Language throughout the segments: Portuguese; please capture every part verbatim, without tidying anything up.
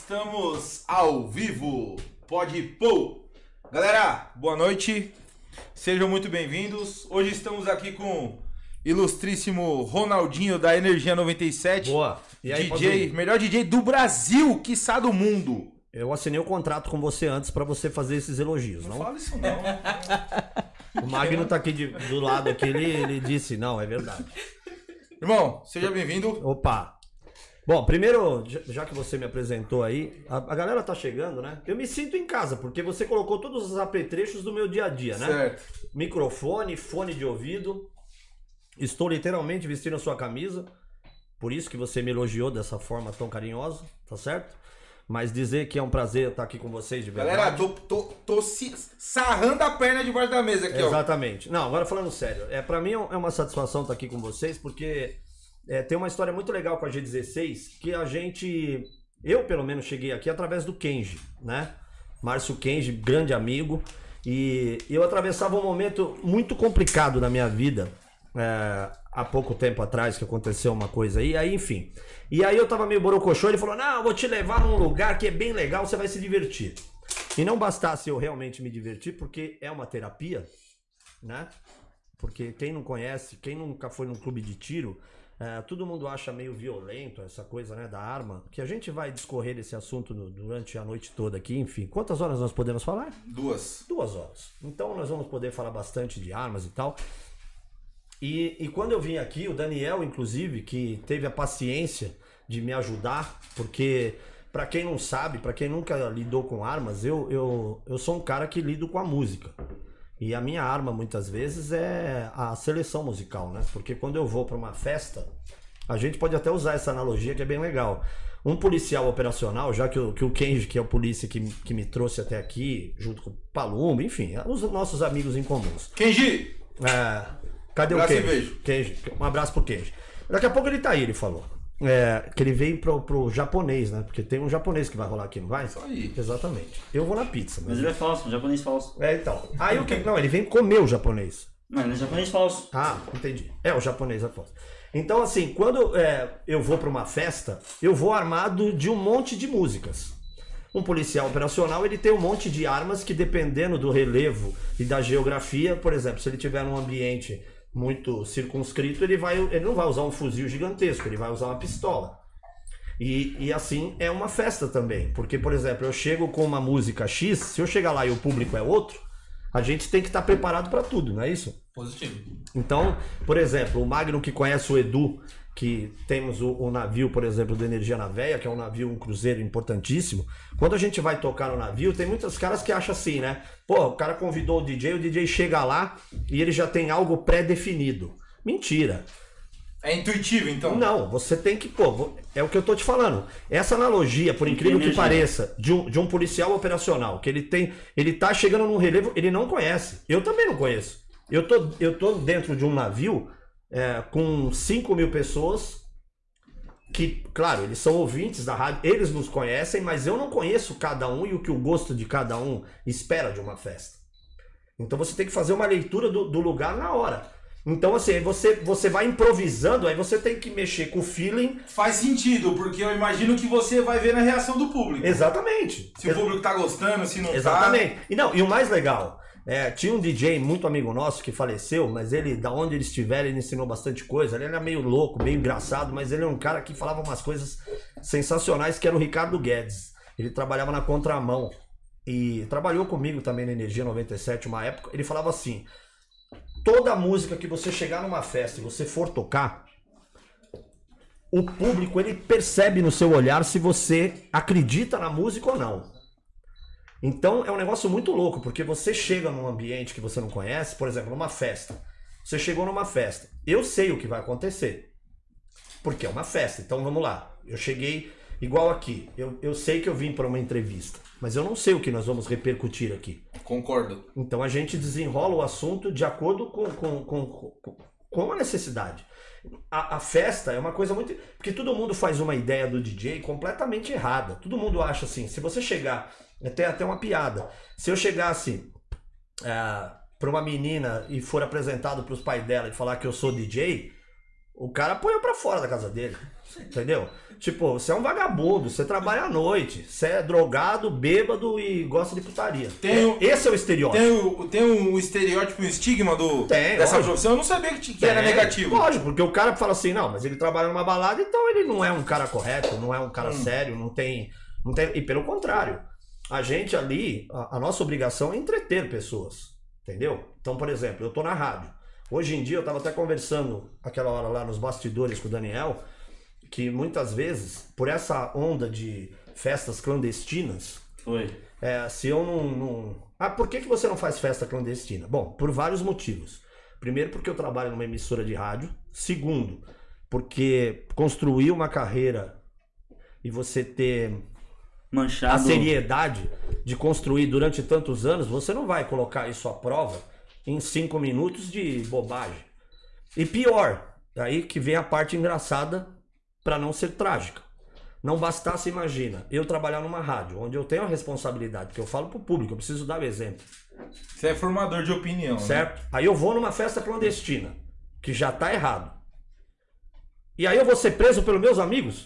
Estamos ao vivo, pode pôr. Galera, boa noite, sejam muito bem-vindos. Hoje estamos aqui com o ilustríssimo Ronaldinho da Energia noventa e sete. Boa. E aí, D J, melhor D J do Brasil, quiçá do mundo. Eu assinei o contrato com você antes pra você fazer esses elogios, não? Não fala isso não. O Magno tá aqui de- do lado aqui, ele, ele disse, não, é verdade. Irmão, seja bem-vindo. Opa. Bom, primeiro, já- já que você me apresentou aí, a, a galera tá chegando, né? Eu me sinto em casa, porque você colocou todos os apetrechos do meu dia a dia, né? Certo. Microfone, fone de ouvido. Estou literalmente vestindo a sua camisa. Por isso que você me elogiou dessa forma tão carinhosa, tá certo? Mas dizer que é um prazer estar aqui com vocês de verdade. Galera, tô, tô, tô se sarrando a perna debaixo da mesa aqui, ó. Exatamente. Não, agora falando sério, é, pra mim é uma satisfação estar aqui com vocês, porque é, tem uma história muito legal com a G dezesseis, que a gente, eu pelo menos cheguei aqui através do Kenji, né? Márcio Kenji, grande amigo, e eu atravessava um momento muito complicado na minha vida, é, há pouco tempo atrás que aconteceu uma coisa aí, aí enfim. E aí eu tava meio borocochô, ele falou, não, eu vou te levar num lugar que é bem legal, você vai se divertir. E não bastasse eu realmente me divertir, porque é uma terapia, né? Porque quem não conhece, quem nunca foi num clube de tiro, é, todo mundo acha meio violento essa coisa, né, da arma, que a gente vai discorrer esse assunto no- durante a noite toda aqui, enfim. Quantas horas nós podemos falar? Duas. Duas horas. Então nós vamos poder falar bastante de armas e tal. E, e quando eu vim aqui, o Daniel, inclusive, que teve a paciência de me ajudar, porque, pra quem não sabe, pra quem nunca lidou com armas, eu, eu, eu sou um cara que lido com a música. E a minha arma, muitas vezes, é a seleção musical, né? Porque quando eu vou pra uma festa, a gente pode até usar essa analogia que é bem legal. Um policial operacional, já que o, que o Kenji, que é o polícia que, me- que me trouxe até aqui, junto com o Palumbo, enfim, os nossos amigos em comuns. Kenji, É, cadê Abraço o e Kenji? beijo. Kenji? Um abraço pro Kenji. Daqui a pouco ele tá aí, ele falou. É, que ele veio pro, pro japonês, né? Porque tem um japonês que vai rolar aqui, não vai? Isso aí. Exatamente. Eu vou na pizza. Mas Mas... ele é falso, um japonês falso. É, então. Aí o que? Não, ele vem comer o japonês. Não, ele é japonês falso. Ah, entendi. É, o japonês é foda. Então, assim, quando é, eu vou pra uma festa, eu vou armado de um monte de músicas. Um policial operacional, ele tem um monte de armas que, dependendo do relevo e da geografia, por exemplo, se ele tiver num ambiente muito circunscrito, ele, vai, ele não vai usar um fuzil gigantesco, ele vai usar uma pistola. E, e assim é uma festa também, porque, por exemplo, eu chego com uma música X, se eu chegar lá e o público é outro, a gente tem que estar preparado para tudo, não é isso? Positivo. Então, por exemplo, o Magno que conhece o Edu, que temos o, o navio, por exemplo, do Energia na Veia, que é um navio, um cruzeiro importantíssimo. Quando a gente vai tocar no navio, tem muitos caras que acham assim, né? Pô, o cara convidou o D J, o D J chega lá e ele já tem algo pré-definido. Mentira. É intuitivo, então? Não, você tem que, pô, vo- é o que eu tô te falando. Essa analogia, por incrível que energia. pareça, de um, de um policial operacional, que ele tem, ele tá chegando num relevo, ele não conhece. Eu também não conheço. Eu tô, eu tô dentro de um navio é, com cinco mil pessoas que, claro, eles são ouvintes da rádio, eles nos conhecem, mas eu não conheço cada um e o que o gosto de cada um espera de uma festa. Então você tem que fazer uma leitura do, do lugar na hora. Então, assim, aí você, você vai improvisando, aí você tem que mexer com o feeling. Faz sentido, porque eu imagino que você vai ver na reação do público. Exatamente. Se o público tá gostando, se não Exatamente. E não, e o mais legal, é, tinha um D J muito amigo nosso que faleceu, mas ele, da onde ele estiver, ele ensinou bastante coisa. Ele era meio louco, meio engraçado, mas ele é um cara que falava umas coisas sensacionais, que era o Ricardo Guedes. Ele trabalhava na contramão e trabalhou comigo também na Energia noventa e sete uma época. Ele falava assim: toda música que você chegar numa festa e você for tocar, o público ele percebe no seu olhar se você acredita na música ou não. Então é um negócio muito louco, porque você chega num ambiente que você não conhece, por exemplo, numa festa. Você chegou numa festa, eu sei o que vai acontecer, porque é uma festa. Então vamos lá, eu cheguei igual aqui, eu, eu sei que eu vim para uma entrevista, mas eu não sei o que nós vamos repercutir aqui. Concordo. Então a gente desenrola o assunto de acordo com, com, com, com, com a necessidade. A, a festa é uma coisa muito... Porque todo mundo faz uma ideia do D J completamente errada. Todo mundo acha assim, se você chegar... Tem até uma piada. Se eu chegasse é, para uma menina e for apresentado para os pais dela e falar que eu sou D J... O cara põe eu pra fora da casa dele. Entendeu? Tipo, você é um vagabundo, você trabalha à noite, você é drogado, bêbado e gosta de putaria. Tem o, Esse é o estereótipo. Tem, o, tem um estereótipo, um estigma do, tem, dessa lógico. profissão. Eu não sabia que, que Tem, era negativo. Lógico, porque o cara fala assim, não, mas ele trabalha numa balada, então ele não é um cara correto, não é um cara hum. sério, não tem, não tem... E pelo contrário, a gente ali, a, a nossa obrigação é entreter pessoas, entendeu? Então, por exemplo, eu tô na rádio. Hoje em dia, eu tava até conversando aquela hora lá nos bastidores com o Daniel, que muitas vezes, por essa onda de festas clandestinas, Foi. É, se eu não, não... Ah, por que, que você não faz festa clandestina? Bom, por vários motivos. Primeiro, porque eu trabalho numa emissora de rádio. Segundo, porque construir uma carreira e você ter Manchado. a seriedade de construir durante tantos anos, você não vai colocar isso à prova em cinco minutos de bobagem. E pior, aí que vem a parte engraçada para não ser trágica. Não bastasse, imagina, eu trabalhar numa rádio, onde eu tenho a responsabilidade, porque eu falo pro público, eu preciso dar o exemplo. Você é formador de opinião, certo? Né? Aí eu vou numa festa clandestina, que já tá errado. E aí eu vou ser preso pelos meus amigos?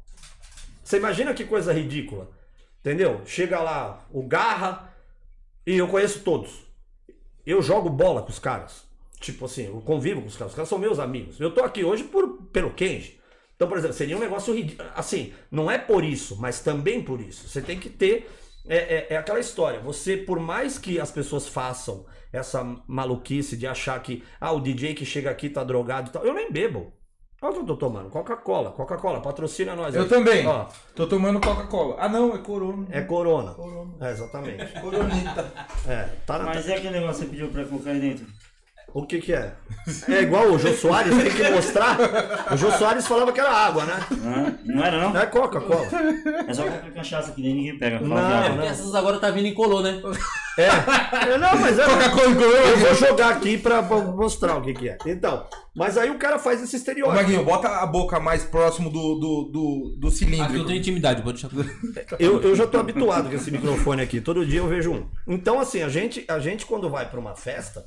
Você imagina que coisa ridícula, entendeu? Chega lá o Garra e eu conheço todos. Eu jogo bola com os caras. Tipo assim, eu convivo com os caras, os caras são meus amigos. Eu tô aqui hoje por, pelo Kenji. Então, por exemplo, seria um negócio ridículo. Assim, não é por isso, mas também por isso. Você tem que ter... É, é, é aquela história. Você, por mais que as pessoas façam essa maluquice de achar que... Ah, o D J que chega aqui tá drogado e tal. Eu nem bebo. Olha o que eu tô tomando. Coca-Cola. Coca-Cola, patrocina nós aí. Eu também. Ó, tô tomando Coca-Cola. Ah, não, é Corona. é Corona. Corona. É, exatamente. Coronita. É, tá na... Mas é aquele negócio que você pediu pra colocar aí dentro? O que que é? É igual o Jô Soares, tem que mostrar. O Jô Soares falava que era água, né? Ah, não era não? É Coca-Cola. É só colocar cachaça que nem ninguém pega. Não, Fala que é É água. porque essas agora tá vindo em colô, né? É. É, não, mas é. Coca-Cola e Eu vou Corona. jogar aqui pra, pra mostrar o que que é. Então, mas aí o cara faz esse Ô, estereótipo. Maguinho, bota a boca mais próximo do, do, do, do Aqui cilindro. eu tenho intimidade, pode deixar. Eu, eu já tô habituado com esse microfone aqui. Todo dia eu vejo um. Então, assim, a gente, a gente quando vai pra uma festa,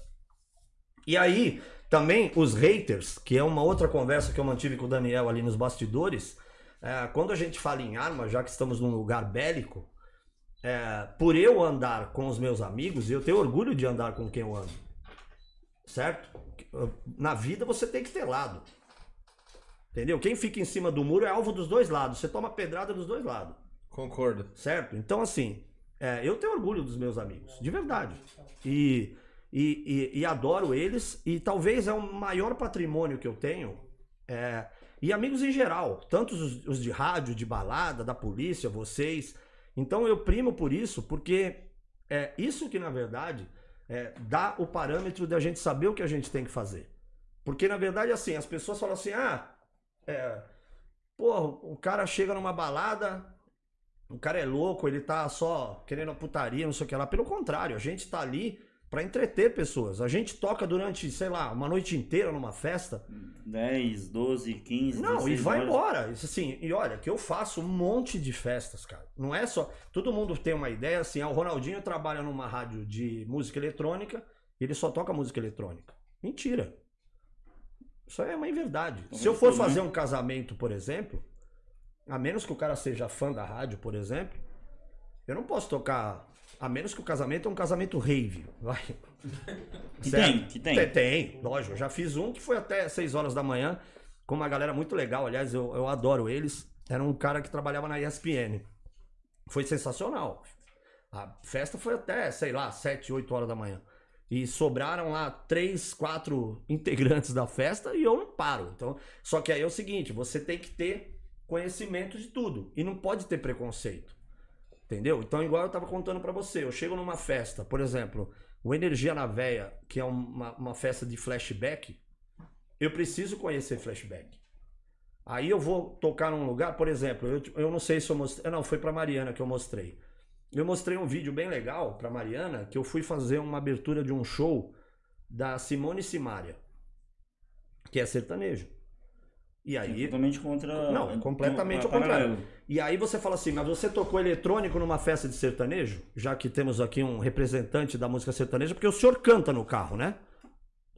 e aí também os haters, que é uma outra conversa que eu mantive com o Daniel ali nos bastidores, é, quando a gente fala em arma, já que estamos num lugar bélico, é, por eu andar com os meus amigos, eu tenho orgulho de andar com quem eu ando. Certo? Na vida você tem que ter lado. Entendeu? Quem fica em cima do muro é alvo dos dois lados. Você toma pedrada dos dois lados. Concordo. Certo? Então, assim, é, eu tenho orgulho dos meus amigos, de verdade. E, e, e, e adoro eles, e talvez é o maior patrimônio que eu tenho. É, e amigos em geral, tanto os, os de rádio, de balada, da polícia, vocês. Então eu primo por isso, porque é isso que, na verdade, é, dá o parâmetro da gente saber o que a gente tem que fazer. Porque, na verdade, assim, as pessoas falam assim, ah, é, porra, o cara chega numa balada... O cara é louco, ele tá só querendo a putaria, não sei o que lá. Pelo contrário, a gente tá ali pra entreter pessoas. A gente toca durante, sei lá, uma noite inteira numa festa. dez, doze, quinze, Não, e dezesseis vai horas. embora. Isso assim, e olha, que eu faço um monte de festas, cara. Não é só... Todo mundo tem uma ideia assim, ah, o Ronaldinho trabalha numa rádio de música eletrônica, ele só toca música eletrônica. Mentira. Isso aí é uma inverdade. Se eu for fazer um casamento, por exemplo... A menos que o cara seja fã da rádio, por exemplo, eu não posso tocar... A menos que o casamento é um casamento rave. Vai. Que Certo? tem, que tem. Tem, tem, lógico. Eu já fiz um que foi até seis horas da manhã, com uma galera muito legal. Aliás, eu, eu adoro eles. Era um cara que trabalhava na E S P N. Foi sensacional. A festa foi até, sei lá, sete, oito horas da manhã. E sobraram lá três, quatro integrantes da festa e eu não paro. Então, só que aí é o seguinte, você tem que ter... conhecimento de tudo. E não pode ter preconceito. Entendeu? Então, igual eu tava contando pra você, eu chego numa festa, por exemplo, o Energia na Veia, que é uma, uma festa de flashback, eu preciso conhecer flashback. Aí eu vou tocar num lugar, por exemplo, eu, eu não sei se eu mostrei... Não, foi pra Mariana que eu mostrei. Eu mostrei um vídeo bem legal pra Mariana, que eu fui fazer uma abertura de um show da Simone Simaria, que é sertanejo. E aí... É totalmente contra... Não, é completamente é ao contrário. paralelo. E aí você fala assim, mas você tocou eletrônico numa festa de sertanejo? Já que temos aqui um representante da música sertaneja, porque o senhor canta no carro, né?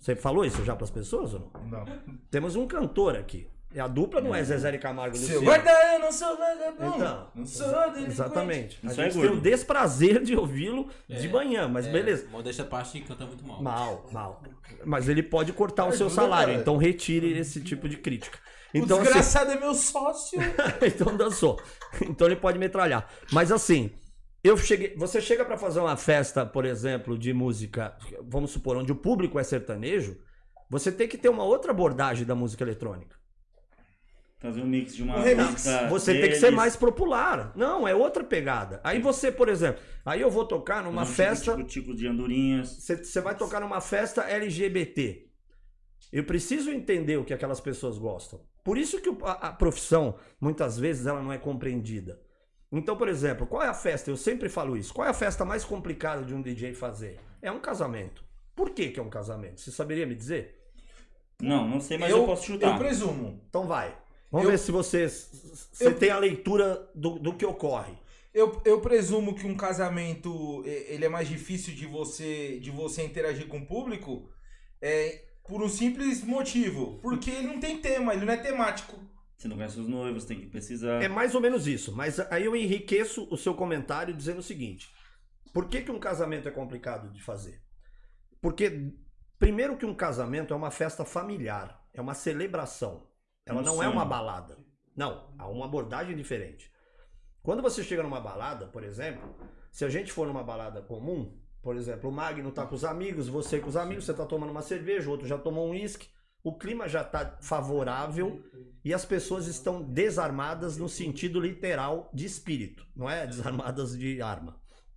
Você falou isso já pras pessoas ou não? Não. Temos um cantor aqui. E a dupla não é Zezé de Camargo e Seu Luciano. guarda, eu não sou vagabundo. Então, não sou delinquente. exatamente. A Isso é gente tem o gordo. desprazer de ouvi-lo de É, manhã, mas é, beleza. Modéstia à parte, canta muito mal. Mal, mal. Mas ele pode cortar o seu Ajuda, salário, cara. então retire esse tipo de crítica. O Então, assim, desgraçado é meu sócio. então dançou. Então ele pode metralhar. Mas assim, eu cheguei. Você chega pra fazer uma festa, por exemplo, de música, vamos supor, onde o público é sertanejo, você tem que ter uma outra abordagem da música eletrônica. Fazer um mix de uma Um remix. música Você tem que ser deles, mais popular. Não, é outra pegada. Aí você, por exemplo, aí eu vou tocar numa fazer um festa. Tipo, tipo, tipo de andorinhas. Você você vai tocar numa festa L G B T. Eu preciso entender o que aquelas pessoas gostam. Por isso que o- a, a profissão, muitas vezes, ela não é compreendida. Então, por exemplo, qual é a festa? Eu sempre falo isso. Qual é a festa mais complicada de um D J fazer? É um casamento. Por que que é um casamento? Você saberia me dizer? Não, não sei, mas eu, eu, posso chutar. eu presumo. Então vai. Vamos Eu- ver se você, você eu- tem a leitura do, do que ocorre. Eu, eu presumo que um casamento eh, ele é mais difícil de você de você interagir com o público é, por um simples motivo. Porque ele não tem tema, ele não é temático. Você não conhece os noivos, tem que pesquisar. É mais ou menos isso, mas aí eu enriqueço o seu comentário dizendo o seguinte: por que que um casamento é complicado de fazer? Porque, primeiro, que um casamento é uma festa familiar, é uma celebração, ela Um não é sonho. uma balada. Não, há uma abordagem diferente. Quando você chega numa balada, por exemplo, se a gente for numa balada comum, por exemplo, o Magno tá com os amigos, você com os amigos, você tá tomando uma cerveja, o outro já tomou um uísque, o clima já tá favorável e as pessoas estão desarmadas no sentido literal de espírito, não é desarmadas de arma.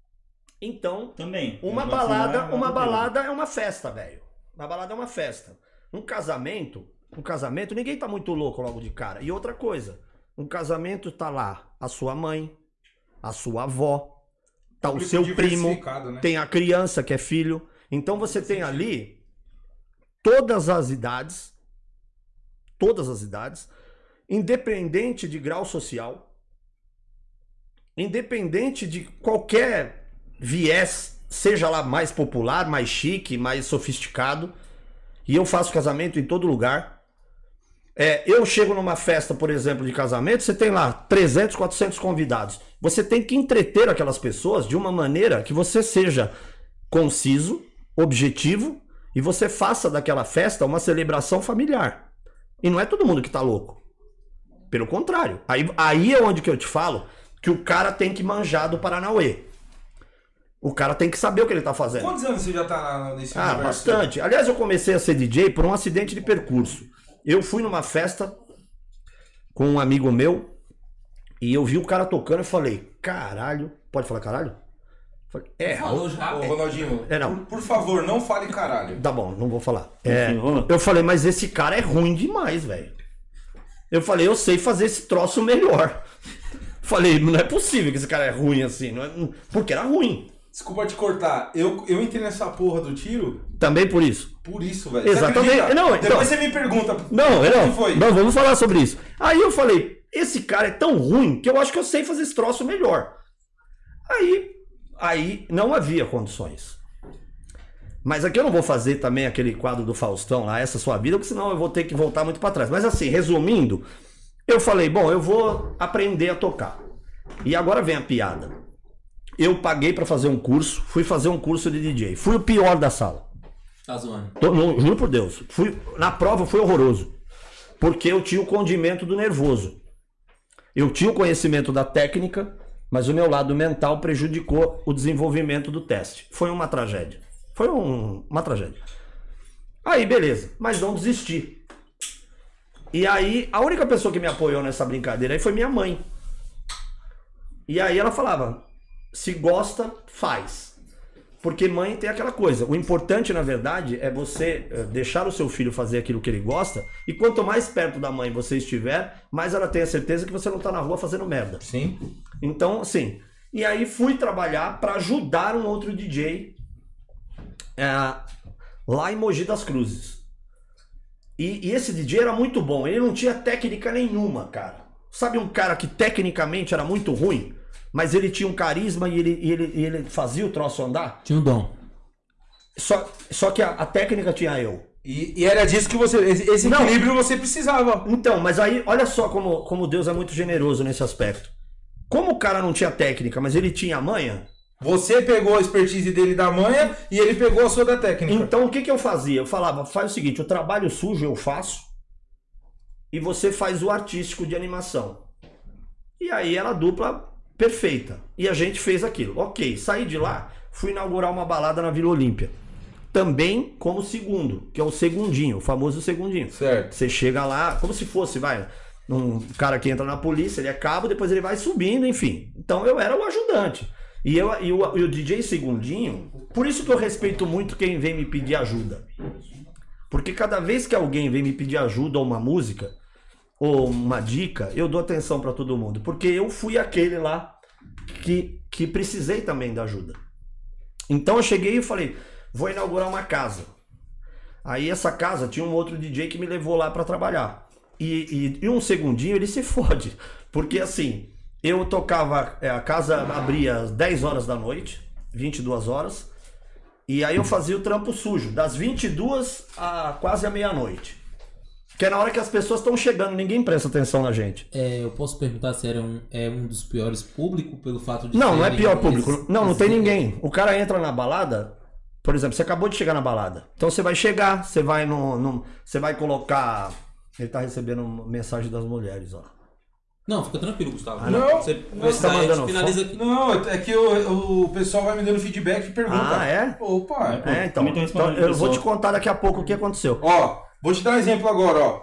Então, Também. uma Mas assim, balada, não é uma roteiro. balada é uma festa, velho. Uma balada é uma festa. Um casamento, um casamento, ninguém tá muito louco logo de cara. E outra coisa, um casamento tá lá a sua mãe, a sua avó, tá o Público seu primo, diversificado, né? tem a criança que é filho. Então você tem ali todas as idades, todas as idades, independente de grau social, independente de qualquer viés, seja lá mais popular, mais chique, mais sofisticado. E eu faço casamento em todo lugar. É, eu chego numa festa, por exemplo, de casamento, você tem lá trezentos, quatrocentos convidados. Você tem que entreter aquelas pessoas de uma maneira que você seja conciso, objetivo, e você faça daquela festa uma celebração familiar. E não é todo mundo que tá louco. Pelo contrário. Aí, aí é onde que eu te falo que o cara tem que manjar do Paranauê. O cara tem que saber o que ele tá fazendo. Quantos anos você já tá nesse Ah, universo? bastante. Aliás, eu comecei a ser D J por um acidente de percurso. Eu fui numa festa com um amigo meu e eu vi o cara tocando e falei, caralho. Pode falar caralho? Falei, é, Falou já. Ô, Ronaldinho, É, não. por, por favor, não fale caralho. tá bom, não vou falar. É, Enfim, rola. eu falei, mas esse cara é ruim demais, velho. Eu falei, eu sei fazer esse troço melhor. Falei, não é possível que esse cara é ruim assim. Não é... Porque era ruim. Desculpa te cortar. Eu, eu entrei nessa porra do tiro Também por isso. por isso, velho. Exatamente. Você acredita? Não, Depois então- você me pergunta. Não, como não, foi? não, vamos falar sobre isso. Aí eu falei, esse cara é tão ruim que eu acho que eu sei fazer esse troço melhor. Aí, aí não havia condições. Mas aqui eu não vou fazer também aquele quadro do Faustão lá, essa sua vida, porque senão eu vou ter que voltar muito pra trás. Mas assim, resumindo, eu falei, bom, eu vou aprender a tocar. E agora vem a piada. Eu paguei pra fazer um curso, fui fazer um curso de D J. Fui o pior da sala. Tá zoando. Tô- não, juro por Deus. Fui, na prova foi horroroso. Porque eu tinha o condimento do nervoso. Eu tinha o conhecimento da técnica, mas o meu lado mental prejudicou o desenvolvimento do teste. Foi uma tragédia. Foi um- uma tragédia. Aí, beleza. Mas não desisti. E aí, a única pessoa que me apoiou nessa brincadeira aí foi minha mãe. E aí ela falava, se gosta, faz. Porque mãe tem aquela coisa. O importante, na verdade, é você eh, deixar o seu filho fazer aquilo que ele gosta. E quanto mais perto da mãe você estiver, mais ela tem a certeza que você não tá na rua fazendo merda. Sim. Então, assim. E aí fui trabalhar para ajudar um outro D J eh, lá em Mogi das Cruzes. E, e esse D J era muito bom. Ele não tinha técnica nenhuma, cara. Sabe um cara que tecnicamente era muito ruim? Mas ele tinha um carisma e ele, e ele, e ele fazia o troço andar? Tinha um dom. Só, só que a, a técnica tinha eu. E, e era disso que você... Esse, esse Não. equilíbrio você precisava. Então, mas aí, olha só como, como Deus é muito generoso nesse aspecto. Como o cara não tinha técnica, mas ele tinha manha, Você pegou a expertise dele da manha e ele pegou a sua da técnica. então o que, que eu fazia? Eu falava, faz o seguinte, o trabalho sujo eu faço e você faz o artístico de animação. E aí era a dupla perfeita. E a gente fez aquilo. Ok, saí de lá, fui inaugurar uma balada na Vila Olímpia. Também como segundo, que é o segundinho, o famoso segundinho. Certo. Você chega lá, como se fosse, vai, um cara que entra na polícia, ele é cabo, depois ele vai subindo, enfim. Então eu era o ajudante. E, eu, e, o, e o D J Segundinho, por isso que eu respeito muito quem vem me pedir ajuda. Porque cada vez que alguém vem me pedir ajuda ou uma música, ou uma dica, eu dou atenção pra todo mundo. Porque eu fui aquele lá que, que precisei também da ajuda. Então eu cheguei e falei, vou inaugurar uma casa. Aí essa casa tinha um outro D J que me levou lá pra trabalhar. E, e, e um segundinho ele se fode. Porque assim, eu tocava, a casa abria às dez horas da noite, vinte e duas horas. E aí eu fazia o trampo sujo, das vinte e duas a quase a meia-noite. Que é na hora que as pessoas estão chegando, ninguém presta atenção na gente. É, eu posso perguntar se era um, é um dos piores públicos pelo fato de... Não, não é serem pior público. esses- Não, não esses- tem ninguém. O cara entra na balada, por exemplo, você acabou de chegar na balada. Então você vai chegar, você vai no, no- você vai colocar... Ele tá recebendo mensagem das mulheres, ó. Não, fica tranquilo, Gustavo. Ah, não. Você, Não, você tá a gente mandando finaliza aqui. Não, é que o, o pessoal vai me dando feedback e pergunta. Ah, é? Opa. É, então. Também tô respondendo Então eu pro vou te pessoal. contar daqui a pouco o que aconteceu. Ó, vou te dar um exemplo agora, ó.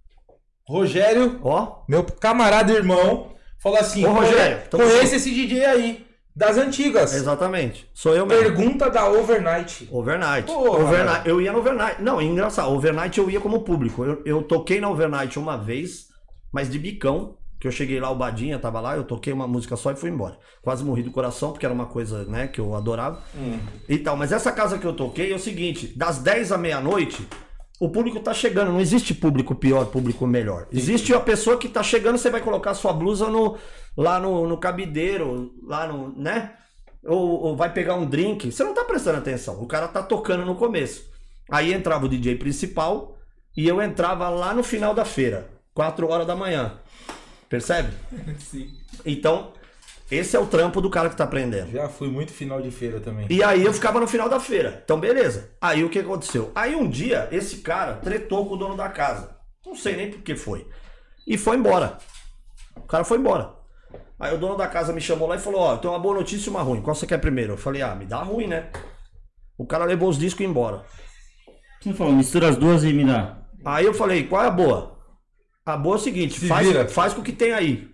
Rogério, Ó, meu camarada e irmão, falou assim: Ô, Rogério, "Conhe- tamo conheça esse D J aí, das antigas. exatamente. Sou eu mesmo. Pergunta da Overnight. Overnight. Porra, Overnight. cara. Eu ia no Overnight. Não, é engraçado. Overnight eu ia como público. Eu, eu toquei na Overnight uma vez, mas de bicão. Que eu cheguei lá, o Badinha tava lá, eu toquei uma música só e fui embora. Quase morri do coração, porque era uma coisa, né, que eu adorava. Hum. E tal. Mas essa casa que eu toquei é o seguinte: das dez à meia-noite, o público tá chegando. Não existe público pior, público melhor. Existe a pessoa que tá chegando, você vai colocar sua blusa no, lá no, no cabideiro, lá no, né? Ou, ou vai pegar um drink. Você não tá prestando atenção. O cara tá tocando no começo. Aí entrava o D J principal e eu entrava lá no final da feira, quatro horas da manhã. Percebe? Sim. Então, esse é o trampo do cara que tá aprendendo. Já fui muito final de feira também. E aí eu ficava no final da feira. Então, beleza. Aí o que aconteceu? Aí um dia, esse cara tretou com o dono da casa. Não sei nem por que foi. E foi embora. O cara foi embora. Aí o dono da casa me chamou lá e falou, ó, tem uma boa notícia e uma ruim. Qual você quer primeiro? Eu falei, ah, me dá a ruim, né? O cara levou os discos e embora. Você falou, mistura as duas e me dá. Aí eu falei, qual é a boa? A boa é o seguinte, Se faz, vira. faz com o que tem aí.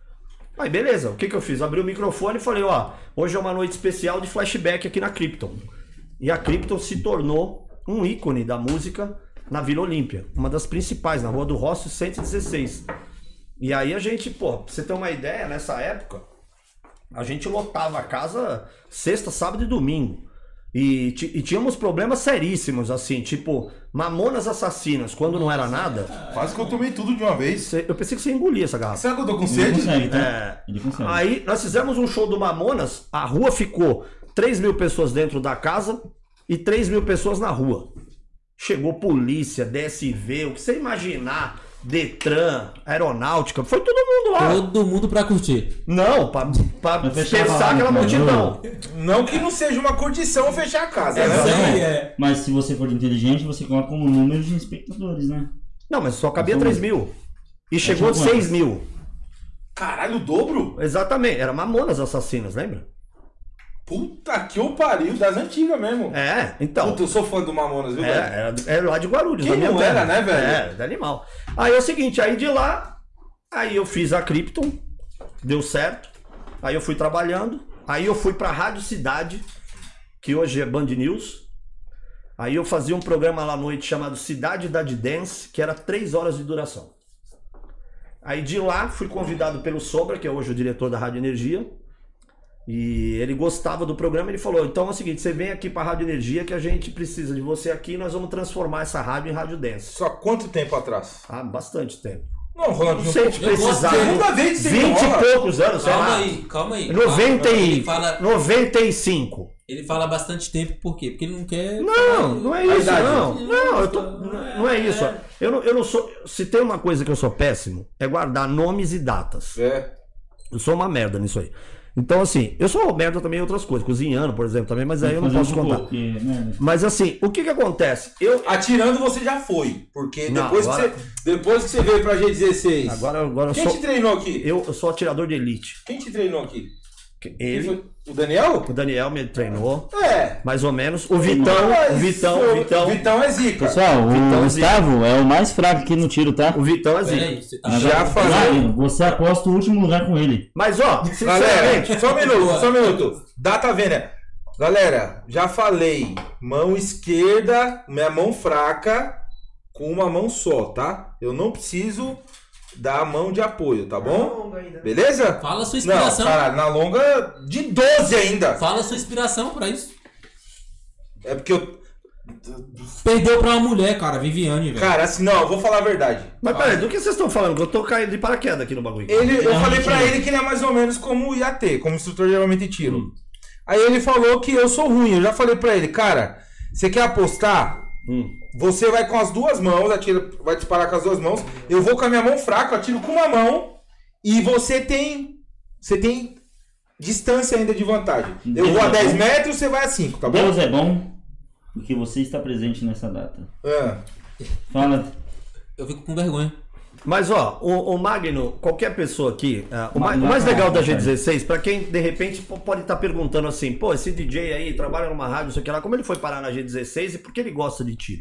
Aí beleza, o que que eu fiz? Abri o microfone e falei, ó, hoje é uma noite especial de flashback aqui na Krypton. E a Krypton se tornou um ícone da música na Vila Olímpia. Uma das principais, na Rua do Rócio cento e dezesseis. E aí a gente, pô, pra você ter uma ideia, nessa época, a gente lotava a casa sexta, sábado e domingo. E, ti- e tínhamos problemas seríssimos, assim, tipo, Mamonas Assassinas, quando não era nada. Quase que eu tomei tudo de uma vez. Cê- Eu pensei que você engolia essa garrafa. Será que eu tô com Ele sede? consegue, tá? É. Ele consegue. Aí nós fizemos um show do Mamonas, a rua ficou três mil pessoas dentro da casa e três mil pessoas na rua. Chegou polícia, D S V, o que você imaginar, Detran, Aeronáutica, foi todo mundo lá. Todo mundo pra curtir. Não, pra, pra Pra fechar a pensar balada, aquela cara. multidão. Não que não seja uma curtição fechar a casa, É, né? Exatamente. Sim, é. Mas se você for inteligente, você coloca como número de espectadores, né? Não, mas só cabia Só três um. mil. E chegou tinha seis quantas? mil. Caralho, o dobro? Exatamente, era Mamonas Assassinas, lembra? Puta que eu pariu, das antigas mesmo. É, então. Puta, eu sou fã do Mamonas, viu, É, velho? era, era lá de Guarulhos, Quem da minha não terra. era, né, velho? É, de animal. Aí é o seguinte, aí de lá, aí eu fiz a Krypton, deu certo. Aí eu fui trabalhando, aí eu fui pra Rádio Cidade, que hoje é Band News. Aí eu fazia um programa lá à noite chamado Cidade da Dance, que era três horas de duração. Aí de lá fui convidado pelo Sobra, que é hoje o diretor da Rádio Energia. E ele gostava do programa, ele falou, então é o seguinte, você vem aqui pra Rádio Energia que a gente precisa de você aqui e nós vamos transformar essa rádio em Rádio Dance. Só quanto tempo atrás? Há bastante tempo. Não, Ronaldinho. Não sei te Eu gosto precisar. dele. Segunda vez que você vinte enrola. e poucos anos, sei Calma lá. aí, calma aí. noventa Calma. e... Ele fala, noventa e cinco. ele fala bastante tempo, por quê? Porque ele não quer... Não, não é A isso, idade. não. Não, eu tô, não é isso. Eu não, eu não sou... Se tem uma coisa que eu sou péssimo, é guardar nomes e datas. É. Eu sou uma merda nisso aí. Então, assim, eu sou merda também em outras coisas. Cozinhando, por exemplo, também, mas aí eu não Fazer um posso contar. cocô, porque, né? Mas assim, o que que acontece? Eu... Atirando você já foi. Porque Não, depois, agora- que, você, depois que você veio pra G dezesseis. Agora, agora eu Quem sou... te treinou aqui? Eu, eu sou atirador de elite. Quem te treinou aqui? Quem Ele, foi? O Daniel? o Daniel me treinou, É. mais ou menos. O Vitão, Mas o Vitão, o Vitão, O Vitão é zica. Pessoal, o Vitão Gustavo é o mais fraco aqui no tiro, tá? o Vitão é zica. Peraí, você tá... Já falei. Wagner, você aposta o último lugar com ele. Mas ó, Galera, sinceramente, só um minuto, só um minuto. Data vênia. Galera, já falei. Mão esquerda, minha mão fraca, com uma mão só, tá? Eu não preciso dar a mão de apoio, tá bom? Beleza? Fala a sua Não, inspiração. cara, na longa de doze ainda. Fala a sua inspiração pra isso. É porque eu... Perdeu pra uma mulher, cara, Viviane, velho. Cara, assim, não, eu vou falar a verdade. mas peraí, do que vocês estão falando? Que eu tô caindo de paraquedas aqui no bagulho. Ele, eu Não, falei pra mentira. ele que ele é mais ou menos como o I A T, como instrutor de armamento e tiro. Aí ele falou que eu sou ruim. Eu já falei pra ele, cara, você quer apostar? Hum. Você vai com as duas mãos, atira, vai disparar com as duas mãos. Eu vou com a minha mão fraca, eu atiro com uma mão. E você tem. Você tem distância ainda de vantagem. Eu Deus vou a é dez bom. metros, você vai a cinco, tá bom? Deus é bom porque você está presente nessa data. É. Fala. Eu fico com vergonha. Mas ó, o, o Magno, qualquer pessoa aqui, ah, o, mais, Magno, o mais legal da cara. G dezesseis, pra quem de repente p- pode estar perguntando assim, pô, esse D J aí trabalha numa rádio, não sei o que lá, como ele foi parar na G dezesseis e por que ele gosta de tiro?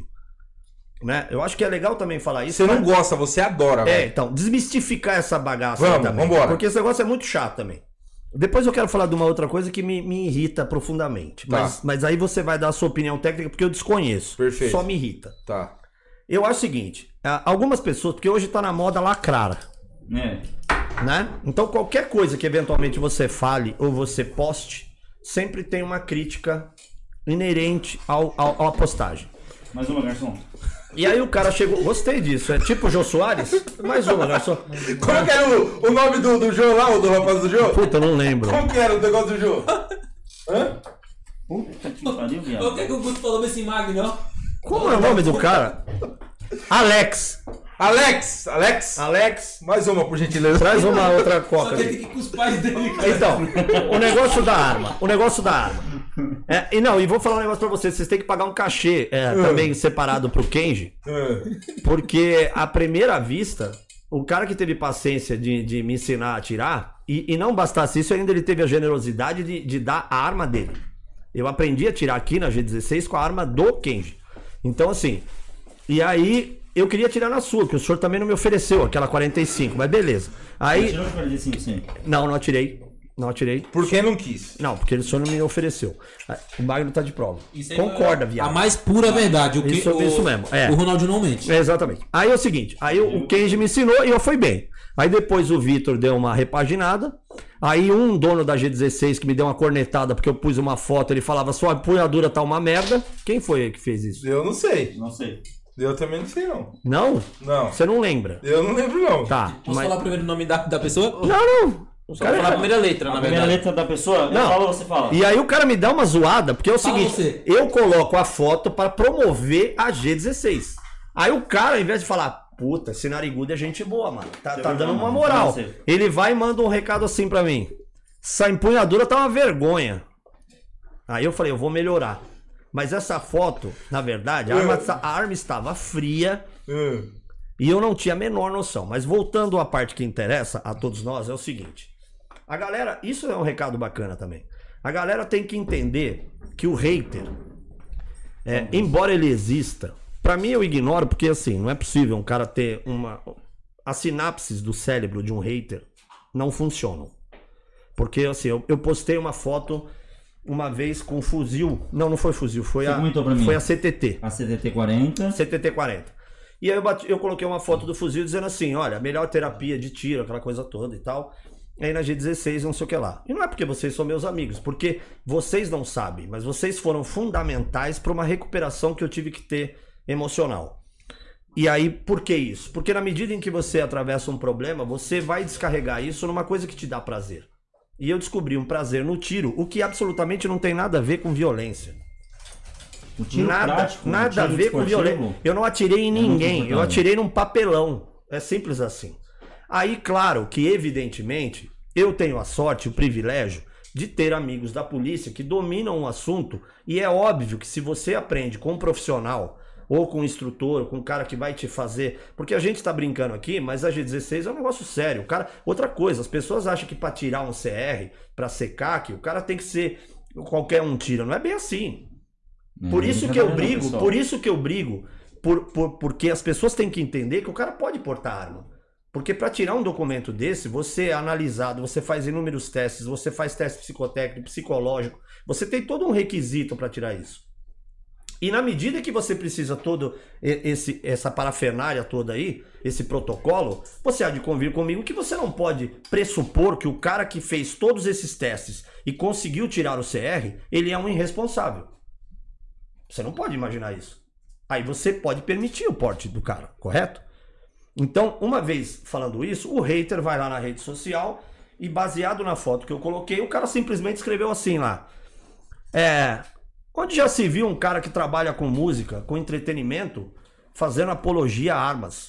Né? Eu acho que é legal também falar isso. Você não mas- gosta, você adora, É, velho. então, desmistificar essa bagaça aí Vamos, também. vambora. Porque esse negócio é muito chato também. Depois eu quero falar de uma outra coisa que me, me irrita profundamente. Tá. Mas, mas aí você vai dar a sua opinião técnica, porque eu desconheço. Perfeito. Só me irrita. Tá. Eu acho o seguinte, ah, algumas pessoas, porque hoje tá na moda lacrar, É. né? Então qualquer coisa que eventualmente você fale ou você poste, sempre tem uma crítica inerente ao, ao, à postagem. Mais uma, garçom. E aí o cara chegou, gostei disso, é tipo o Jô Soares? Mais uma, garçom. Como que era o, o nome do, do Jô lá, o do rapaz do Jô? Puta, eu não lembro. Como que era o negócio do Jô? Hã? Puta que pariu, O viado. que, que o Guto falou desse Magno, não? Como é o nome do cara? Alex. Alex! Alex! Alex, Mais uma, por gentileza. traz uma outra Só coca que ele aqui. tem que ir com os pais dele, cara. Então, o negócio da arma. O negócio da arma. É, e não, e vou falar um negócio pra vocês. Vocês têm que pagar um cachê é, também separado pro Kenji. Porque à primeira vista, o cara que teve paciência de, de me ensinar a atirar, e, e não bastasse isso, ainda ele teve a generosidade de, de dar a arma dele. Eu aprendi a atirar aqui na G dezesseis com a arma do Kenji. Então, assim, e aí eu queria atirar na sua, que o senhor também não me ofereceu aquela quarenta e cinco, mas beleza. Aí, Tirou o quarenta e cinco, sim. não, não atirei. Não atirei. Por que não quis? Não, porque o senhor não me ofereceu. O Magno tá de prova. Isso aí Concorda, é viado. A mais pura verdade. O que, Isso- o, isso mesmo, é. O Ronaldinho não mente. É, exatamente. Aí é o seguinte, aí o, o Kenji me ensinou e eu fui bem. Aí depois o Vitor deu uma repaginada. Aí um dono da G dezesseis que me deu uma cornetada porque eu pus uma foto, ele falava, sua empunhadura tá uma merda. Quem foi que fez isso? Eu não sei. Não sei. Eu também não sei, não. Não? Não. Você não lembra? Eu não lembro, não. Tá. Posso mas- falar primeiro o nome da, da pessoa? Não, não. O Só cara- falar a primeira letra, A na primeira verdade. letra da pessoa? Não. Eu falo ou você fala? E aí o cara me dá uma zoada, porque é o Fala seguinte, você. eu coloco a foto pra promover a G dezesseis. Aí o cara, ao invés de falar, puta, esse narigudo é gente boa, mano, tá, tá dando uma moral. Você. Ele vai e manda um recado assim pra mim. Essa empunhadura tá uma vergonha. Aí eu falei, eu vou melhorar. Mas essa foto, na verdade, a arma, a arma estava fria Hum. e eu não tinha a menor noção. Mas voltando à parte que interessa a todos nós, é o seguinte. A galera, isso é um recado bacana também. A galera tem que entender que o hater, é, embora ele exista, pra mim eu ignoro porque assim, não é possível um cara ter uma... As sinapses do cérebro de um hater não funcionam. Porque assim, eu, eu postei uma foto uma vez com fuzil. Não, não foi fuzil, foi Você a, comentou pra mim. foi a C T T. A C T T quarenta. C T T quarenta. E aí eu, bati- eu coloquei uma foto do fuzil dizendo assim, olha, a melhor terapia de tiro, aquela coisa toda e tal. Aí na G dezesseis, não sei o que lá. E não é porque vocês são meus amigos, porque vocês não sabem, mas vocês foram fundamentais para uma recuperação que eu tive que ter emocional. E aí, por que isso? Porque na medida em que você atravessa um problema, você vai descarregar isso numa coisa que te dá prazer. E eu descobri um prazer no tiro, o que absolutamente não tem nada a ver com violência. O tiro Nada, prático, nada o tiro a ver com esportivo, violência. Eu não atirei em é muito ninguém, eu confortável. atirei num papelão. É simples assim. Aí, claro que, evidentemente, eu tenho a sorte, o privilégio de ter amigos da polícia que dominam o assunto. E é óbvio que se você aprende com um profissional, ou com um instrutor, ou com um cara que vai te fazer... Porque a gente tá brincando aqui, mas a G dezesseis é um negócio sério. O cara... Outra coisa, as pessoas acham que para tirar um C R, para ser C A C, o cara tem que ser qualquer um tira. Não é bem assim. Por Hum, isso não que eu não, brigo, pessoal. por isso que eu brigo, por, por, porque as pessoas têm que entender que o cara pode portar arma. Porque para tirar um documento desse, você é analisado, você faz inúmeros testes, você faz teste psicotécnico, psicológico, você tem todo um requisito para tirar isso. E na medida que você precisa todo esse, essa parafernália toda aí, esse protocolo, você há de convir comigo que você não pode pressupor que o cara que fez todos esses testes e conseguiu tirar o C R, ele é um irresponsável. Você não pode imaginar isso. Aí você pode permitir o porte do cara, correto? Então, uma vez falando isso, o hater vai lá na rede social e, baseado na foto que eu coloquei, o cara simplesmente escreveu assim lá. É... Onde já se viu um cara que trabalha com música, com entretenimento, fazendo apologia a armas?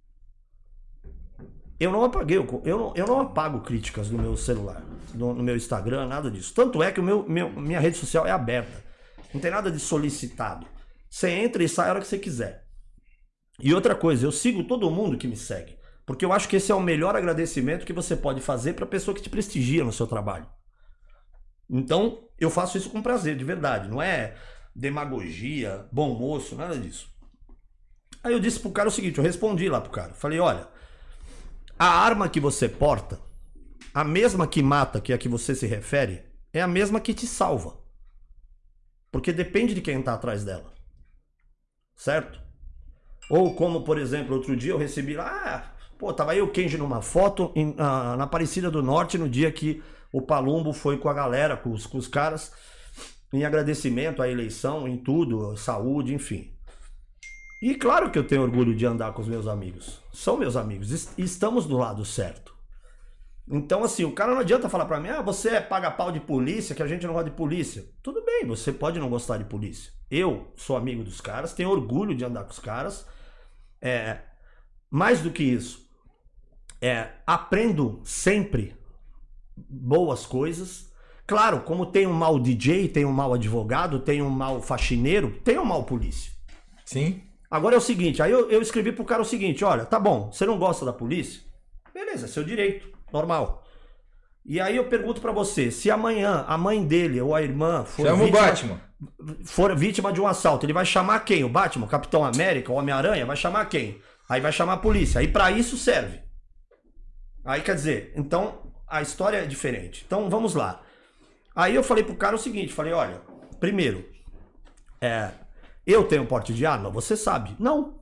Eu não apaguei, eu não, eu não apago críticas no meu celular, no, no meu Instagram, nada disso. Tanto é que o meu, meu, minha rede social é aberta. Não tem nada de solicitado. Você entra e sai a hora que você quiser. E outra coisa, eu sigo todo mundo que me segue. Porque eu acho que esse é o melhor agradecimento que você pode fazer para a pessoa que te prestigia no seu trabalho. Então, eu faço isso com prazer, de verdade. Não é demagogia, bom moço, nada disso. Aí eu disse pro cara o seguinte, eu respondi lá pro cara. Falei, olha, a arma que você porta, a mesma que mata, que é a que você se refere, é a mesma que te salva. Porque depende de quem tá atrás dela. Certo? Ou como, por exemplo, outro dia eu recebi lá... Ah, pô, tava eu, Kenji, numa foto em, na, na Aparecida do Norte, no dia que o Palumbo foi com a galera, com os, com os caras, em agradecimento à eleição, em tudo, saúde, enfim. E claro que eu tenho orgulho de andar com os meus amigos. São meus amigos. E estamos do lado certo. Então, assim, o cara não adianta falar pra mim, ah, você é paga-pau de polícia, que a gente não gosta de polícia. Tudo bem, você pode não gostar de polícia. Eu sou amigo dos caras, tenho orgulho de andar com os caras. É, mais do que isso, é, aprendo sempre boas coisas. Claro, como tem um mau D J, tem um mau advogado, tem um mau faxineiro, tem um mau polícia. Sim. Agora é o seguinte, aí eu, eu escrevi pro cara o seguinte, olha, tá bom, você não gosta da polícia? Beleza, é seu direito, normal. E aí eu pergunto pra você, se amanhã a mãe dele ou a irmã for Chama o vítima, Batman. for vítima de um assalto, ele vai chamar quem? O Batman, o Capitão América, o Homem-Aranha? Vai chamar quem? Aí vai chamar a polícia. Aí pra isso serve. Aí quer dizer, então a história é diferente. Então vamos lá. Aí eu falei pro cara o seguinte, falei, olha, primeiro, é, eu tenho porte de arma? Você sabe. Não.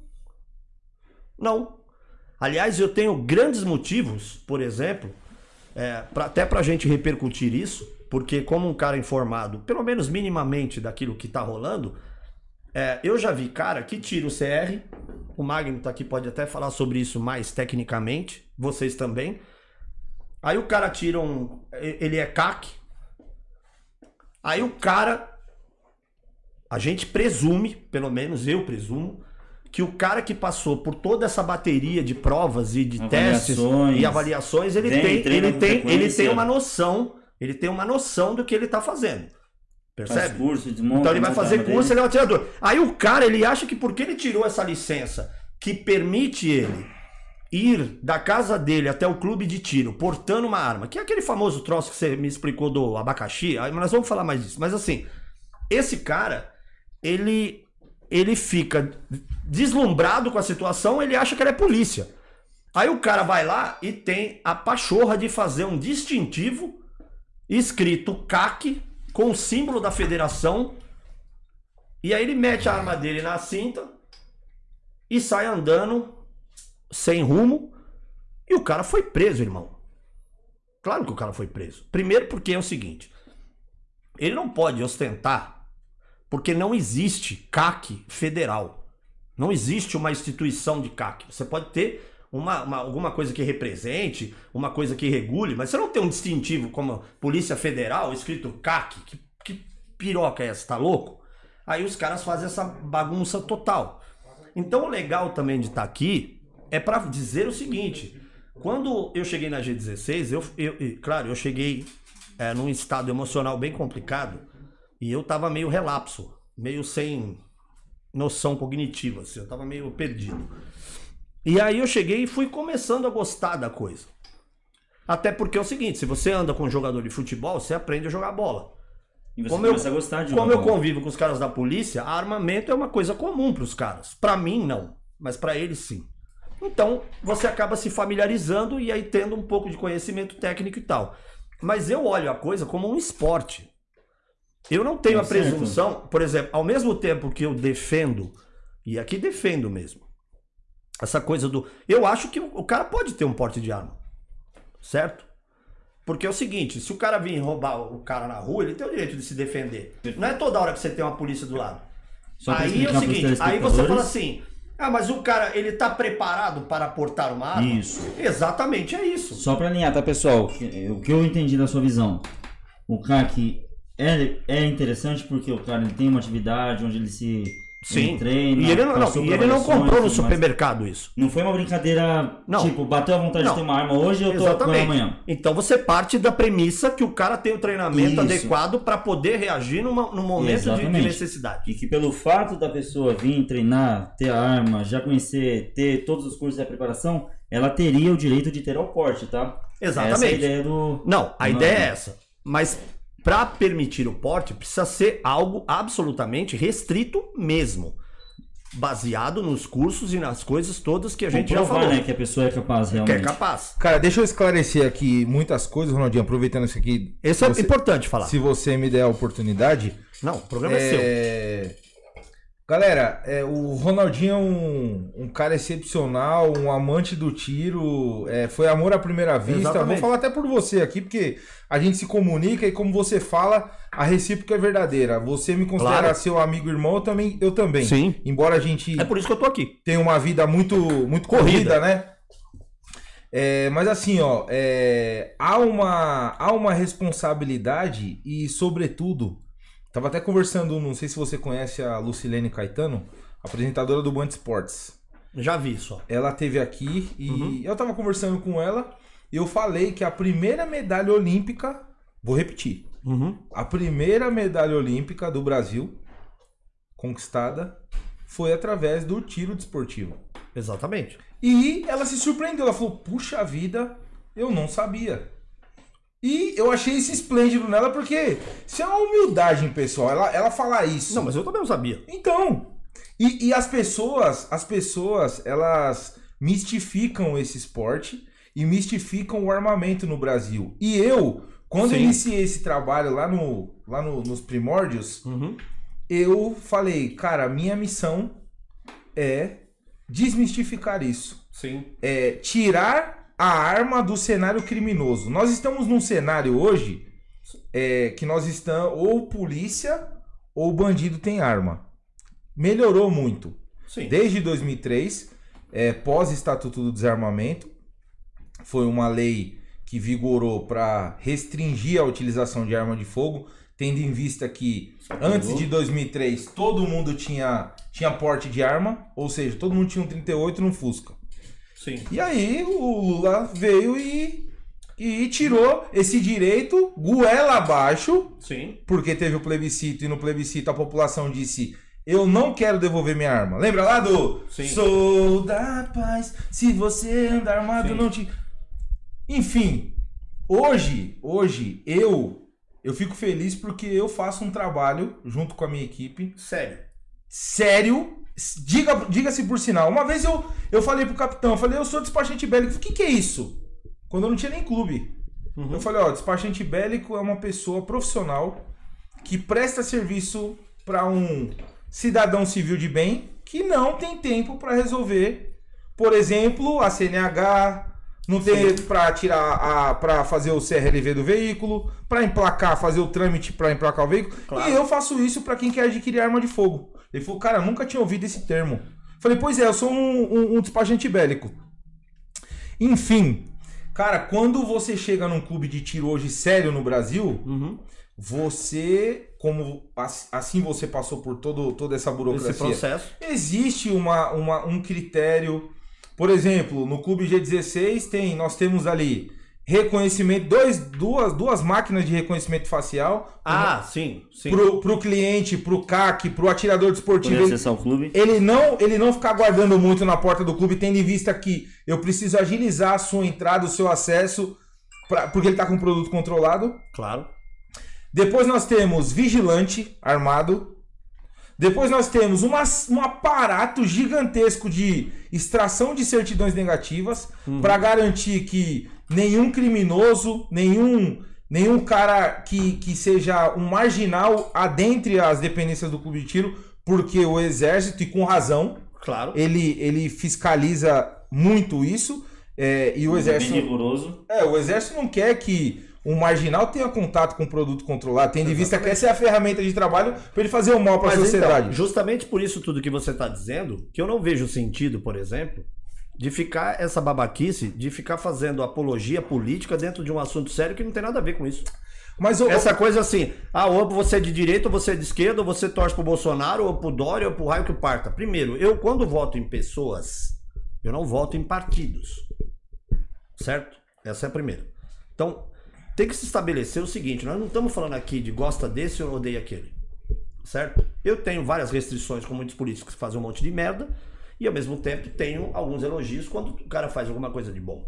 Não. Aliás, eu tenho grandes motivos, por exemplo, é, pra, até pra gente repercutir isso, porque como um cara informado, pelo menos minimamente daquilo que tá rolando, é, eu já vi cara que tira o C R, o Magno tá aqui, pode até falar sobre isso mais tecnicamente, vocês também. Aí o cara tira um... ele é C A C. Aí o cara... A gente presume, pelo menos eu presumo, que o cara que passou por toda essa bateria de provas e de testes e avaliações, ele tem, ele tem, ele tem uma noção, ele tem uma noção do que ele tá fazendo. Percebe? Faz curso, desmonta, então ele vai fazer monta curso, dele. ele é um atirador. Aí o cara, ele acha que porque ele tirou essa licença que permite ele ir da casa dele até o clube de tiro portando uma arma, que é aquele famoso troço que você me explicou do abacaxi, aí nós vamos falar mais disso. Mas assim, esse cara, ele, ele fica deslumbrado com a situação, ele acha que ele é polícia. Aí o cara vai lá e tem a pachorra de fazer um distintivo escrito C A C com o símbolo da federação, e aí ele mete a arma dele na cinta e sai andando sem rumo, e o cara foi preso, irmão. Claro que o cara foi preso. Primeiro porque é o seguinte, ele não pode ostentar, porque não existe C A C federal. Não existe uma instituição de C A C. Você pode ter uma, uma, alguma coisa que represente, uma coisa que regule, mas você não tem um distintivo como Polícia Federal, escrito C A C. Que, que piroca é essa? Tá louco? Aí os caras fazem essa bagunça total. Então o legal também de estar aqui é para dizer o seguinte. Quando eu cheguei na G dezesseis, eu, eu, eu, claro, eu cheguei é, num estado emocional bem complicado e eu tava meio relapso, meio sem noção cognitiva, assim, eu tava meio perdido. E aí eu cheguei e fui começando a gostar da coisa. Até porque é o seguinte, se você anda com um jogador de futebol, você aprende a jogar bola. E você como começa eu, a gostar de Como jogar eu bola. convivo com os caras da polícia, armamento é uma coisa comum pros caras. Pra mim, não. Mas pra eles, sim. Então, você acaba se familiarizando e aí tendo um pouco de conhecimento técnico e tal. Mas eu olho a coisa como um esporte. Eu não tenho É a presunção, por exemplo, ao mesmo tempo que eu defendo, e aqui defendo mesmo, essa coisa do... Eu acho que o cara pode ter um porte de arma, certo? Porque é o seguinte, se o cara vir roubar o cara na rua, ele tem o direito de se defender. Não é toda hora que você tem uma polícia do lado. Só pra Aí é o explicar pros seguinte, aí você telespectadores- fala assim... Ah, mas o cara, ele tá preparado para portar uma arma? Isso. Exatamente, é isso. Só pra alinhar, tá, pessoal? O que eu entendi da sua visão. O C A C é, é interessante porque o cara ele tem uma atividade onde ele se Sim. ele treina. E ele não, não, passou e por ele não avaliações, comprou no tudo mais. supermercado isso. Não foi uma brincadeira, Não. tipo, bateu a vontade Não. de ter uma arma hoje, eu tô com ela Exatamente. amanhã. Então você parte da premissa que o cara tem o treinamento Isso. adequado para poder reagir numa, num momento de, de Exatamente. necessidade. E que pelo fato da pessoa vir treinar, ter a arma, já conhecer, ter todos os cursos da preparação, ela teria o direito de ter ao porte, tá? Exatamente. Essa é a ideia do... Não, a Não. ideia é essa. Mas para permitir o porte, precisa ser algo absolutamente restrito mesmo. Baseado nos cursos e nas coisas todas que a gente já Comprovar, falou. né, que a pessoa é capaz Que realmente. é capaz. Cara, deixa eu esclarecer aqui muitas coisas, Ronaldinho, aproveitando isso aqui. Isso é você- importante falar. Se você me der a oportunidade. Não, o problema é, seu. É... Galera, é, o Ronaldinho é um, um cara excepcional, um amante do tiro, é, foi amor à primeira vista. Exatamente. Vou falar até por você aqui, porque a gente se comunica e como você fala, a recíproca é verdadeira. Você me considera Claro. seu amigo irmão, eu também. Eu também. Sim. Embora a gente É por isso que eu tô aqui. tenha uma vida muito, muito corrida, Corrida. né? É, mas assim, ó, é, há, uma, há uma responsabilidade e, sobretudo, tava até conversando, não sei se você conhece a Lucilene Caetano, apresentadora do Band Esportes. Já vi só. Ela esteve aqui e Uhum. eu tava conversando com ela e eu falei que a primeira medalha olímpica, vou repetir, Uhum. a primeira medalha olímpica do Brasil conquistada foi através do tiro desportivo. Exatamente. E ela se surpreendeu, ela falou, puxa vida, eu não sabia. E eu achei isso esplêndido nela, porque isso é uma humildade, pessoal, ela, ela falar isso. Não, mas eu também não sabia. Então, e, e as pessoas, as pessoas, elas mistificam esse esporte e mistificam o armamento no Brasil. E eu, quando eu Sim. iniciei esse trabalho lá, no, lá no, nos primórdios, Uhum. eu falei, cara, minha missão é desmistificar isso. Sim. É tirar a arma do cenário criminoso. Nós estamos num cenário hoje é, que nós estamos, ou polícia ou bandido tem arma. Melhorou muito. Sim. Desde dois mil e três, é, pós-Estatuto do Desarmamento, foi uma lei que vigorou para restringir a utilização de arma de fogo, tendo em vista que antes de dois mil e três todo mundo tinha, tinha porte de arma, ou seja, todo mundo tinha um trinta e oito no Fusca. Sim. E aí o Lula veio e, e tirou esse direito goela abaixo, Sim. porque teve o plebiscito e no plebiscito a população disse: eu não quero devolver minha arma. Lembra lá do Sim. Sou da paz, se você andar armado Sim. não te... Enfim, hoje, hoje eu eu fico feliz porque eu faço um trabalho junto com a minha equipe Sério. sério. Diga, diga-se por sinal. Uma vez eu, eu falei pro capitão, eu falei, eu sou despachante bélico. O que, que é isso? Quando eu não tinha nem clube. Uhum. Eu falei, ó, despachante bélico é uma pessoa profissional que presta serviço para um cidadão civil de bem que não tem tempo para resolver, por exemplo, a C N H, não tem para tirar a para fazer o C R L V do veículo, para emplacar, fazer o trâmite para emplacar o veículo. Claro. E eu faço isso para quem quer adquirir arma de fogo. Ele falou, cara, eu nunca tinha ouvido esse termo. Falei, pois é, eu sou um, um, um despachante bélico. Enfim, cara, quando você chega num clube de tiro hoje sério no Brasil, Uhum. você, como assim você passou por todo, toda essa burocracia, Esse processo. existe uma, uma, um critério. Por exemplo, no clube G dezesseis tem, nós temos ali reconhecimento, dois, duas, duas máquinas de reconhecimento facial. Ah, sim, sim. Pro, pro cliente, pro C A C, pro atirador desportivo. Poder Ele, acessar o clube. ele não, ele não ficar guardando muito na porta do clube, tendo em vista que eu preciso agilizar a sua entrada, o seu acesso, pra, porque ele tá com o produto controlado. Claro. Depois nós temos vigilante armado. Depois nós temos uma, um aparato gigantesco de extração de certidões negativas Uhum. para garantir que nenhum criminoso, nenhum, nenhum cara que, que seja um marginal adentre as dependências do clube de tiro, porque o exército, e com razão, Claro. ele, ele fiscaliza muito isso. É, e o Bem exército, rigoroso. é, o exército não quer que um marginal tenha contato com o produto controlado, tendo em vista que essa é a ferramenta de trabalho para ele fazer o mal para a Mas sociedade. então, justamente por isso tudo que você está dizendo, que eu não vejo sentido, por exemplo, de ficar essa babaquice, de ficar fazendo apologia política dentro de um assunto sério que não tem nada a ver com isso. Mas o, Essa coisa assim, ah, ou você é de direita, ou você é de esquerda, ou você torce pro Bolsonaro, ou pro Dória, ou pro raio que parta. Primeiro, eu quando voto em pessoas, eu não voto em partidos. Certo? Essa é a primeira. Então, tem que se estabelecer o seguinte, nós não estamos falando aqui de gosta desse ou odeia aquele. Certo? Eu tenho várias restrições com muitos políticos que fazem um monte de merda, e ao mesmo tempo tenho alguns elogios quando o cara faz alguma coisa de bom.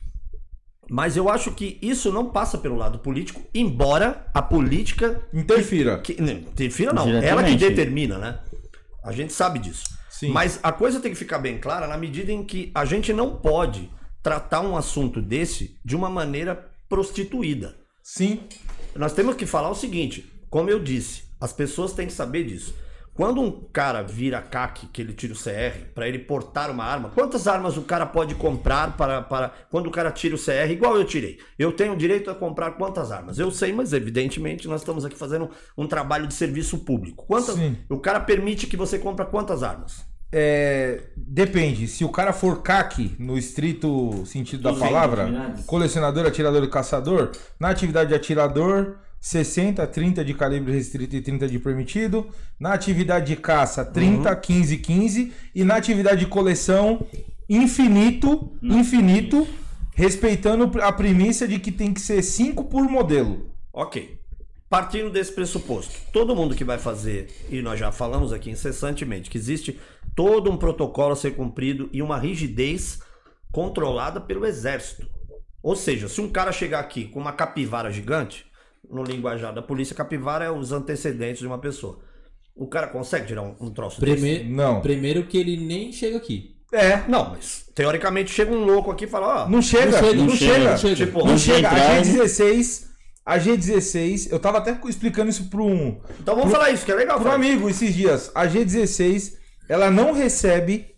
Mas eu acho que isso não passa pelo lado político, embora a política... interfira. Que, não, interfira não, ela que Diretamente. determina, né? A gente sabe disso. Sim. Mas a coisa tem que ficar bem clara na medida em que a gente não pode tratar um assunto desse de uma maneira prostituída. Sim. Nós temos que falar o seguinte, como eu disse, as pessoas têm que saber disso. Quando um cara vira C A C, que ele tira o C R, para ele portar uma arma, quantas armas o cara pode comprar para, para quando o cara tira o C R, igual eu tirei? Eu tenho o direito a comprar quantas armas? Eu sei, mas evidentemente nós estamos aqui fazendo um trabalho de serviço público. Quantas, Sim. o cara permite que você compre quantas armas? É, depende. Se o cara for C A C, no estrito sentido da Todas as palavra, atividades. colecionador, atirador e caçador, na atividade de atirador, sessenta, trinta de calibre restrito e trinta de permitido. Na atividade de caça, trinta, quinze, quinze. E na atividade de coleção, infinito, infinito, respeitando a premissa de que tem que ser cinco por modelo. Ok. Partindo desse pressuposto, todo mundo que vai fazer, e nós já falamos aqui incessantemente, que existe todo um protocolo a ser cumprido e uma rigidez controlada pelo exército. Ou seja, se um cara chegar aqui com uma capivara gigante, no linguajar da polícia, capivara é os antecedentes de uma pessoa. O cara consegue tirar um, um troço desse? Primeiro, Não. primeiro que ele nem chega aqui. É. Não, mas teoricamente chega um louco aqui e fala, ó... Não chega, não chega. Não Não chega, chega. não chega. Tipo, Não Não chega. chega, A né? G dezesseis, a G dezesseis, eu tava até explicando isso para um, então vamos falar isso, que é legal. para um falar. amigo esses dias. A G dezesseis, ela não recebe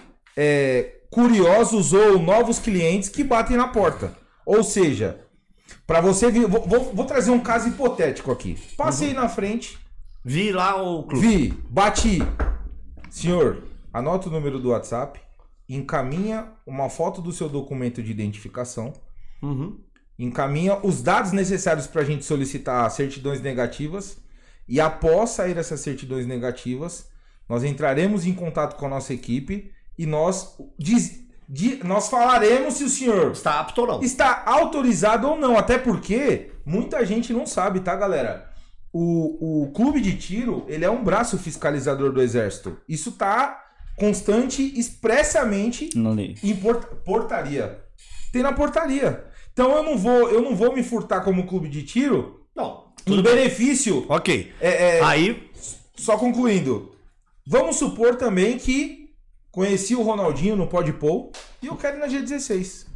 é, curiosos ou novos clientes que batem na porta. Ou seja, para você vir, vou, vou, vou trazer um caso hipotético aqui. Passei na frente, Vi lá o clube. vi, bati. Senhor, anota o número do WhatsApp, encaminha uma foto do seu documento de identificação, Uhum. encaminha os dados necessários para a gente solicitar certidões negativas, e após sair essas certidões negativas, nós entraremos em contato com a nossa equipe e nós, diz, di- nós falaremos se o senhor Está apto ou não? está autorizado ou não. Até porque muita gente não sabe, tá, galera? O, o clube de tiro, ele é um braço fiscalizador do exército. Isso tá constante, expressamente Na lei. em port- portaria. Tem na portaria. Então eu não vou, eu não vou me furtar como clube de tiro Não. em benefício. Ok. É, é, Aí, só concluindo. Vamos supor também que conheci o Ronaldinho no Pode Pou e eu quero ir na G dezesseis.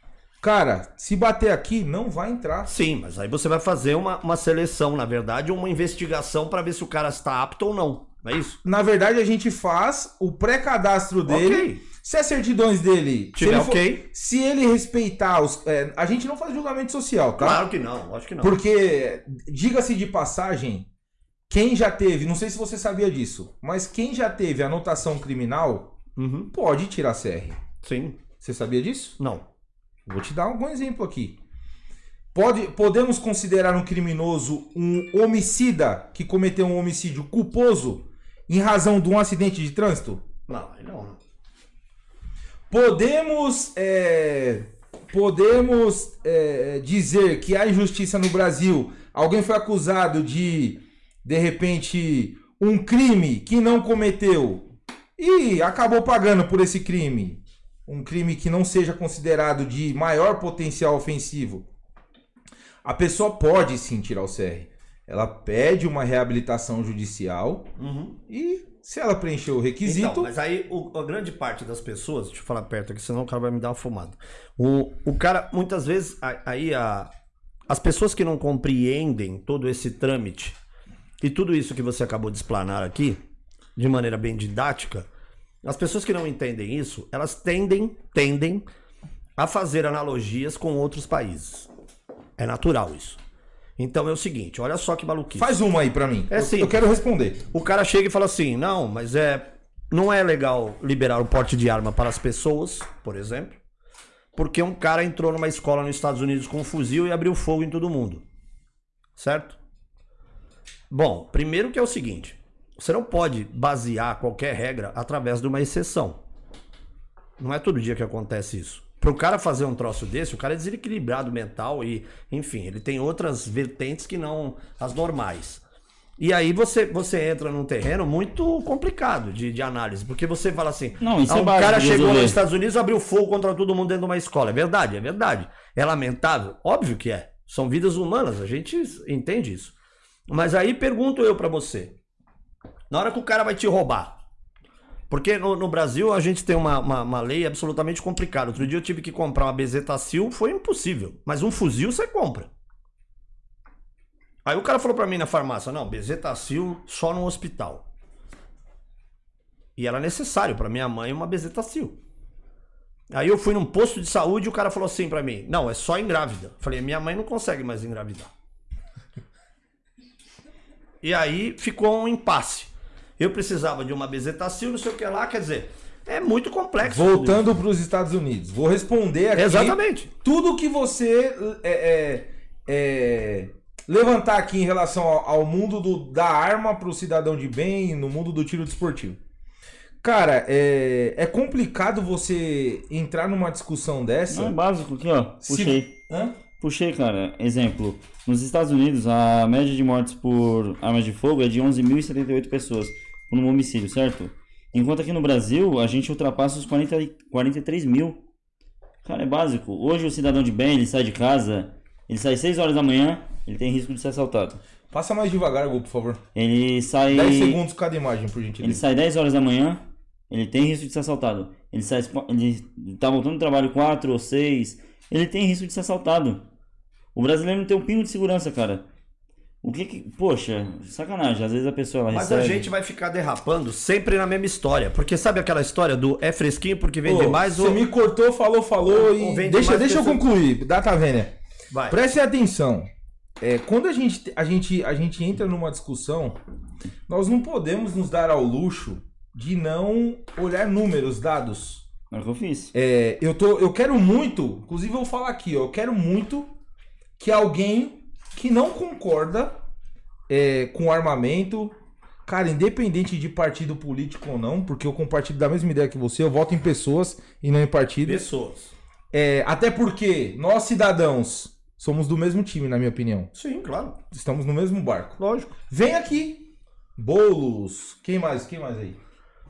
Cara, se bater aqui, não vai entrar. sim, mas aí você vai fazer uma, uma seleção, na verdade, uma investigação para ver se o cara está apto ou não. Não é isso? Na verdade, a gente faz o pré-cadastro dele. Ok. Se as certidões dele... se Tiver ele for- ok. Se ele respeitar os... é, a gente não faz julgamento social, tá? Claro que não, acho que não. Porque, diga-se de passagem, quem já teve... Não sei se você sabia disso, mas quem já teve anotação criminal Uhum. pode tirar C R. Sim. Você sabia disso? Não. Vou te dar algum exemplo aqui. Pode, podemos considerar um criminoso um homicida que cometeu um homicídio culposo em razão de um acidente de trânsito? Não, não. Podemos, é, podemos é, dizer que há injustiça no Brasil. Alguém foi acusado de, de repente, um crime que não cometeu e acabou pagando por esse crime. Um crime que não seja considerado de maior potencial ofensivo. A pessoa pode sim tirar o C R. Ela pede uma reabilitação judicial Uhum. e se ela preencher o requisito... Então, mas aí o, a grande parte das pessoas, deixa eu falar perto aqui, senão o cara vai me dar uma fumada. O, o cara, muitas vezes, aí a, as pessoas que não compreendem todo esse trâmite e tudo isso que você acabou de explanar aqui, de maneira bem didática, as pessoas que não entendem isso, elas tendem, tendem a fazer analogias com outros países. É natural isso. Então é o seguinte, olha só que maluquice. Faz uma aí pra mim. É eu, sim. eu quero responder. O cara chega e fala assim, não, mas é, não é legal liberar o porte de arma para as pessoas, por exemplo, porque um cara entrou numa escola nos Estados Unidos com um fuzil e abriu fogo em todo mundo. Certo? Bom, primeiro que é o seguinte, você não pode basear qualquer regra através de uma exceção. Não é todo dia que acontece isso. Para o cara fazer um troço desse, o cara é desequilibrado mental e, enfim, ele tem outras vertentes que não as normais. E aí você, você entra num terreno muito complicado de, de análise, porque você fala assim, Não, isso ah, é um básico cara de chegou resolver. nos Estados Unidos e abriu fogo contra todo mundo dentro de uma escola. É verdade, é verdade. É lamentável? Óbvio que é. São vidas humanas, a gente entende isso. Mas aí pergunto eu para você, na hora que o cara vai te roubar, porque no, no Brasil a gente tem uma, uma, uma lei absolutamente complicada. Outro dia eu tive que comprar uma bezetacil, foi impossível. Mas um fuzil você compra. Aí o cara falou pra mim na farmácia, não, bezetacil só no hospital. E era necessário pra minha mãe uma bezetacil. Aí eu fui num posto de saúde e o cara falou assim pra mim, não, é só em grávida. Falei, minha mãe não consegue mais engravidar. E aí ficou um impasse. Eu precisava de uma bezetacil, não sei o que lá, quer dizer, é muito complexo. Voltando para os Estados Unidos, vou responder aqui. Exatamente. Tudo que você é, é, é, levantar aqui em relação ao, ao mundo do, da arma para o cidadão de bem, no mundo do tiro desportivo. Cara, é, é complicado você entrar numa discussão dessa. Não, é básico aqui, ó. Se- Puxei. Hã? Puxei, cara. Exemplo. Nos Estados Unidos, a média de mortes por armas de fogo é de onze mil e setenta e oito pessoas por um homicídio, certo? Enquanto aqui no Brasil, a gente ultrapassa os quarenta, quarenta e três mil. Cara, é básico. Hoje o cidadão de bem, ele sai de casa, ele sai seis horas da manhã, ele tem risco de ser assaltado. Passa mais devagar, Gu, por favor. Ele sai... dez segundos cada imagem, por Ele gentileza. sai dez horas da manhã, ele tem risco de ser assaltado. Ele sai, ele tá voltando do trabalho quatro ou seis, ele tem risco de ser assaltado. O brasileiro não tem um pingo de segurança, cara. O que que... Poxa, sacanagem. Às vezes a pessoa ela Mas recebe... a gente vai ficar derrapando sempre na mesma história. Porque sabe aquela história do é fresquinho porque vende Ô, mais você ou... me cortou, falou, falou Ou e... vende Deixa, mais deixa eu pessoa- concluir, Data Vênia. Vai. Prestem atenção. É, quando a gente, a, gente, a gente entra numa discussão, nós não podemos nos dar ao luxo de não olhar números, dados. É o que eu fiz. É, eu, tô, eu quero muito, inclusive eu vou falar aqui, ó, eu quero muito que alguém que não concorda é, com armamento, cara, independente de partido político ou não, porque eu compartilho da mesma ideia que você, eu voto em pessoas e não em partidos. Pessoas. É, até porque nós cidadãos somos do mesmo time, na minha opinião. Sim, claro. Estamos no mesmo barco. Lógico. Vem aqui. Boulos. Quem mais? Quem mais aí?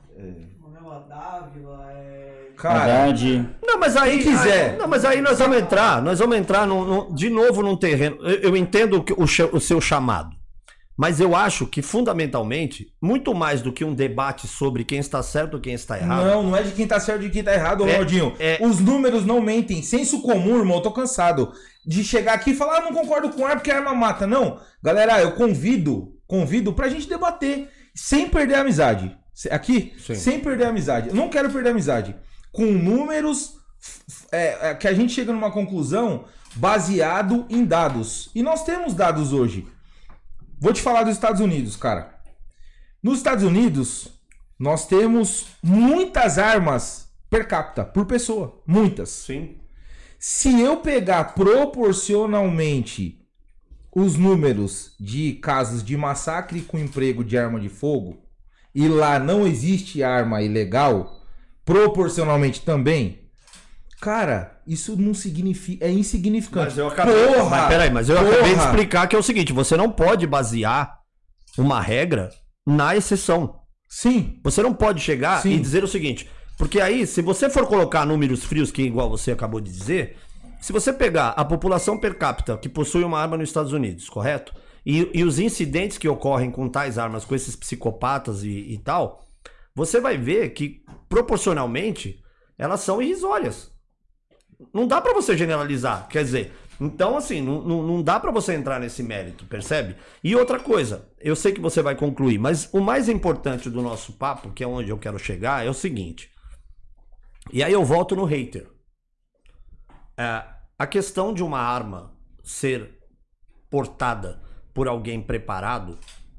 Manuel Dávila, é... Cara, Haddad. Não, mas aí... Quem quiser. aí- não, mas aí nós vamos entrar, nós vamos entrar num- num- de novo num terreno... Eu, eu entendo o, que- o cha- o seu chamado. Mas eu acho que, fundamentalmente, muito mais do que um debate sobre quem está certo ou quem está errado... não, não é de quem tá certo e de quem tá errado, É, Ronaldinho. é. Os números não mentem. Senso comum, irmão, eu tô cansado de chegar aqui e falar, ah, não concordo com arma porque a arma mata. Não. Galera, eu convido, convido pra gente debater sem perder a amizade. Aqui, Sim. sem perder a amizade. Eu não quero perder a amizade. Com números f- f- é, é, que a gente chega numa conclusão baseado em dados. E nós temos dados hoje. Vou te falar dos Estados Unidos, cara. Nos Estados Unidos, nós temos muitas armas per capita, por pessoa. Muitas. Sim. Se eu pegar proporcionalmente os números de casos de massacre com emprego de arma de fogo, e lá não existe arma ilegal, proporcionalmente também, cara, isso não significa, é insignificante. Mas eu acabei, porra, mas peraí, mas eu porra. acabei de explicar que é o seguinte, você não pode basear uma regra na exceção. Sim. Você não pode chegar Sim. e dizer o seguinte, porque aí, se você for colocar números frios, que igual você acabou de dizer, se você pegar a população per capita que possui uma arma nos Estados Unidos, correto? E, e os incidentes que ocorrem com tais armas, com esses psicopatas e, e tal, você vai ver que, proporcionalmente, elas são irrisórias. Não dá pra você generalizar, quer dizer... Então, assim, não, não, não dá pra você entrar nesse mérito, percebe? E outra coisa, eu sei que você vai concluir, mas o mais importante do nosso papo, que é onde eu quero chegar, é o seguinte. E aí eu volto no hater. É, a questão de uma arma ser portada por alguém preparado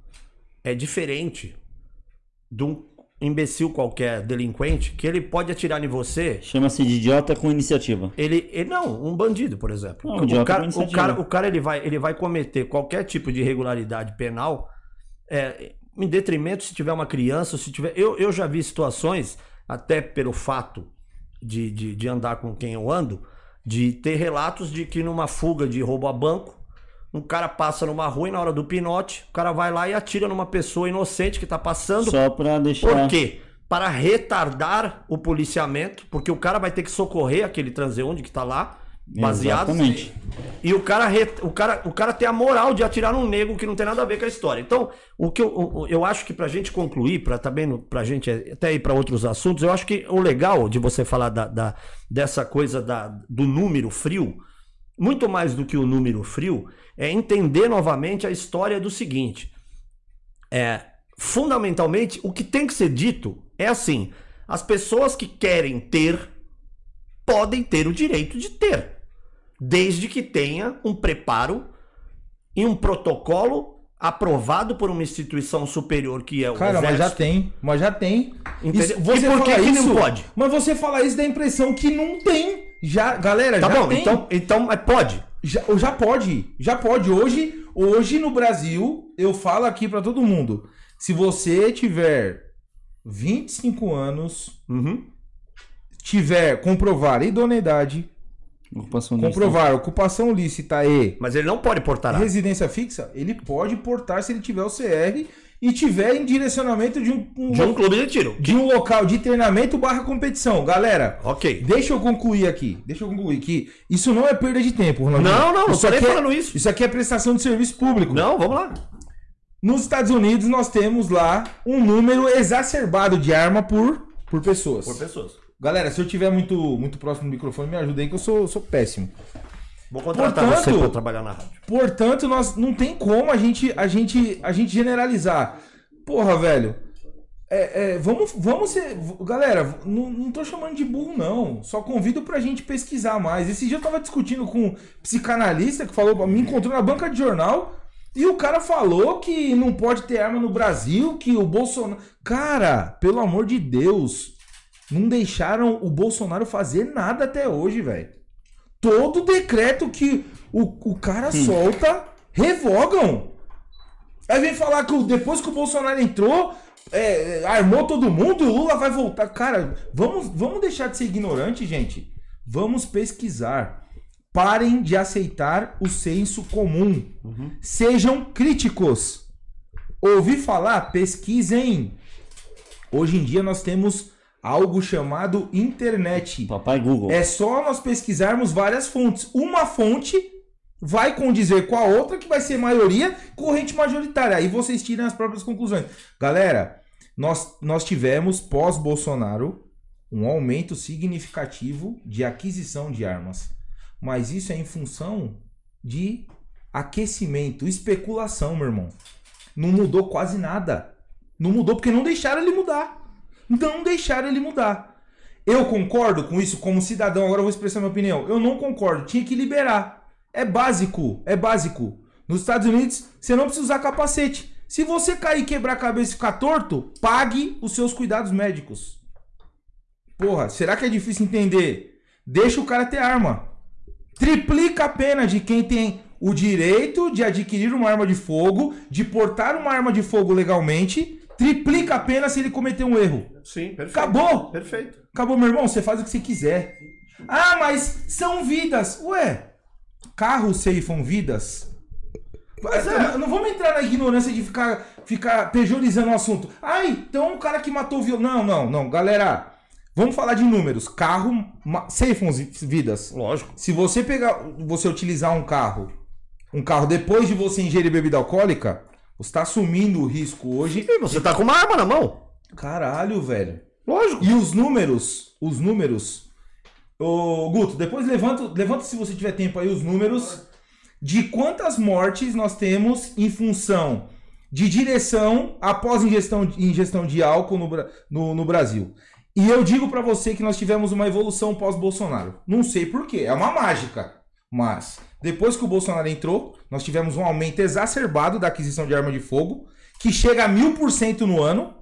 é diferente de um imbecil qualquer, delinquente, que ele pode atirar em você. Chama-se de idiota com iniciativa. Ele, ele não, um bandido, por exemplo. Não, um o, idiota cara, com o iniciativa. cara, o cara ele vai, ele vai cometer qualquer tipo de irregularidade penal, é, em detrimento se tiver uma criança, se tiver. Eu, eu já vi situações, até pelo fato de, de, de andar com quem eu ando, de ter relatos de que numa fuga de roubo a banco, um cara passa numa rua e na hora do pinote, o cara vai lá e atira numa pessoa inocente que tá passando. Só pra deixar... Por quê? Para retardar o policiamento, porque o cara vai ter que socorrer aquele transeunte que tá lá, baseado. Exatamente. E o cara, o, cara, o cara tem a moral de atirar num nego que não tem nada a ver com a história. Então, o que eu, eu acho que pra gente concluir, pra também pra gente até ir pra outros assuntos, eu acho que o legal de você falar da, da, dessa coisa da, do número frio, muito mais do que o número frio, é entender novamente a história do seguinte. É, fundamentalmente, o que tem que ser dito é assim, as pessoas que querem ter, podem ter o direito de ter, desde que tenha um preparo e um protocolo aprovado por uma instituição superior que é o Cara, Exército. mas já tem, mas já tem. Entendeu? Isso, E você por que fala que não isso, pode? Mas você fala isso dá a impressão que não tem. Já, galera, Tá já bom, tem. então, então mas pode. Já, já pode, já pode. Hoje, hoje no Brasil, eu falo aqui pra todo mundo. Se você tiver vinte e cinco anos, Uhum. tiver comprovar idoneidade, Ocupação lícita. comprovar ocupação lícita e Mas ele não pode portar arma. residência fixa, ele pode portar se ele tiver o C R e tiver em direcionamento de um, um De um clube de tiro. de um local de treinamento barra competição. Galera, Ok. deixa eu concluir aqui. Deixa eu concluir que isso não é perda de tempo, Ronaldinho. Não, não, não isso tô nem aqui é- falando isso. Isso aqui é prestação de serviço público. Não, vamos lá. Nos Estados Unidos nós temos lá um número exacerbado de arma por, por pessoas. Por pessoas. Galera, se eu tiver muito, muito próximo do microfone, me ajuda aí que eu sou, sou péssimo. Vou contratar Portanto- você para trabalhar na rádio. Portanto, nós não tem como a gente, a gente, a gente generalizar. Porra, velho. É, é, vamos, vamos ser. Galera, não, não tô chamando de burro, não. Só convido pra gente pesquisar mais. Esse dia eu tava discutindo com um psicanalista que falou, me encontrou na banca de jornal. E o cara falou que não pode ter arma no Brasil, que o Bolsonaro. Cara, pelo amor de Deus. Não deixaram o Bolsonaro fazer nada até hoje, velho. Todo decreto que o, o cara solta, revogam. Aí vem falar que o- depois que o Bolsonaro entrou, é, armou todo mundo, o Lula vai voltar. Cara, vamos, vamos deixar de ser ignorante, gente. Vamos pesquisar. Parem de aceitar o senso comum. Sejam críticos. Ouvi falar? Pesquisem. Hoje em dia nós temos algo chamado internet. Papai Google. É só nós pesquisarmos várias fontes. Uma fonte vai condizer com a outra, que vai ser maioria, corrente majoritária. Aí vocês tiram as próprias conclusões. Galera, nós, nós tivemos, pós-Bolsonaro, um aumento significativo de aquisição de armas. Mas isso é em função de aquecimento, especulação, meu irmão. Não mudou quase nada. Não mudou porque não deixaram ele mudar. Não deixaram ele mudar. Eu concordo com isso como cidadão, agora eu vou expressar minha opinião. Eu não concordo, tinha que liberar. É básico, é básico. Nos Estados Unidos, você não precisa usar capacete. Se você cair, quebrar a cabeça e ficar torto, pague os seus cuidados médicos. Porra, será que é difícil entender? Deixa o cara ter arma. Triplica a pena de quem tem o direito de adquirir uma arma de fogo, de portar uma arma de fogo legalmente. Triplica a pena se ele cometer um erro. Sim, perfeito. Acabou. Perfeito. Acabou, meu irmão. Você faz o que você quiser. Ah, mas são vidas. Ué, carros ceifam vidas? Mas é, não vamos entrar na ignorância de ficar, ficar pejorizando o assunto. Ai, então o cara que matou o violão. Não, não, não. Galera, vamos falar de números. Carro ceifam vidas. Lógico. Se você pegar, você utilizar um carro, um carro depois de você ingerir bebida alcoólica, você está assumindo o risco hoje. E você tá com uma arma na mão. Caralho, velho. Lógico. E os números, os números... Ô, Guto, depois levanta, levanta se você tiver tempo aí os números de quantas mortes nós temos em função de direção após ingestão, ingestão de álcool no, no, no Brasil. E eu digo pra você que nós tivemos uma evolução pós-Bolsonaro. Não sei porquê, é uma mágica. Mas depois que o Bolsonaro entrou, nós tivemos um aumento exacerbado da aquisição de arma de fogo, que chega a mil por cento no ano.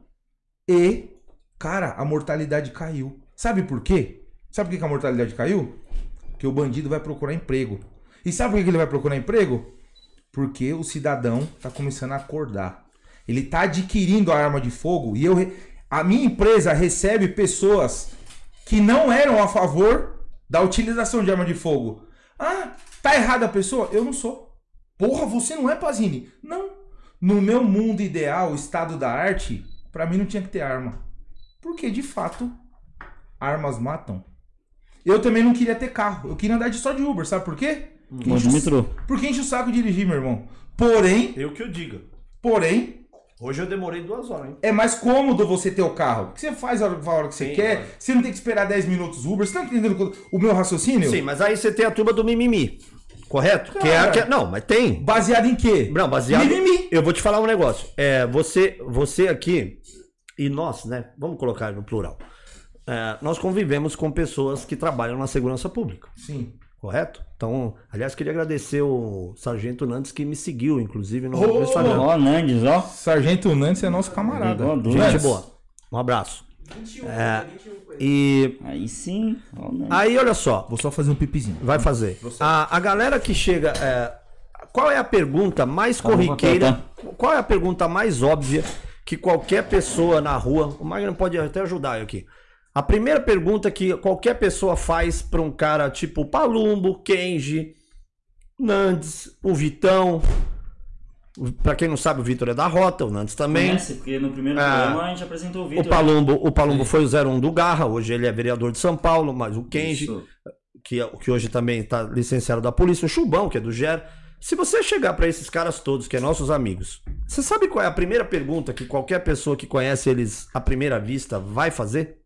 E, cara, a mortalidade caiu. Sabe por quê? Sabe por que a mortalidade caiu? Porque o bandido vai procurar emprego. E sabe por que ele vai procurar emprego? Porque o cidadão está começando a acordar. Ele está adquirindo a arma de fogo e eu, a minha empresa recebe pessoas que não eram a favor da utilização de arma de fogo. Ah, tá errada a pessoa? Eu não sou. Porra, você não é, Pazini? Não. No meu mundo ideal, estado da arte, pra mim não tinha que ter arma. Porque, de fato, armas matam. Eu também não queria ter carro. Eu queria andar de só de Uber. Sabe por quê? Porque enche, metrô. porque enche o saco dirigir, meu irmão. Porém... Eu que eu diga. Porém... Hoje eu demorei duas horas, hein? É mais cômodo você ter o carro. Porque você faz a hora, a hora que você Sim, quer. claro. Você não tem que esperar dez minutos Uber. Você tá entendendo o meu raciocínio? Sim, mas aí você tem a turma do mimimi. Correto? Que é a Cara. que é- Não, mas tem. Baseado em quê? Não, baseado. Mimimi. Eu vou te falar um negócio. É, você, você aqui e nós, né? Vamos colocar no plural. É, nós convivemos com pessoas que trabalham na segurança pública. Sim. Correto? Então, aliás, queria agradecer o Sargento Nantes que me seguiu, inclusive, no, Oh! no Instagram. Ó, Nandes, ó. Sargento Nantes é nosso camarada. Igual a Dudu. Gente Nantes. boa. Um abraço. vinte e um, É. vinte e um coisa. E Aí sim. Ó, Nandes. aí, olha só. Vou só fazer um pipizinho. Vai fazer. A, a galera que chega. é, qual é a pergunta mais Tá bom, corriqueira? tá, Qual é a pergunta mais óbvia que qualquer pessoa na rua. O Magno pode até ajudar eu aqui. A primeira pergunta que qualquer pessoa faz pra um cara tipo Palumbo, Kenji, Nandes, o Vitão. Pra quem não sabe, o Vitor é da Rota, o Nandes também. Conhece, porque no primeiro Ah. programa a gente apresentou o O Vitor. Palumbo, o Palumbo foi o zero um do Garra, hoje ele é vereador de São Paulo, mas o Kenji. Isso. que, que hoje também está licenciado da polícia, o Chubão, que é do G E R. Se você chegar para esses caras todos, que é nossos amigos, você sabe qual é a primeira pergunta que qualquer pessoa que conhece eles à primeira vista vai fazer?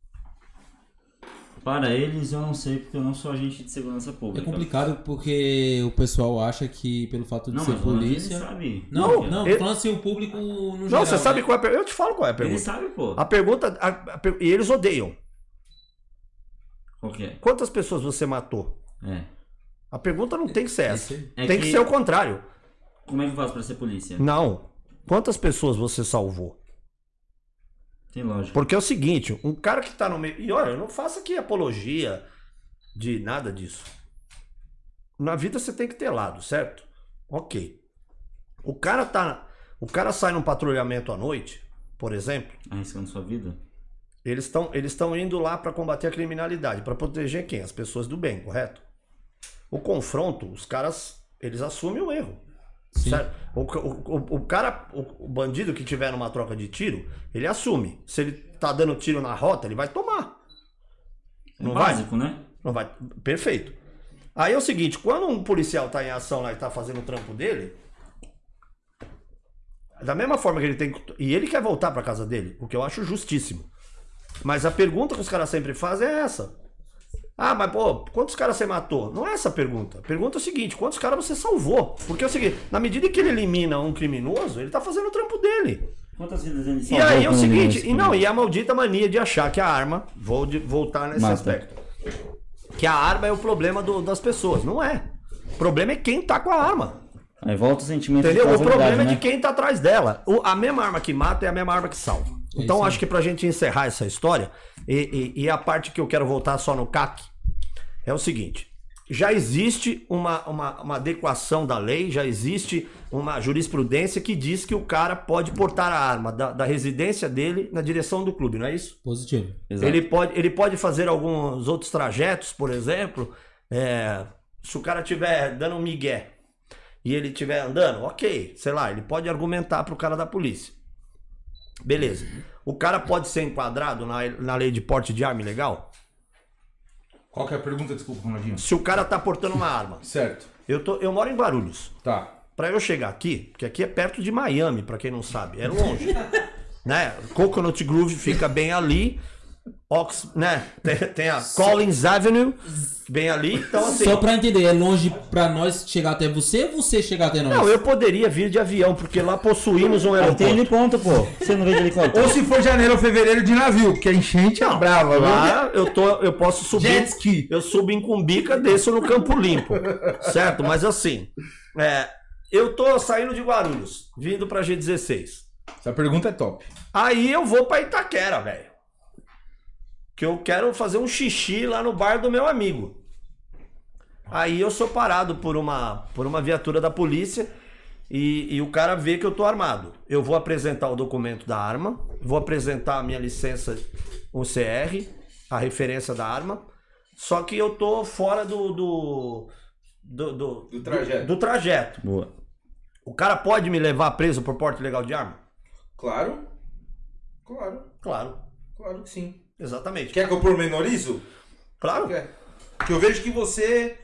Para eles eu não sei, porque eu não sou agente de segurança É pública. complicado porque o pessoal acha que pelo fato de Não, ser mas falando polícia... ele sabe. Não, Não, não, ele- falando assim, o público no Não, geral, você sabe né? qual é a pergunta? Eu te falo qual é a Ele pergunta. sabe, pô. A pergunta, a- a per- e eles odeiam. Qual que é? Quantas pessoas você matou? É. A pergunta não tem que ser essa. É tem que... que- ser o contrário. Como é que eu faço pra ser polícia? Não. Quantas pessoas você salvou? Tem lógica. Porque é o seguinte, um cara que tá no meio... E olha, eu não faço aqui apologia de nada disso. Na vida você tem que ter lado, certo? Ok. O cara tá... O cara sai num patrulhamento à noite, por exemplo, Arriscando sua vida? eles estão eles estão indo lá para combater a criminalidade, para proteger quem? As pessoas do bem, correto? O confronto, os caras, eles assumem o erro. Sim. Certo? O, o, o, o cara, o, o bandido que tiver numa troca de tiro, ele assume. Se ele tá dando tiro na rota, ele vai tomar. É Não vai? básico, né? Não vai. Perfeito. Aí é o seguinte, quando um policial tá em ação lá e tá fazendo o trampo dele, da mesma forma que ele tem que... E ele quer voltar pra casa dele, o que eu acho justíssimo. Mas a pergunta que os caras sempre fazem é essa. Ah, mas pô, quantos caras você matou? Não é essa a pergunta. A pergunta é o seguinte, quantos caras você salvou? Porque é o seguinte, na medida que ele elimina um criminoso, ele tá fazendo o trampo dele. Quantas vidas ele E salvou aí é o quando ele seguinte, não e não, e a maldita mania de achar que a arma, vou de- voltar nesse Mata. aspecto, que a arma é o problema do- das pessoas. Não é. O problema é quem tá com a arma. Aí volta o sentimento Entendeu? de O causalidade, problema é né? de quem tá atrás dela. O- a mesma arma que mata é a mesma arma que salva. É Então isso aí. acho que pra gente encerrar essa história, e, e- e a parte que eu quero voltar só no C A C, é o seguinte. Já existe uma, uma, uma adequação da lei, já existe uma jurisprudência que diz que o cara pode portar a arma da, da residência dele na direção do clube, não é isso? Positivo. Exato. Ele pode, ele pode fazer alguns outros trajetos, por exemplo, é, se o cara estiver dando um migué e ele estiver andando, ok, sei lá, ele pode argumentar pro cara da polícia. Beleza. O cara pode ser enquadrado na, na lei de porte de arma ilegal? Qual que é a pergunta? Desculpa, Ronaldinho. Se o cara tá portando uma arma. Certo. Eu, tô, eu moro em Guarulhos. Tá. Pra eu chegar aqui, porque aqui é perto de Miami, pra quem não sabe, é longe. Né? Coconut Grove fica bem ali. Ox, né? Tem, tem a Collins Avenue bem ali. Então, assim. Só pra entender, é longe pra nós chegar até você ou você chegar até nós? Não, eu poderia vir de avião, porque lá possuímos um Aí tem aeroporto. heliponto, pô. Você não vê de helicóptero? Ou se for janeiro ou fevereiro de navio, porque a enchente é brava, viu? Lá eu, tô, eu posso subir. Jet ski. Eu subo em Cumbica, desço no Campo Limpo. Certo? Mas assim, é, eu tô saindo de Guarulhos, vindo pra G dezesseis. Essa pergunta é top. Aí eu vou pra Itaquera, velho. Que eu quero fazer um xixi lá no bar do meu amigo. Aí eu sou parado por uma, por uma viatura da polícia e, e o cara vê que eu tô armado. Eu vou apresentar o documento da arma, vou apresentar a minha licença, o C R, a referência da arma. Só que eu tô fora do... do, do, do, Do trajeto. Do, do trajeto. Boa. O cara pode me levar preso por porte ilegal de arma? Claro. Claro. Claro, Claro que sim. exatamente. Quer que eu pormenorizo? Claro. Quer. Que eu vejo que você...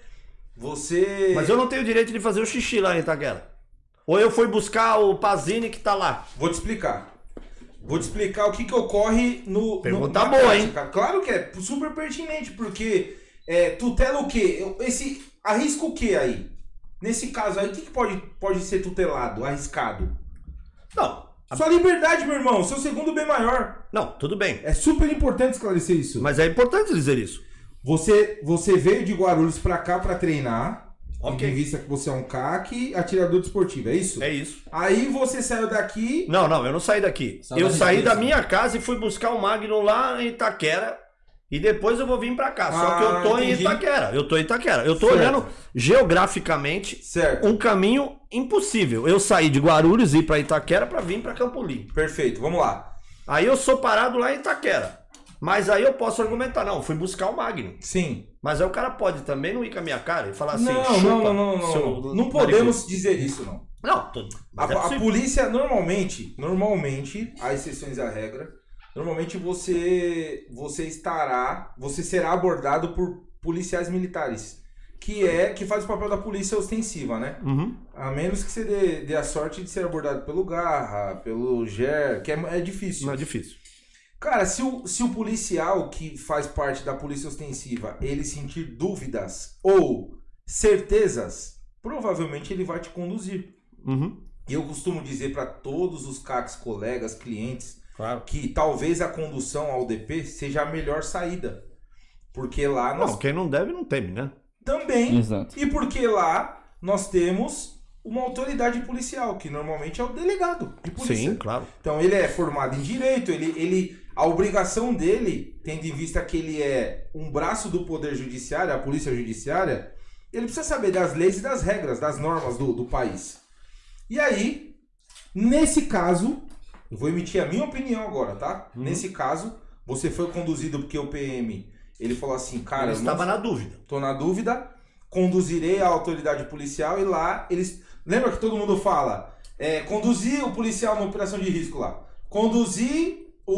Você... Mas eu não tenho direito de fazer o xixi lá em Itaquera. Ou eu fui buscar o Pazini que tá lá. Vou te explicar. Vou te explicar o que que ocorre no... Pergunta no, na boa, prática. Claro que é super pertinente, porque é, tutela o quê? Eu- Esse, arrisca o quê aí? Nesse caso aí, o que, que pode, pode ser tutelado, arriscado? Não, Sua liberdade, meu irmão, seu segundo bem maior. não, tudo bem. É super importante esclarecer isso. Mas é importante dizer isso. Você, você veio de Guarulhos pra cá pra treinar, Ok. em vista que você é um C A C, atirador desportivo, é isso? É isso. Aí você saiu daqui... Não, não, eu não saí daqui. Saiu Eu da saí da residência. minha casa e fui buscar o Magno lá em Itaquera. E depois eu vou vir pra cá. Só que eu Ah, tô entendi. em Itaquera. Eu tô em Itaquera. Eu tô Certo. olhando geograficamente Certo, um caminho impossível. Eu saí de Guarulhos e ir pra Itaquera pra vir pra Campo Limpo. perfeito, vamos lá. Aí eu sou parado lá em Itaquera. Mas aí eu posso argumentar, não, fui buscar o Magno. Sim. Mas aí o cara pode também não ir com a minha cara e falar assim, Não, chupa, não, não, não, não, seu não. Não podemos dizer isso, não. Não, tudo. A, Mas é a possível. polícia, normalmente, normalmente, há exceções à regra, normalmente você, você estará, você será abordado por policiais militares, que é, que faz o papel da polícia ostensiva, né? Uhum. A menos que você dê, dê a sorte de ser abordado pelo Garra, pelo Ger, que é, é difícil. Não é difícil. Cara, se o, se o policial que faz parte da polícia ostensiva, ele sentir dúvidas ou certezas, provavelmente ele vai te conduzir. Uhum. E eu costumo dizer para todos os C A Cs, colegas, clientes, Claro. que talvez a condução ao D P seja a melhor saída. Porque lá nós Não, quem não deve não teme, né? também, Exato. e porque lá nós temos uma autoridade policial, que normalmente é o delegado de polícia. Sim, claro. Então ele é formado em direito, ele, ele, a obrigação dele, tendo em vista que ele é um braço do poder judiciário, a polícia judiciária, ele precisa saber das leis e das regras, das normas do, do país. E aí, nesse caso, eu vou emitir a minha opinião agora, tá? Uhum. Nesse caso, você foi conduzido porque o P M, ele falou assim, cara, Ele eu não estava na dúvida. tô na dúvida, conduzirei a autoridade policial e lá eles... Lembra que todo mundo fala, é, conduzir o policial na operação de risco lá, conduzir o,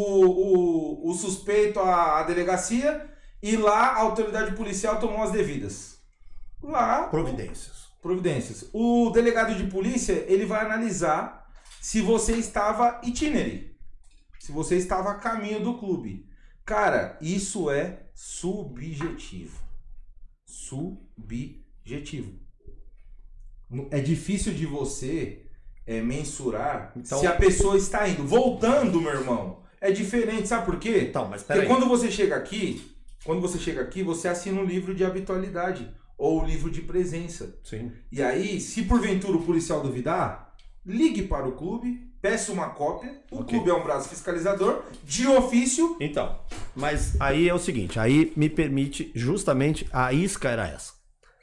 o, o suspeito à, à delegacia e lá a autoridade policial tomou as devidas. Lá... Providências. Providências. O delegado de polícia, ele vai analisar se você estava itinerary, se você estava a caminho do clube. Cara, isso é subjetivo. Subjetivo. É difícil de você é, mensurar Então- se a pessoa está indo. Voltando, meu irmão, é diferente. Sabe por quê? Então, mas Porque peraí. quando você chega aqui, quando você chega aqui, você assina um livro de habitualidade. ou o livro de presença. Sim. E aí, se porventura o policial duvidar, ligue para o clube, peça uma cópia, o Ok. clube é um braço fiscalizador, de ofício. Então, mas aí é o seguinte, aí me permite, justamente, a isca era essa.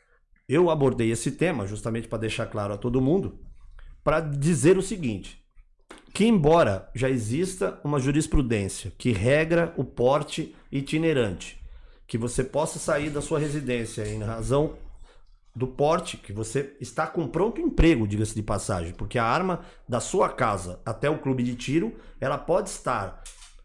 Eu abordei esse tema, justamente para deixar claro a todo mundo, para dizer o seguinte, que embora já exista uma jurisprudência que regra o porte itinerante, que você possa sair da sua residência em razão do porte, que você está com pronto emprego, diga-se de passagem, porque a arma da sua casa até o clube de tiro, ela pode estar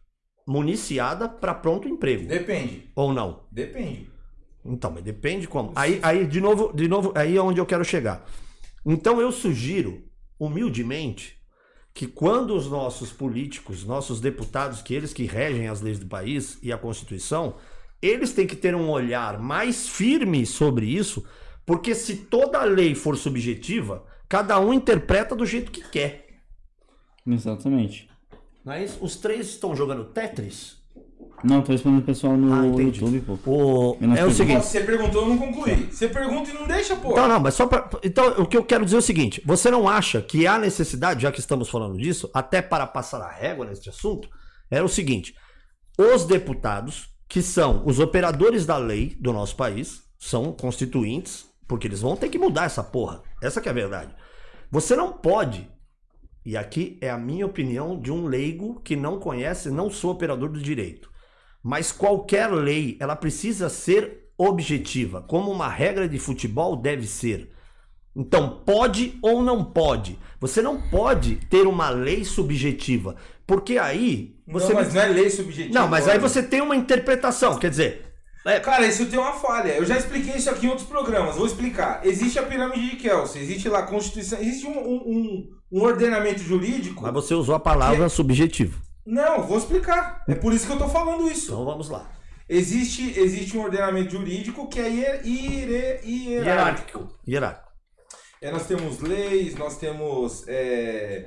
municiada para pronto emprego, Depende, ou não? depende. Então, mas depende como. Aí, aí de novo, de novo, aí é onde eu quero chegar. Então eu sugiro, humildemente, que quando os nossos políticos, nossos deputados, que eles que regem as leis do país e a Constituição, eles têm que ter um olhar mais firme sobre isso, porque se toda lei for subjetiva, cada um interpreta do jeito que quer. Exatamente. Mas os três estão jogando Tetris? Não, tô respondendo o pessoal no Ah, entendi. YouTube, pô. O... Menos É o perguntas. seguinte. Você perguntou, eu não concluí. Você pergunta e não deixa, pô. Então, não, mas só pra... Então, o que eu quero dizer é o seguinte: você não acha que há necessidade, já que estamos falando disso, até para passar a régua neste assunto, era o seguinte: os deputados, que são os operadores da lei do nosso país, são constituintes, porque eles vão ter que mudar essa porra. Essa que é a verdade. Você não pode, e aqui é a minha opinião de um leigo que não conhece, não sou operador do direito, mas qualquer lei, ela precisa ser objetiva, como uma regra de futebol deve ser. Então, pode ou não pode. Você não pode ter uma lei subjetiva, porque aí você Não, mas não é lei subjetiva. Não, mas aí olha. você tem uma interpretação, quer dizer, é, Cara, isso tem uma falha. Eu já expliquei isso aqui em outros programas. Vou explicar. Existe a pirâmide de Kelsen, existe lá a Constituição, existe um, um, um- um ordenamento jurídico. mas você usou a palavra subjetivo. Não, vou explicar. É por isso que eu tô falando isso. Então vamos lá. Existe, existe um ordenamento jurídico que é hier, hier, hierárquico. Hierárquico. É, nós temos leis, nós temos é,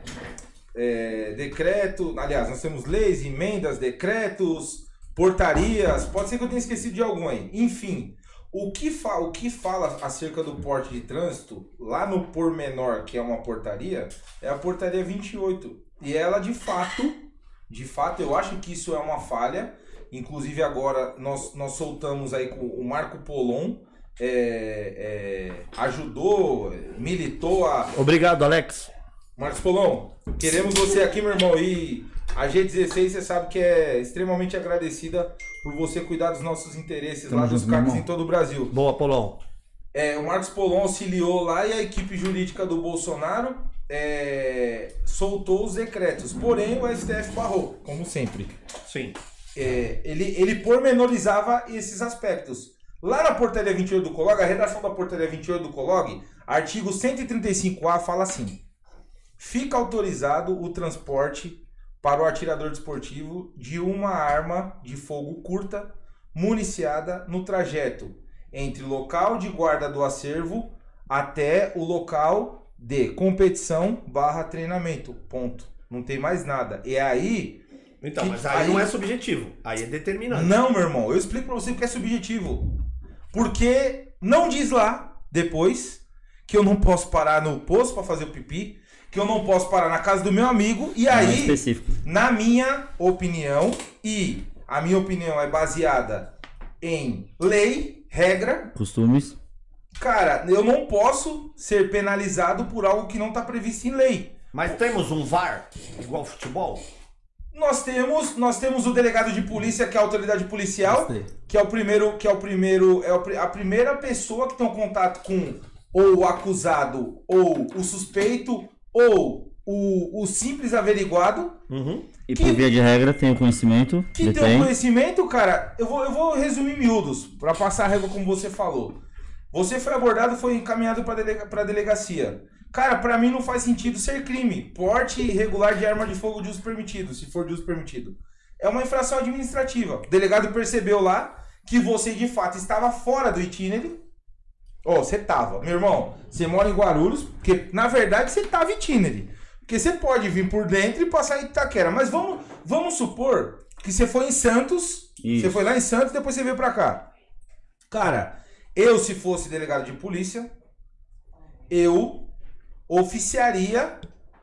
é, decreto, aliás, nós temos leis, emendas, decretos, portarias, pode ser que eu tenha esquecido de algum aí. Enfim, o que, fa o que fala acerca do porte de trânsito, lá no pormenor, que é uma portaria, é a portaria vinte e oito. E ela, de fato, de fato, eu acho que isso é uma falha. Inclusive agora nós, nós soltamos aí com o Marco Polon, é, é, ajudou, militou a... Obrigado, Alex. Marcos Polon, queremos você aqui, meu irmão, e a G dezesseis você sabe que é extremamente agradecida por você cuidar dos nossos interesses Tamo lá dos junto, meu cargos irmão. em todo o Brasil. Boa, Polon. É, o Marcos Polon auxiliou lá e a equipe jurídica do Bolsonaro é, soltou os decretos, porém o S T F barrou, como sempre. Sim. É, ele, ele pormenorizava esses aspectos. Lá na portaria vinte e oito do COLOG, a redação da portaria vinte e oito do COLOG, artigo cento e trinta e cinco A fala assim: fica autorizado o transporte para o atirador desportivo de uma arma de fogo curta municiada no trajeto entre local de guarda do acervo até o local de competição barra treinamento. Ponto. Não tem mais nada. E aí... Então, que- mas aí, não é subjetivo, aí é determinante. Não, meu irmão, eu explico pra você porque é subjetivo. Porque não diz lá, depois, que eu não posso parar no posto pra fazer o pipi, que eu não posso parar na casa do meu amigo, e Não é aí, específico. na minha opinião, e a minha opinião é baseada em lei, regra, Costumes. cara, eu não posso ser penalizado por algo que não tá previsto em lei. Mas temos um V A R igual futebol? Nós temos, nós temos o delegado de polícia, que é a autoridade policial, Gostei. que é o primeiro, que é o primeiro, é o pri- a primeira pessoa que tem um contato com ou o acusado, ou o suspeito, ou o, o simples averiguado, Uhum. E Que- por via de regra tem o conhecimento. que tem detém. um conhecimento, cara. Eu vou, eu vou resumir miúdos, pra passar a régua como você falou. Você foi abordado, foi encaminhado pra, delega, pra delegacia. Cara, pra mim não faz sentido ser crime. Porte irregular de arma de fogo de uso permitido, se for de uso permitido. É uma infração administrativa. O delegado percebeu lá que você de fato estava fora do itinerário. Ó, você tava. Meu irmão, você mora em Guarulhos, porque na verdade você tava itinerário. Porque você pode vir por dentro e passar em Itaquera. Mas vamos, vamos supor que você foi em Santos, Isso. você foi lá em Santos e depois você veio pra cá. Cara, Eu, se fosse delegado de polícia, eu oficiaria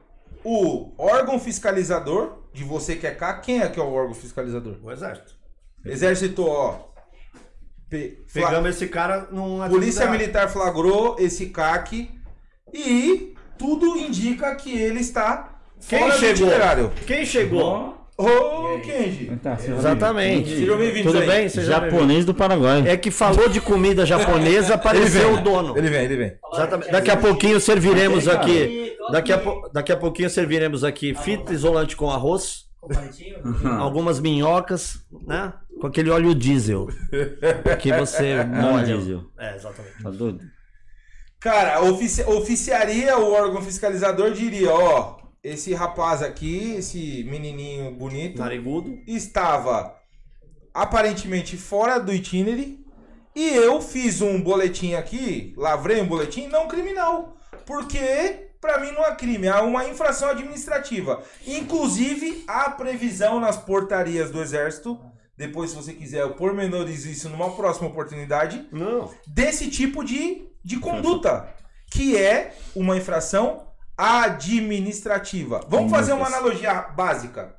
o órgão fiscalizador de você que é cá. Quem é que é o órgão fiscalizador? O Exército. Exército, ó. Pe fla... Pegamos esse cara numa Polícia atividade. Militar flagrou esse C A C e tudo indica que ele está Quem fora do chegou? itinerário. Quem chegou? Ô, Kenji. Tá, seja Exatamente. Sejam bem-vindos Tudo aí. bem? Seja Japonês do Paraguai. bem-vindo. É que falou de comida japonesa, apareceu o dono. Ele vem, ele vem. Exatamente. Daqui a pouquinho serviremos aqui. Daqui a, po- daqui a pouquinho serviremos aqui fita isolante com arroz, algumas minhocas, né? Com aquele óleo diesel que você Não, molha. diesel. É, exatamente. Tá doido? Cara, ofici oficiaria o órgão fiscalizador, diria, ó, esse rapaz aqui, esse menininho bonito, Narigudo. estava aparentemente fora do itinerário e eu fiz um boletim aqui, lavrei um boletim não criminal, porque pra mim não é crime, é uma infração administrativa. Inclusive, há previsão nas portarias do Exército, depois se você quiser eu pormenorizo isso numa próxima oportunidade, Não. desse tipo de, de conduta, que é uma infração administrativa. Vamos fazer uma analogia básica.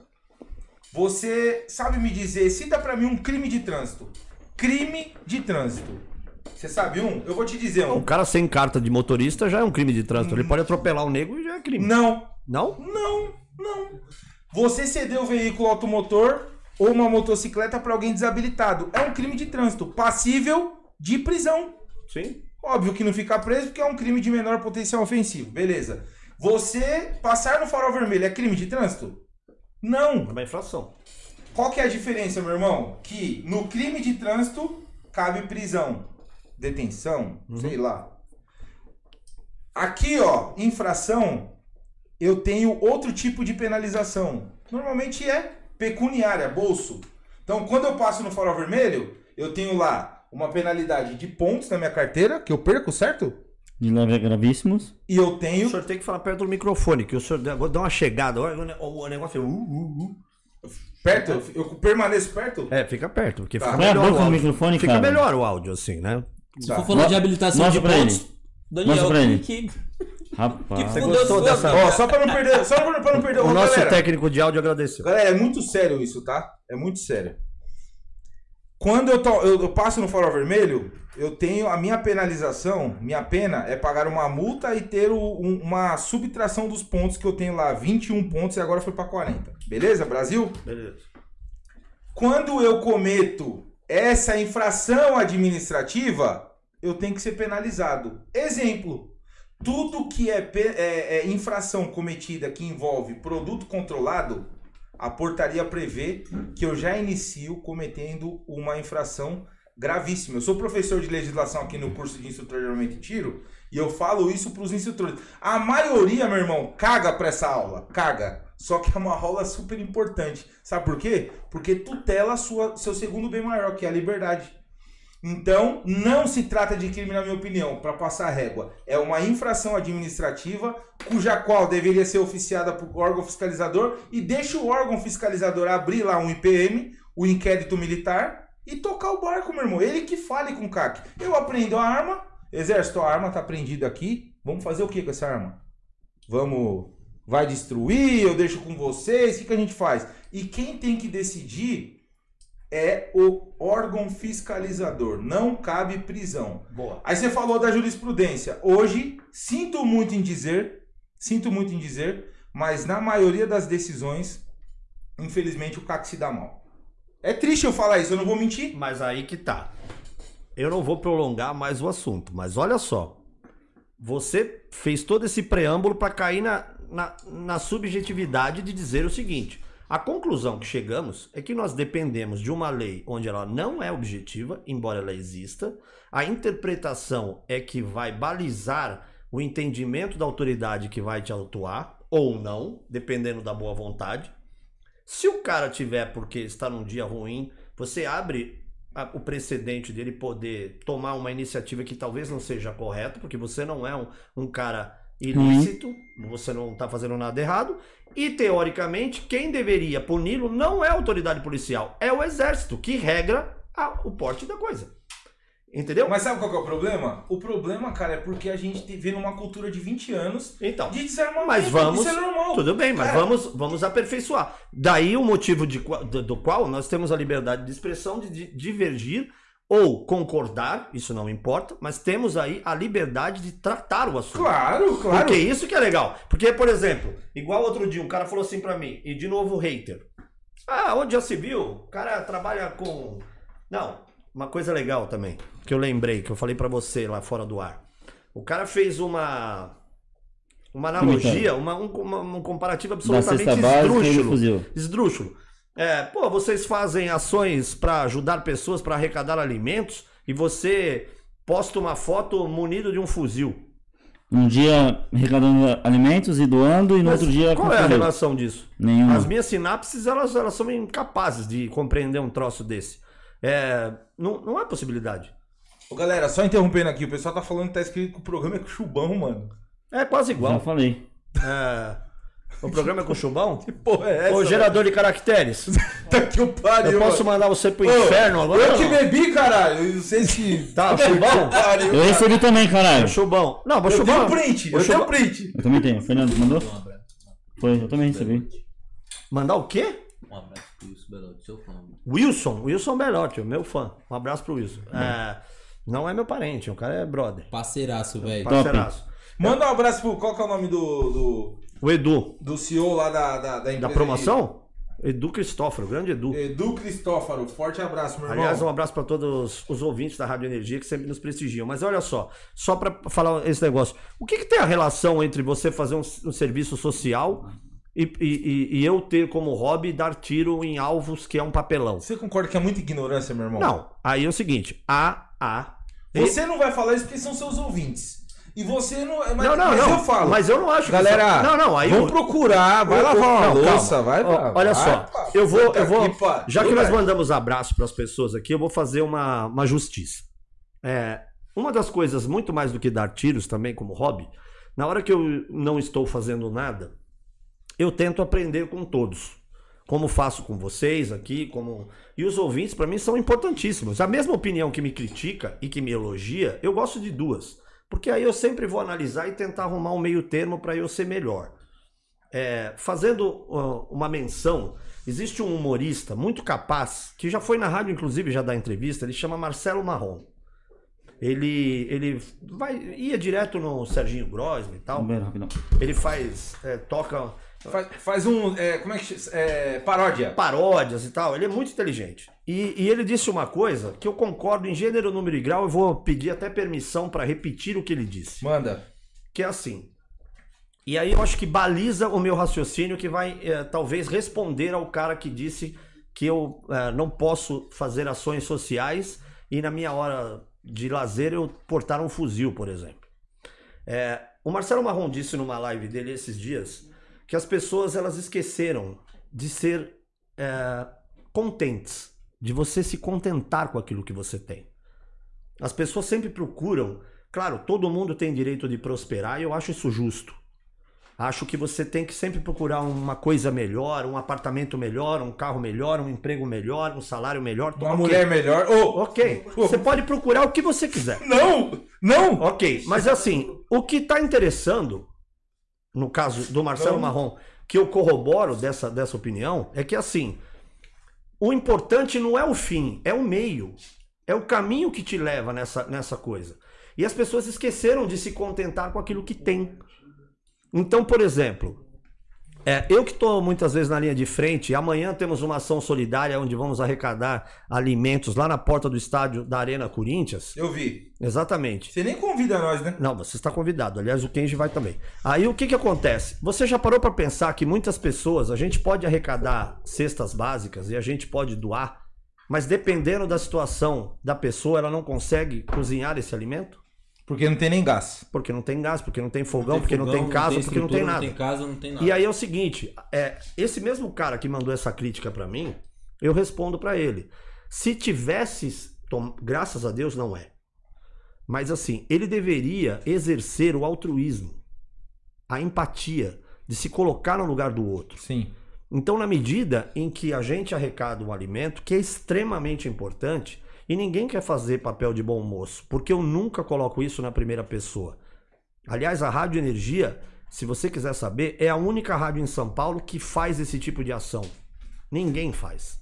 Você sabe me dizer, cita pra mim um crime de trânsito. Crime de trânsito. Você sabe um? Eu vou te dizer O um. cara sem carta de motorista já é um crime de trânsito. Ele pode atropelar o negro e já é crime. Não, Não? não, não. Você ceder o veículo automotor ou uma motocicleta pra alguém desabilitado. É um crime de trânsito, passível de prisão. Sim. Óbvio que não fica preso porque é um crime de menor potencial ofensivo. Beleza. Você passar no farol vermelho é crime de trânsito? Não. É uma infração. Qual que é a diferença, meu irmão? Que no crime de trânsito cabe prisão, detenção, sei lá. Aqui, ó, infração, eu tenho outro tipo de penalização. Normalmente é pecuniária, bolso. Então, quando eu passo no farol vermelho, eu tenho lá uma penalidade de pontos na minha carteira, que eu perco, certo? De leve a gravíssimos. E eu O tenho... senhor tem que falar perto do microfone, que o senhor dá dá uma chegada. O o negócio é... Uh, uh, uh. Perto? Eu, eu permaneço perto? É, fica perto, porque Tá. fica Põe a melhor boca o no áudio. microfone, Fica cara. melhor o áudio, assim, né? Se Tá. for falar de Mo- habilitação mostra de pra pontos, ele. Daniel Mostra pra ele. que... Rapaz. Você Meu gostou Deus, dessa... Ó, só pra não perder... Só pra, pra não perder... O Ô, nosso galera, técnico de áudio agradeceu. Galera, é muito sério isso, tá? É muito sério. Quando eu, to, eu, eu passo no farol vermelho, eu tenho a minha penalização, minha pena é pagar uma multa e ter o, um, uma subtração dos pontos que eu tenho lá, vinte e um pontos e agora foi pra quarenta. Beleza, Brasil? Beleza. Quando eu cometo essa infração administrativa, eu tenho que ser penalizado. Exemplo, tudo que é, é, é infração cometida que envolve produto controlado, a portaria prevê que eu já inicio cometendo uma infração gravíssima. Eu sou professor de legislação aqui no curso de instrutor de armamento e tiro e eu falo isso para os instrutores. A maioria, meu irmão, caga para essa aula, caga. Só que é uma aula super importante. Sabe por quê? Porque tutela sua, seu segundo bem maior, que é a liberdade. Então, não se trata de crime, na minha opinião, para passar régua. É uma infração administrativa, cuja qual deveria ser oficiada por órgão fiscalizador e deixa o órgão fiscalizador abrir lá um I P M, o inquérito militar, e tocar o barco, meu irmão. Ele que fale com o C A C. Eu apreendo a arma, exército, a arma tá prendida aqui, vamos fazer o que com essa arma? Vamos... Vai destruir, eu deixo com vocês, o que, que a gente faz? E quem tem que decidir é o órgão fiscalizador, não cabe prisão. Boa. Aí você falou da jurisprudência. Hoje, sinto muito em dizer, sinto muito em dizer, mas na maioria das decisões, infelizmente, o C A C se dá mal. É triste eu falar isso, eu não vou mentir. Mas aí que tá. Eu não vou prolongar mais o assunto, mas olha só. Você fez todo esse preâmbulo para cair na, na, na subjetividade de dizer o seguinte. A conclusão que chegamos é que nós dependemos de uma lei onde ela não é objetiva, embora ela exista. A interpretação é que vai balizar o entendimento da autoridade que vai te autuar, ou não, dependendo da boa vontade. Se o cara tiver porque está num dia ruim, você abre a, o precedente dele poder tomar uma iniciativa que talvez não seja correta, porque você não é um, um cara ilícito, uhum. Você não está fazendo nada errado, e teoricamente quem deveria puni-lo não é a autoridade policial, é o exército, que regra a, o porte da coisa. Entendeu? Mas sabe qual que é o problema? O problema, cara, é porque a gente te- vê numa cultura de vinte anos Então, de desarmamento. mas vamos, Isso é normal. tudo bem, mas Cara, vamos, vamos aperfeiçoar. Daí o motivo de, qua- do, do qual nós temos a liberdade de expressão de, di- divergir ou concordar, isso não importa, mas temos aí a liberdade de tratar o assunto. Claro, claro. Porque isso que é legal. Porque, por exemplo, igual outro dia um cara falou assim pra mim, e de novo hater. Ah, onde já se viu? O cara trabalha com... Não, uma coisa legal também, que eu lembrei, que eu falei pra você lá fora do ar. O cara fez uma... Uma analogia, uma, um, uma, um comparativo Da absolutamente cesta básica e do esdrúxulo. fuzil. Esdrúxulo. É, pô, vocês fazem ações pra ajudar pessoas, pra arrecadar alimentos, e você posta uma foto munido de um fuzil. Um dia arrecadando alimentos e doando, e no Mas outro dia... qual com é a fuzil. relação disso? Nenhuma. As minhas sinapses, elas, elas são incapazes de compreender um troço desse. É, não, não há possibilidade. Ô, galera, só interrompendo aqui, o pessoal tá falando que tá escrito que o programa é com chubão, mano. É quase Já igual. falei. É, o programa é com chubão? Que porra é essa? Ô, gerador de caracteres. Tá que eu pariu. Eu posso mano. mandar você pro Ô, inferno agora? Eu ou que não? bebi, caralho. Eu não sei se... Tá, chubão? Pariu, Eu cara. recebi também, caralho. É chubão. Não, mas Eu chubão... tenho print, o eu tenho chubão- print. Eu também tenho. Fernando, mandou? Um abraço. Foi, eu também recebi. Mandar o quê? Um abraço pro Wilson Belotti, seu fã. Wilson. Wilson Belotti, meu fã. Um abraço pro Wilson. É, não é meu parente, o cara é brother. Parceiraço, velho. Parceiraço. Manda um abraço pro... Qual que é o nome do... do, O Edu. do C E O lá da, da, da empresa? Da promoção? Edu Cristóforo, grande Edu. Edu Cristófaro. Forte abraço, meu irmão. Aliás, um abraço para todos os ouvintes da Rádio Energia que sempre nos prestigiam. Mas olha só, só para falar esse negócio. O que, que tem a relação entre você fazer um, um serviço social e, e, e eu ter como hobby dar tiro em alvos que é um papelão? Você concorda que é muita ignorância, meu irmão? Não. Aí é o seguinte, a... a Você não vai falar isso porque são seus ouvintes. E você não... Mas, não, não, mas não. eu falo. Mas eu não acho Galera, que... Não, não. Aí vamos eu- procurar, vai eu- lavar uma não, calma. louça, vai... Ó, vai, olha vai, só, pá. eu vou, Puta eu vou, que pariu, já que nós velho. mandamos abraço para as pessoas aqui, eu vou fazer uma, uma justiça. É, uma das coisas, muito mais do que dar tiros também como hobby, na hora que eu não estou fazendo nada, eu tento aprender com todos. Como faço com vocês aqui, como... E os ouvintes, para mim, são importantíssimos. A mesma opinião que me critica e que me elogia, eu gosto de duas. Porque aí eu sempre vou analisar e tentar arrumar um meio termo para eu ser melhor. É, fazendo uh, uma menção, existe um humorista muito capaz, que já foi na rádio, inclusive, já dá entrevista, ele chama Marcelo Marrom. Ele, ele vai, ia direto no Serginho Grosman e tal. Vamos ver, rapidão. Ele faz, é, toca Faz, faz um... é, como é que... chama? É, paródia. paródias e tal. Ele é muito inteligente. E, e ele disse uma coisa que eu concordo em gênero, número e grau. Eu vou pedir até permissão para repetir o que ele disse. Manda. Que é assim. E aí eu acho que baliza o meu raciocínio que vai é, talvez responder ao cara que disse que eu é, não posso fazer ações sociais e na minha hora de lazer eu portar um fuzil, por exemplo. É, o Marcelo Marrom disse numa live dele esses dias que as pessoas elas esqueceram de ser é, contentes, de você se contentar com aquilo que você tem. As pessoas sempre procuram, claro, todo mundo tem direito de prosperar e eu acho isso justo. Acho que você tem que sempre procurar uma coisa melhor, um apartamento melhor, um carro melhor, um emprego melhor, um salário melhor. Uma ok. mulher melhor. Ô, Ok, você pode procurar o que você quiser. não! Não! Ok, mas assim, o que está interessando, no caso do Marcelo Não. Marrom, que eu corroboro dessa, dessa opinião, é que assim, o importante não é o fim, é o meio. É o caminho que te leva nessa, nessa coisa. E as pessoas esqueceram de se contentar com aquilo que tem. Então, por exemplo, é, eu que estou muitas vezes na linha de frente, amanhã temos uma ação solidária onde vamos arrecadar alimentos lá na porta do estádio da Arena Corinthians. Eu vi. Exatamente. Você nem convida nós, né? Não, você está convidado. Aliás, o Kenji vai também. Aí o que que acontece? Você já parou para pensar que muitas pessoas, a gente pode arrecadar cestas básicas e a gente pode doar, mas dependendo da situação da pessoa, ela não consegue cozinhar esse alimento? Porque não tem nem gás. Porque não tem gás, porque não tem fogão, Não tem porque não fogão, tem casa, porque não tem estrutura, nada. Não tem casa, não tem nada. E aí é o seguinte, é, esse mesmo cara que mandou essa crítica pra mim, eu respondo pra ele. Se tivesse, tom- graças a Deus não é, mas assim, ele deveria exercer o altruísmo, a empatia, de se colocar no lugar do outro. Sim. Então, na medida em que a gente arrecada um alimento, que é extremamente importante, E ninguém quer fazer papel de bom moço, porque eu nunca coloco isso na primeira pessoa. Aliás, a Rádio Energia, se você quiser saber, é a única rádio em São Paulo que faz esse tipo de ação. Ninguém faz.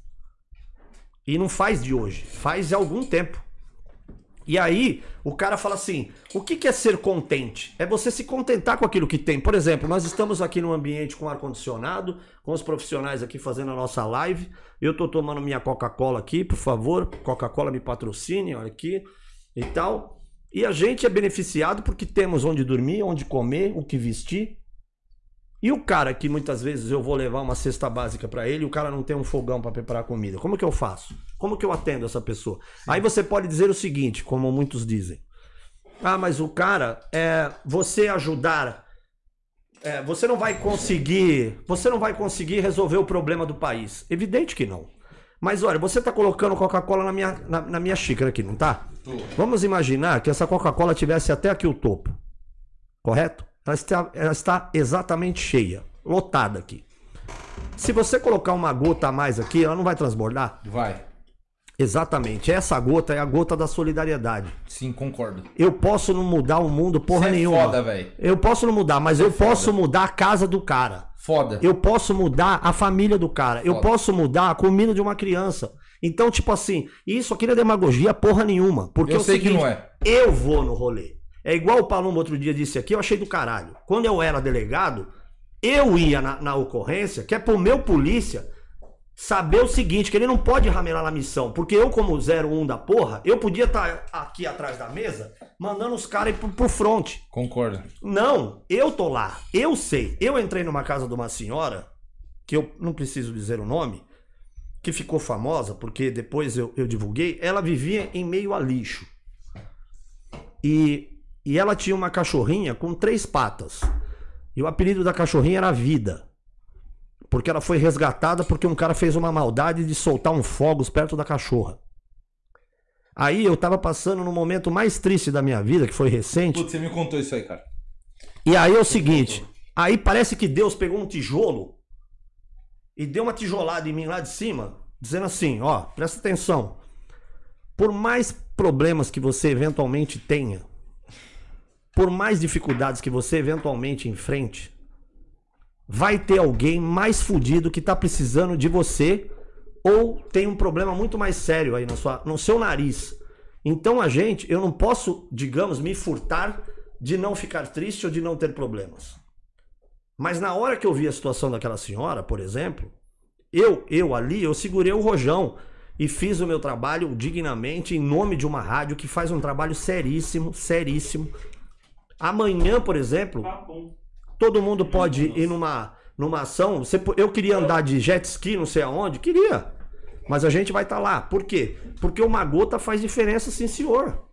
E não faz de hoje, faz de algum tempo. E aí, o cara fala assim, o que que é ser contente? É você se contentar com aquilo que tem. Por exemplo, nós estamos aqui num ambiente com ar-condicionado, com os profissionais aqui fazendo a nossa live. Eu tô tomando minha Coca-Cola aqui, por favor. Coca-Cola me patrocine, olha aqui e tal. E a gente é beneficiado porque temos onde dormir, onde comer, o que vestir. E o cara que muitas vezes eu vou levar uma cesta básica para ele, o cara não tem um fogão para preparar comida. Como que eu faço? Como que eu atendo essa pessoa? Sim. Aí você pode dizer o seguinte, como muitos dizem. Ah, mas o cara, é, você ajudar, é, você não vai conseguir, você não vai conseguir resolver o problema do país. Evidente que não. Mas olha, você tá colocando Coca-Cola na minha, na, na minha xícara aqui, não tá? Tô. Vamos imaginar que essa Coca-Cola tivesse até aqui o topo. Correto? Ela está, ela está exatamente cheia, lotada aqui. Se você colocar uma gota a mais aqui, ela não vai transbordar? Vai. Exatamente. Essa gota é a gota da solidariedade. Sim, concordo. Eu posso não mudar o mundo porra Cê é nenhuma. Foda, velho. Eu posso não mudar, mas Cê eu é foda. posso mudar a casa do cara. Foda. Eu posso mudar a família do cara. Foda. Eu posso mudar a comida de uma criança. Então, tipo assim, isso aqui não é demagogia porra nenhuma. Porque eu é o sei seguinte, que não é. Eu vou no rolê. É igual o Palumbo outro dia disse aqui, eu achei do caralho. Quando eu era delegado, eu ia na, na ocorrência, que é pro meu polícia saber o seguinte, que ele não pode ramelar na missão. Porque eu, como zero um da porra, eu podia estar tá aqui atrás da mesa, mandando os caras ir pro, pro front. Concordo. Não, eu tô lá, eu sei. Eu entrei numa casa de uma senhora, que eu não preciso dizer o nome, que ficou famosa, porque depois eu, eu divulguei, ela vivia em meio a lixo. E... E ela tinha uma cachorrinha com três patas. E o apelido da cachorrinha era Vida. Porque ela foi resgatada porque um cara fez uma maldade de soltar um fogos perto da cachorra. Aí eu tava passando no momento mais triste da minha vida, que foi recente. Putz, você me contou isso aí, cara. E aí é o seguinte, aí parece que Deus pegou um tijolo e deu uma tijolada em mim lá de cima, dizendo assim, ó, presta atenção. Por mais problemas que você eventualmente tenha, por mais dificuldades que você eventualmente enfrente, vai ter alguém mais fudido que tá precisando de você ou tem um problema muito mais sério aí na sua, no seu nariz. Então a gente, eu não posso, digamos, me furtar de não ficar triste ou de não ter problemas. Mas na hora que eu vi a situação daquela senhora, por exemplo, eu, eu ali, eu segurei o rojão e fiz o meu trabalho dignamente em nome de uma rádio que faz um trabalho seríssimo, seríssimo. Amanhã, por exemplo, todo mundo pode ir numa, numa ação. Você, eu queria andar de jet ski, não sei aonde, queria. Mas a gente vai estar lá. Por quê? Porque uma gota faz diferença, sim, senhor.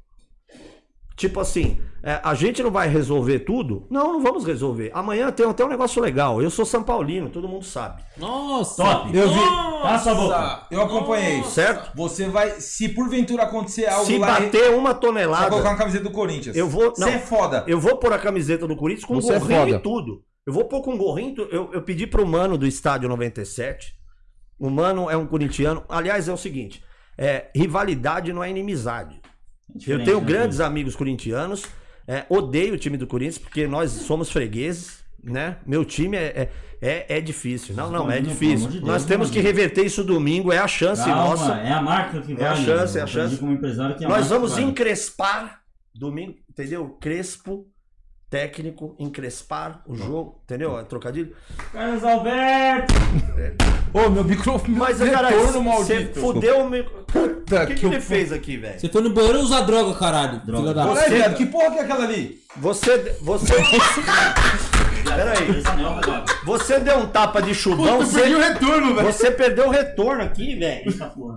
Tipo assim, é, a gente não vai resolver tudo? Não, não vamos resolver. Amanhã tem até um negócio legal. Eu sou São Paulino, todo mundo sabe. Nossa! Top! Eu vi. Passa a boca. Eu acompanhei. Nossa. Certo? Você vai, se porventura acontecer algo se lá... Se bater uma Você tonelada... vai colocar uma camiseta do Corinthians. Eu vou... Você é foda. Eu vou pôr a camiseta do Corinthians com Você gorrinho é foda. e tudo. Eu vou pôr com gorrinho... Eu, eu pedi pro mano do estádio noventa e sete. O mano é um corintiano. Aliás, é o seguinte. É, rivalidade não é inimizade. É eu tenho grandes amigos corintianos. É, odeio o time do Corinthians porque nós somos fregueses, né? Meu time é, é, é, é difícil. Não, não, é difícil. De Deus, nós temos que reverter isso domingo, é a chance Calma, nossa. É a marca que vai. É a chance, é a chance. Como empresário que é a nós marca vamos que encrespar domingo, entendeu? Crespo, técnico, encrespar o jogo, entendeu? Trocadilho. Carlos Alberto! Ô, meu microfone, mas meu cara, retorno você maldito. fudeu o meu... Puta O que, que, que ele eu... fez aqui, velho? Você foi no banheiro usar droga, caralho. Droga. Filha da Olha aí, velho, que porra que é aquela ali? Você... Você... Peraí. Você deu um tapa de chubão, Puta, você... perdi o retorno, velho. Você perdeu o retorno aqui, velho.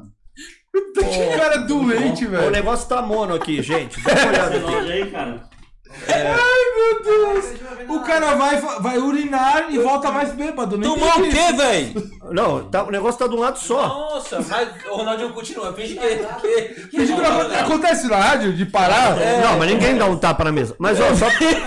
Que cara doente, O velho. negócio tá mono aqui, gente. Dá uma olhada aqui. aí, cara. É... Ai, meu Deus. O cara vai, vai urinar e volta mais bêbado. Tomar o quê, velho? Não, tá, o negócio tá de um lado só. Nossa, mas o Ronaldinho continua. Finge que... que, que Finge que não acontece na rádio de parar. É, não, mas ninguém dá um tapa na mesa. Mas, ó, só...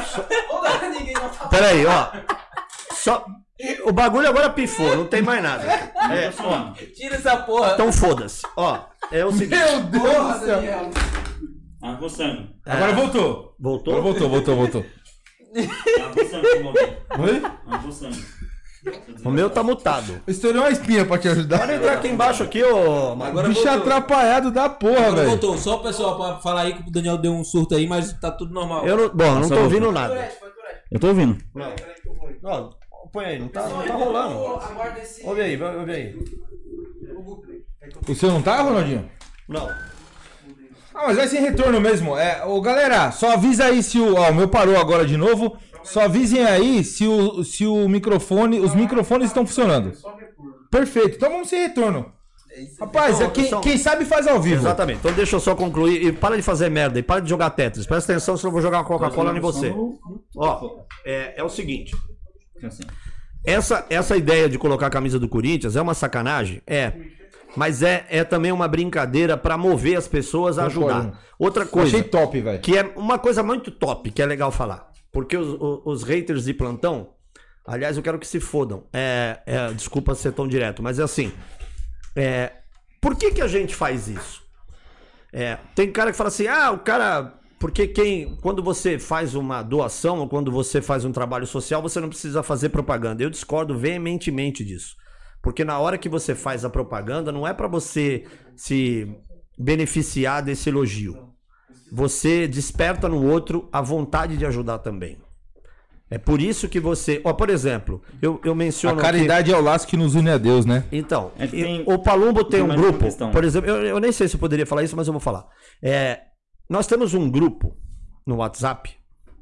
Pera aí, ó. Só... O bagulho agora pifou, não tem mais nada. É, ó. Tira essa porra. Então foda-se. Ó, É o seguinte. Meu Deus Porra, do céu. Daniel. Ah, coçando. Agora voltou. Voltou? Agora voltou, voltou, voltou. Ah, coçando, que momento. Oi? Ah, coçando. O meu tá mutado. Eu estourei uma espinha pra te ajudar. Pode entrar aqui embaixo aqui, ô. O Agora bicho é voltou. atrapalhado da porra, Agora velho. voltou. Só o pessoal pra falar aí que o Daniel deu um surto aí, mas tá tudo normal. Eu não, bom, não tô ouvindo nada. Tourette, foi Tourette. Eu tô ouvindo. Não, Peraí que eu vou. não, põe aí, não tá, não tá Pessoal, rolando. Aguarda esse. Ouve aí, vai- ouve aí. O Google Play. É que eu- O seu não tá, Ronaldinho? Não. Ah, mas vai sem retorno mesmo. É, ô, galera, só avisa aí se o... Ó, o meu parou agora de novo. Só avisem aí se o, se o microfone... Os microfones estão funcionando. Só retorno. Perfeito. Então vamos sem retorno. Rapaz, Então, quem, são- quem sabe faz ao vivo. Exatamente. Então deixa eu só concluir. E para de fazer merda. E para de jogar Tetris. Presta atenção, senão eu vou jogar uma Coca-Cola em você. Ó, é, é o seguinte. Assim. Essa, essa ideia de colocar a camisa do Corinthians é uma sacanagem? É. Mas é, é também uma brincadeira para mover as pessoas a Concordo. ajudar. Outra coisa, Achei top, velho. que é uma coisa muito top, que é legal falar. Porque os, os, os haters de plantão, aliás, eu quero que se fodam. É, é, desculpa ser tão direto, mas é assim. É, por que, que a gente faz isso? É, tem cara que fala assim, ah, o cara... Porque quem, quando você faz uma doação ou quando você faz um trabalho social, você não precisa fazer propaganda. Eu discordo veementemente disso. Porque na hora que você faz a propaganda, não é para você se beneficiar desse elogio. Você desperta no outro a vontade de ajudar também. É por isso que você... Ó, por exemplo, eu, eu A menciono aqui- caridade é o laço que nos une a Deus, né? Então, É que tem- o Palumbo tem tem um mais uma grupo, questão. por exemplo, eu, eu nem sei se eu poderia falar isso, mas eu vou falar. É, nós temos um grupo no WhatsApp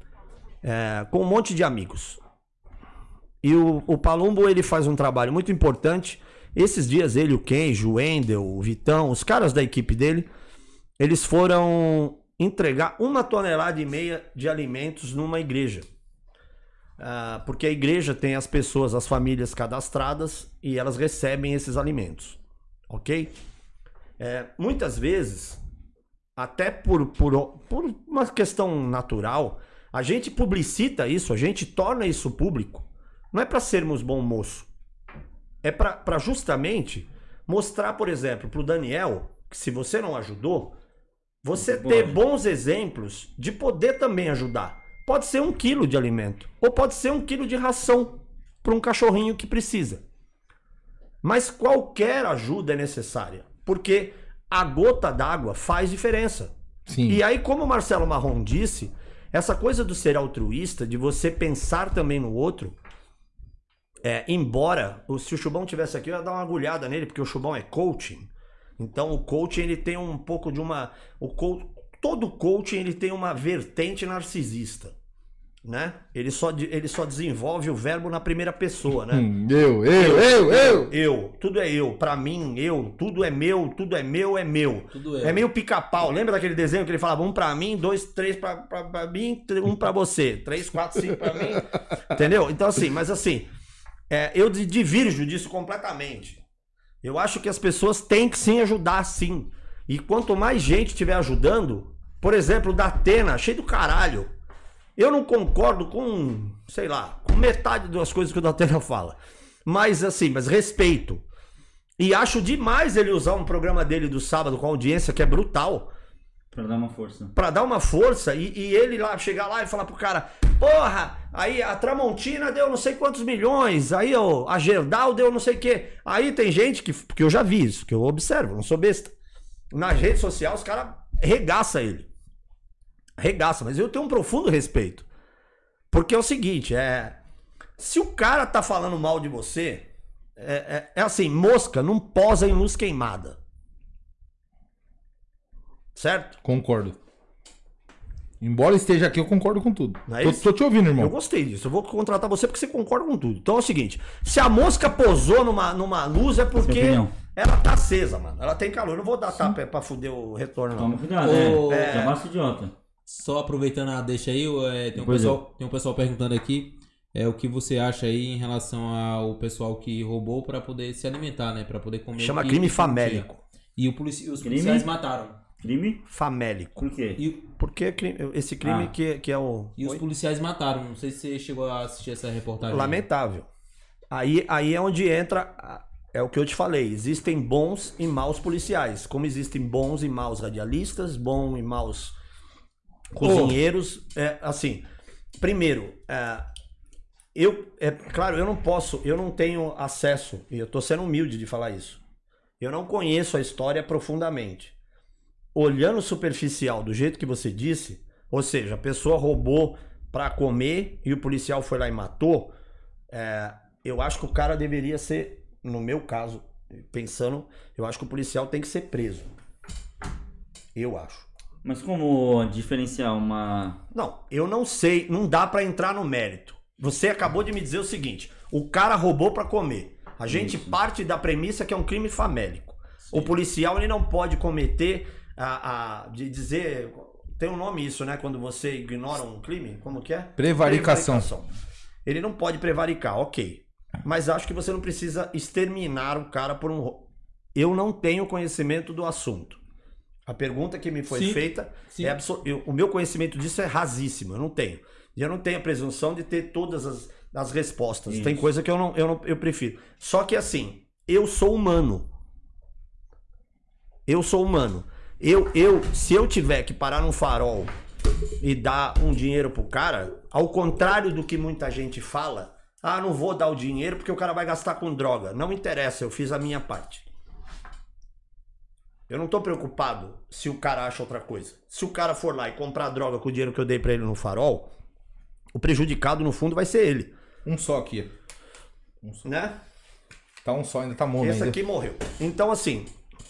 é, com um monte de amigos. E o, o Palumbo, ele faz um trabalho muito importante. Esses dias ele, o Kenjo, o Wendel, o Vitão, os caras da equipe dele, eles foram entregar uma tonelada e meia de alimentos numa igreja. Ah, porque a igreja tem as pessoas, as famílias cadastradas e elas recebem esses alimentos, ok? É, muitas vezes, até por, por, por uma questão natural, a gente publicita isso, a gente torna isso público. Não é para sermos bom moço, é para justamente mostrar, por exemplo, para o Daniel, que se você não ajudou, você ter bons exemplos de poder também ajudar. Pode ser um quilo de alimento. Ou pode ser um quilo de ração para um cachorrinho que precisa. Mas qualquer ajuda é necessária. Porque a gota d'água faz diferença. Sim. E aí, como o Marcelo Marrom disse, essa coisa do ser altruísta, de você pensar também no outro, é, embora, se o Chubão tivesse aqui, eu ia dar uma agulhada nele, porque o Chubão é coaching. Então o coaching, ele tem um pouco de uma... O co, todo coaching, ele tem uma vertente narcisista, né? Ele só, ele só desenvolve o verbo na primeira pessoa, né? Hum, eu, eu, eu, eu. Eu, tudo é eu, pra mim, eu, tudo é meu, tudo é meu, é meu. Tudo É meio pica-pau. Lembra daquele desenho que ele falava um pra mim, dois, três pra, pra, pra mim, um pra você. Três, quatro, cinco pra mim. Entendeu? Então assim, mas assim, é, eu divirjo disso completamente. Eu acho que as pessoas têm que sim ajudar, sim. E quanto mais gente estiver ajudando, por exemplo, o da Atena, cheio do caralho. Eu não concordo com, sei lá, com metade das coisas que o Datena fala. Mas assim, mas respeito. E acho demais ele usar um programa dele do sábado com audiência que é brutal. Pra dar uma força. Pra dar uma força e, e ele lá chegar lá e falar pro cara: porra, aí a Tramontina deu não sei quantos milhões, aí ó, a Gerdau deu não sei o quê. Aí tem gente que, que eu já vi isso, que eu observo, não sou besta. Nas redes sociais os caras regaçam ele. Regaça, mas eu tenho um profundo respeito. Porque é o seguinte, é... Se o cara tá falando mal de você, é, é, é assim, mosca não posa em luz queimada. Certo? Concordo. Embora esteja aqui, eu concordo com tudo. Não é Tô, isso? tô te ouvindo, irmão. Eu gostei disso. Eu vou contratar você porque você concorda com tudo. Então é o seguinte, se a mosca posou numa, numa luz é porque opinião. ela tá acesa, mano. Ela tem calor. Eu não vou dar tapa pra fuder o retorno, não. Toma cuidado, Ô, é. é. Já basta idiota. Só aproveitando a deixa aí, é, tem, um Pois pessoal, tem um pessoal perguntando aqui é, o que você acha aí em relação ao pessoal que roubou pra poder se alimentar, né? Pra poder comer. Chama o que- crime o que famélico. tinha. E o polici os Crime? policiais mataram. Crime? Famélico. Por quê? E, Porque cri- esse crime Ah. que, que é o... e os Oi? policiais mataram. Não sei se você chegou a assistir essa reportagem. Lamentável. Aí, aí é onde entra a, é o que eu te falei. Existem bons e maus policiais. Como existem bons e maus radialistas, bons e maus cozinheiros. Oh. É, assim, primeiro, é, eu, é claro, eu não posso, eu não tenho acesso, e eu tô sendo humilde de falar isso. Eu não conheço a história profundamente. Olhando superficial, do jeito que você disse, ou seja, a pessoa roubou para comer e o policial foi lá e matou, é, eu acho que o cara deveria ser, no meu caso, pensando, eu acho que o policial tem que ser preso. Eu acho. Mas como diferenciar uma... Não, eu não sei, não dá para entrar no mérito. Você acabou de me dizer o seguinte, o cara roubou para comer. A gente Isso. parte da premissa que é um crime famélico. Sim. O policial ele não pode cometer, a, a, de dizer... Tem um nome isso, né? Quando você ignora um crime, como que é? Prevaricação. Prevaricação. Ele não pode prevaricar, ok. Mas acho que você não precisa exterminar o cara por um... Eu não tenho conhecimento do assunto. A pergunta que me foi sim, feita, sim. É absor... eu, o meu conhecimento disso é rasíssimo, eu não tenho. E eu não tenho a presunção de ter todas as, as respostas. Isso. Tem coisa que eu não, eu não eu prefiro. Só que assim, eu sou humano. Eu sou humano. Eu, eu, se eu tiver que parar num farol e dar um dinheiro pro cara, ao contrário do que muita gente fala, ah, não vou dar o dinheiro porque o cara vai gastar com droga. Não interessa, eu fiz a minha parte. Eu não tô preocupado se o cara acha outra coisa. Se o cara for lá e comprar droga com o dinheiro que eu dei pra ele no farol, o prejudicado no fundo vai ser ele. Um só aqui. Um só. Né? Tá um só, ainda tá morto. Esse ainda. aqui morreu. Então assim...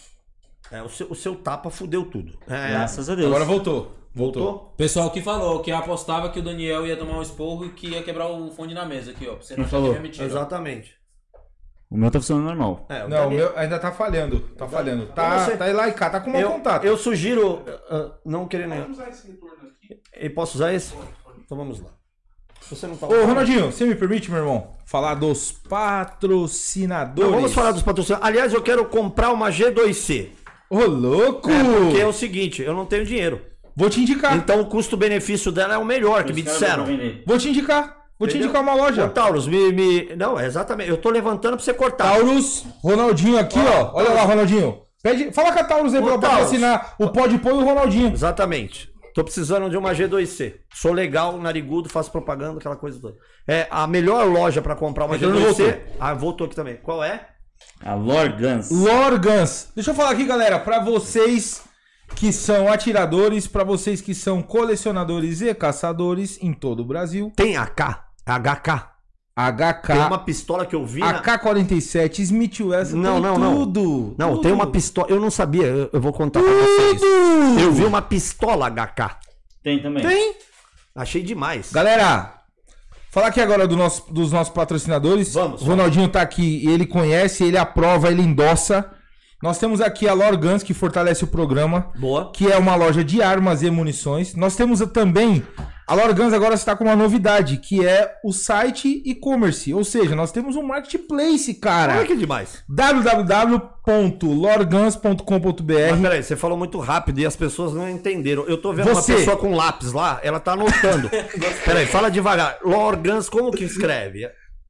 É, o, seu, o seu tapa fudeu tudo. É, Graças a Deus. Agora voltou. Voltou? Voltou? Pessoal que falou que apostava que o Daniel ia tomar um esporro e que ia quebrar o fone na mesa aqui, ó. Pra você não achar que é mentira. Exatamente. O meu tá funcionando normal. É, o não, Daniel... o meu ainda tá falhando. Tá falhando. Tá, você... tá lá e cá, tá com mau eu, contato. Eu sugiro. Uh, não querendo. Vamos usar esse retorno aqui. E posso usar esse? Então vamos lá. Você não tá Ô, Ronaldinho, você me permite, meu irmão, falar dos patrocinadores? Não, vamos falar dos patrocinadores. Aliás, eu quero comprar uma G dois C. Ô, louco! É porque é o seguinte, eu não tenho dinheiro. Vou te indicar. Então o custo-benefício dela é o melhor, que me disseram. Vou te indicar. Vou Entendeu? te indicar uma loja. Ô, Taurus, me, me... Não, é exatamente. Eu tô levantando pra você cortar. Taurus, Ronaldinho aqui, ó. ó. Olha lá, Ronaldinho. Pede... Fala com a Taurus aí pra patrocinar o Pode Pôr e o Ronaldinho. Exatamente. Tô precisando de uma G dois C. Sou legal, narigudo, faço propaganda, aquela coisa toda. É a melhor loja pra comprar uma G dois C. Ah, voltou aqui também. Qual é? A Lorgans. Lorgans. Deixa eu falar aqui, galera, pra vocês que são atiradores, pra vocês que são colecionadores e caçadores em todo o Brasil. Tem A K, H K. H K. Tem uma pistola que eu vi. A K quarenta e sete, Smith Wesson, não, não, tudo. Não, não tudo. Tem uma pistola. Eu não sabia, eu, eu vou contar tudo. Pra vocês. Eu vi uma pistola H K. Tem também. Tem. Achei demais. Galera, falar aqui agora do nosso, dos nossos patrocinadores. Vamos. O Ronaldinho tá aqui e ele conhece, ele aprova, ele endossa. Nós temos aqui a Lorgans, que fortalece o programa. Boa. Que é uma loja de armas e munições. Nós temos também... A Lorgans agora está com uma novidade, que é o site e-commerce. Ou seja, nós temos um marketplace, cara. Olha que demais. w w w ponto lorgans ponto com ponto b r. Mas peraí, você falou muito rápido e as pessoas não entenderam. Eu tô vendo você... uma pessoa com lápis lá, ela tá anotando. Peraí, fala devagar. Lorgans, como que escreve?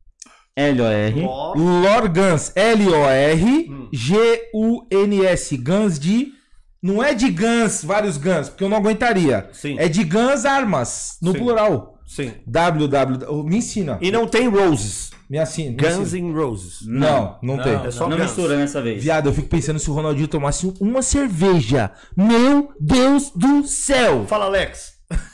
L O R. Lorgans, L O R G U N S. Guns de... Não é de Guns, vários Guns, porque eu não aguentaria. Sim. É de Guns Armas, no Sim. plural. Sim. www. Me ensina. E não tem Roses. Me assina. Me Guns ensina. N' Roses. Não, não, não tem. É só não Guns. mistura nessa vez. Viado, eu fico pensando se o Ronaldinho tomasse uma cerveja. Meu Deus do céu. Fala, Alex.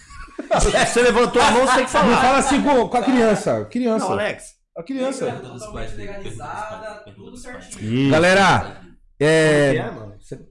Você levantou a mão, você tem que falar. Não fala assim com, com a criança. Criança. Não, Alex. A criança. Totalmente legalizada, tudo certinho. Galera, é... é, mano? Você...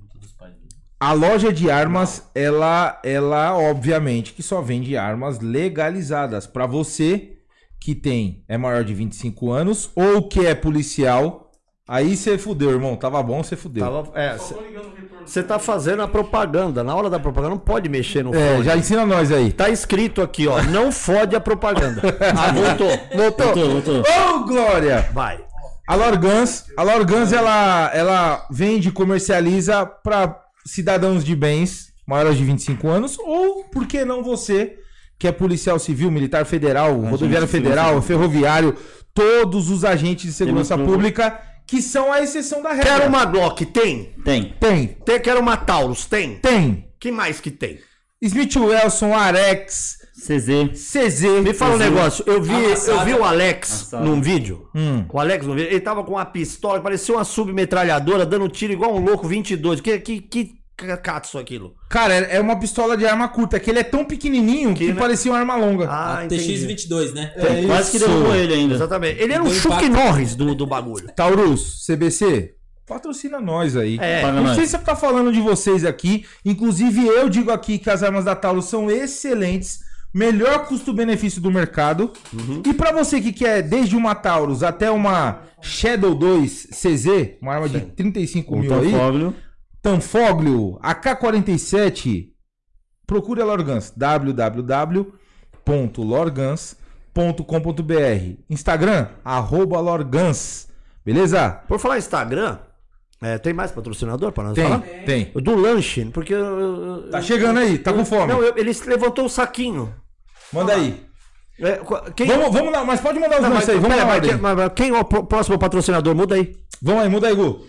A loja de armas, ela, ela obviamente que só vende armas legalizadas. Pra você que tem, é maior de vinte e cinco anos ou que é policial, aí você fudeu, irmão. Tava bom, você fudeu. Tava, é, você tá fazendo a propaganda. Na hora da propaganda não pode mexer no É, fone. já ensina nós aí. Tá escrito aqui, ó. Não fode a propaganda. Ah, voltou. Voltou. Voltou, voltou. Ô, Glória! Vai. A Lorgans, a Lorgans, ela, ela vende e comercializa pra cidadãos de bens maiores de vinte e cinco anos, ou, por que não você, que é policial civil, militar federal, rodoviário federal, ferroviário, todos os agentes de segurança pública que são a exceção da regra. Quero uma Glock, tem? Tem. Tem, Tem, quero uma Taurus, tem? tem. Que mais que tem? Smith Wesson, Arex, C Z. C Z. Me fala um negócio, eu vi, Amassada. eu vi o Alex Amassada. num vídeo. Hum. O Alex num vídeo, ele tava com uma pistola, parecia uma submetralhadora, dando tiro igual um louco vinte e dois. Que, que, que catso aquilo? Cara, é é uma pistola de arma curta, que ele é tão pequenininho que, Que, né? parecia uma arma longa. Ah, A T X entendi. vinte e dois, né? É Quase que isso. derrubou ele ainda. Exatamente. Ele era um Deu Chuck impacto. Norris do, do bagulho. Taurus, C B C, patrocina nós aí. É, Paga Não nós. sei se eu tá falando de vocês aqui, inclusive eu digo aqui que as armas da Taurus são excelentes, melhor custo-benefício do mercado. Uhum. E pra você que quer desde uma Taurus até uma Shadow dois C Z, uma arma de trinta e cinco O mil aí, Tanfoglio. Tanfoglio, A K quarenta e sete, procure a Lorgans, w w w ponto lorgans ponto com ponto b r. Instagram, arroba Lorgans. Beleza? Por falar em Instagram, é, tem mais patrocinador pra nós Tem, falar? tem. Do lanche, porque... eu- eu- Tá chegando aí, tá com fome. Não, eu- ele levantou o saquinho. Manda aí. É, qu- quem... Vamos, vamos lá, mas pode mandar os Não, lances mas, aí, vamos pera, lá. mas, quem, mas- mas quem é o pró- próximo patrocinador? Muda aí. Vamos aí, muda aí, Gu.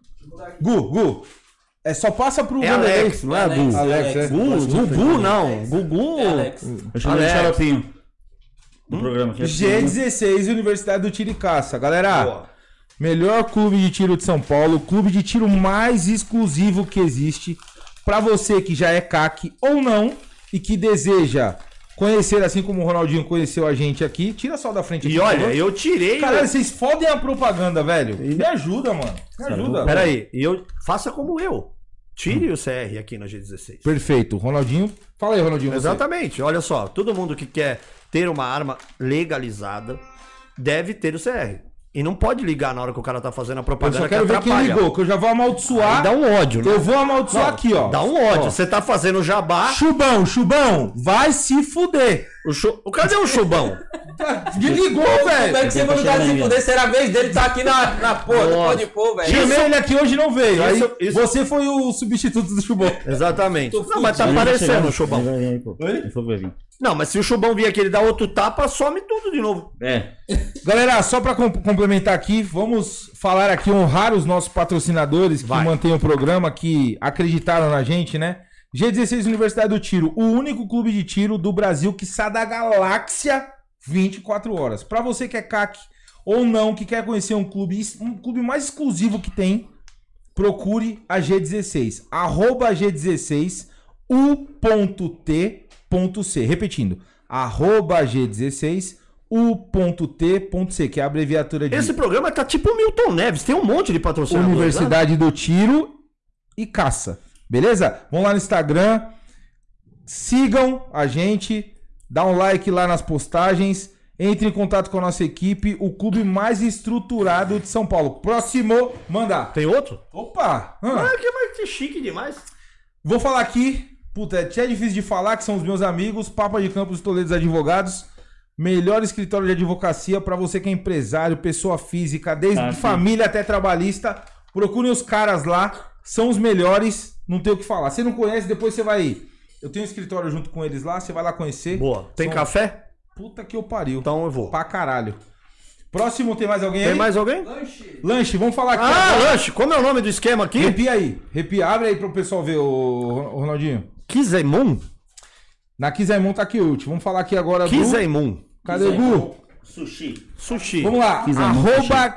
Gu, Gu. É só passa pro É Vanderlei. Alex, não é Alex, Gu? Alex, é. Gu, Gugu não. Gugu. É, Alex. Eu chamei de Alex. xaropinho. Do programa aqui. G dezesseis, Universidade do Tiro e Caça. Galera, Boa. melhor clube de tiro de São Paulo, clube de tiro mais exclusivo que existe. Pra você que já é C A C ou não e que deseja conhecer, assim como o Ronaldinho conheceu a gente aqui, tira só da frente. E aqui, por olha, favor. eu tirei... Caralho, vocês fodem a propaganda, velho. Me ajuda, mano. Me ajuda. Pera aí, e eu... faça como eu. Tire o C R aqui na G dezesseis. Perfeito. Ronaldinho. Fala aí, Ronaldinho. você. Exatamente. Olha só, todo mundo que quer ter uma arma legalizada deve ter o C R. E não pode ligar na hora que o cara tá fazendo a Eu propaganda só quero ver quem atrapalha. ligou, que eu já vou amaldiçoar. Aí dá um ódio, né? Eu vou amaldiçoar Não, aqui, ó. Dá um ódio. Ó. Você tá fazendo jabá. Chubão, Chubão, vai se fuder. O chu... Cadê o chubão? Desligou, Como é velho. que você vai lugar de se fuder? Será a vez dele tá aqui na, na porra, Nossa. pode pôr, velho. Chamei ele aqui hoje e não veio. Aí Isso- isso- você foi o substituto do Chubão. Exatamente. Tô Não, mas tá fudido. aparecendo o chubão. Ele vai vir aí, pô. Oi? Ele falou que vai vir. Não, mas se o chubão vir aqui ele dá outro tapa, some tudo de novo. É. Galera, só pra com- complementar aqui, vamos falar aqui, honrar os nossos patrocinadores que Vai. mantêm o programa, que acreditaram na gente, né? G dezesseis Universidade do Tiro, o único clube de tiro do Brasil que sai da galáxia vinte e quatro horas. Pra você que é C A C ou não, que quer conhecer um clube, um clube mais exclusivo que tem, procure a G dezesseis. Arroba G dezesseis U T C. Repetindo, arroba G dezesseis U T C, que é a abreviatura de Esse programa tá tipo Milton Neves, tem um monte de patrocinadores. Universidade do Tiro e Caça. Beleza? Vão lá no Instagram, sigam a gente, dá um like lá nas postagens, entre em contato com a nossa equipe, o clube mais estruturado de São Paulo. Próximo, manda. Tem outro? Opa! hã? Ah, que, mas que chique demais. Vou falar aqui, puta, é difícil de falar, que são os meus amigos, Papa de Campos Toledo Advogados, melhor escritório de advocacia para você que é empresário, pessoa física, desde Ah, sim. família até trabalhista. Procurem os caras lá, são os melhores, não tem o que falar. Você não conhece, depois você vai... Eu tenho um escritório junto com eles lá, você vai lá conhecer. Boa. Tem São- café? Puta que eu pariu. Então eu vou. Pra caralho. Próximo, tem mais alguém Tem aí? mais alguém? Lanche. Lanche, vamos falar aqui. Ah, agora. lanche. Como é o nome do esquema aqui? Repia aí, repia. Abre aí pro pessoal ver, o Ronaldinho. Kizemun? Na Kizemon tá aqui, último. Vamos falar aqui agora do... Kizemun. Cadê o Gu? Sushi. Sushi. Vamos lá, Kizemon, arroba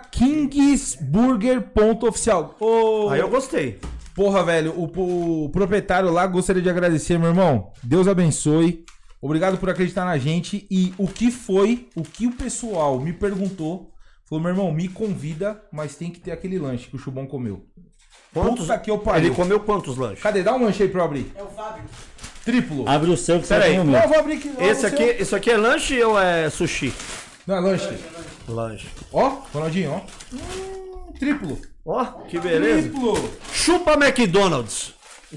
kingsburger.oficial. Ô, Aí eu gostei. porra, velho, o, o proprietário lá, gostaria de agradecer, meu irmão. Deus abençoe. Obrigado por acreditar na gente. E o que foi, o que o pessoal me perguntou, falou, meu irmão, me convida, mas tem que ter aquele lanche que o Chubão comeu. Quantos... Puta que eu pariu. Ele comeu quantos lanches? Cadê? Dá um lanche aí pra eu abrir. É o Fábio. Triplo. Abre o seu que você Pera vai aí. ter o Não, meu. eu vou abrir aqui. ó, Esse o aqui, seu. isso aqui é lanche ou é sushi? Não, é lanche. Lanche. Ó, Ronaldinho, ó. Hum, triplo. Ó, que beleza. Triplo. Chupa McDonald's.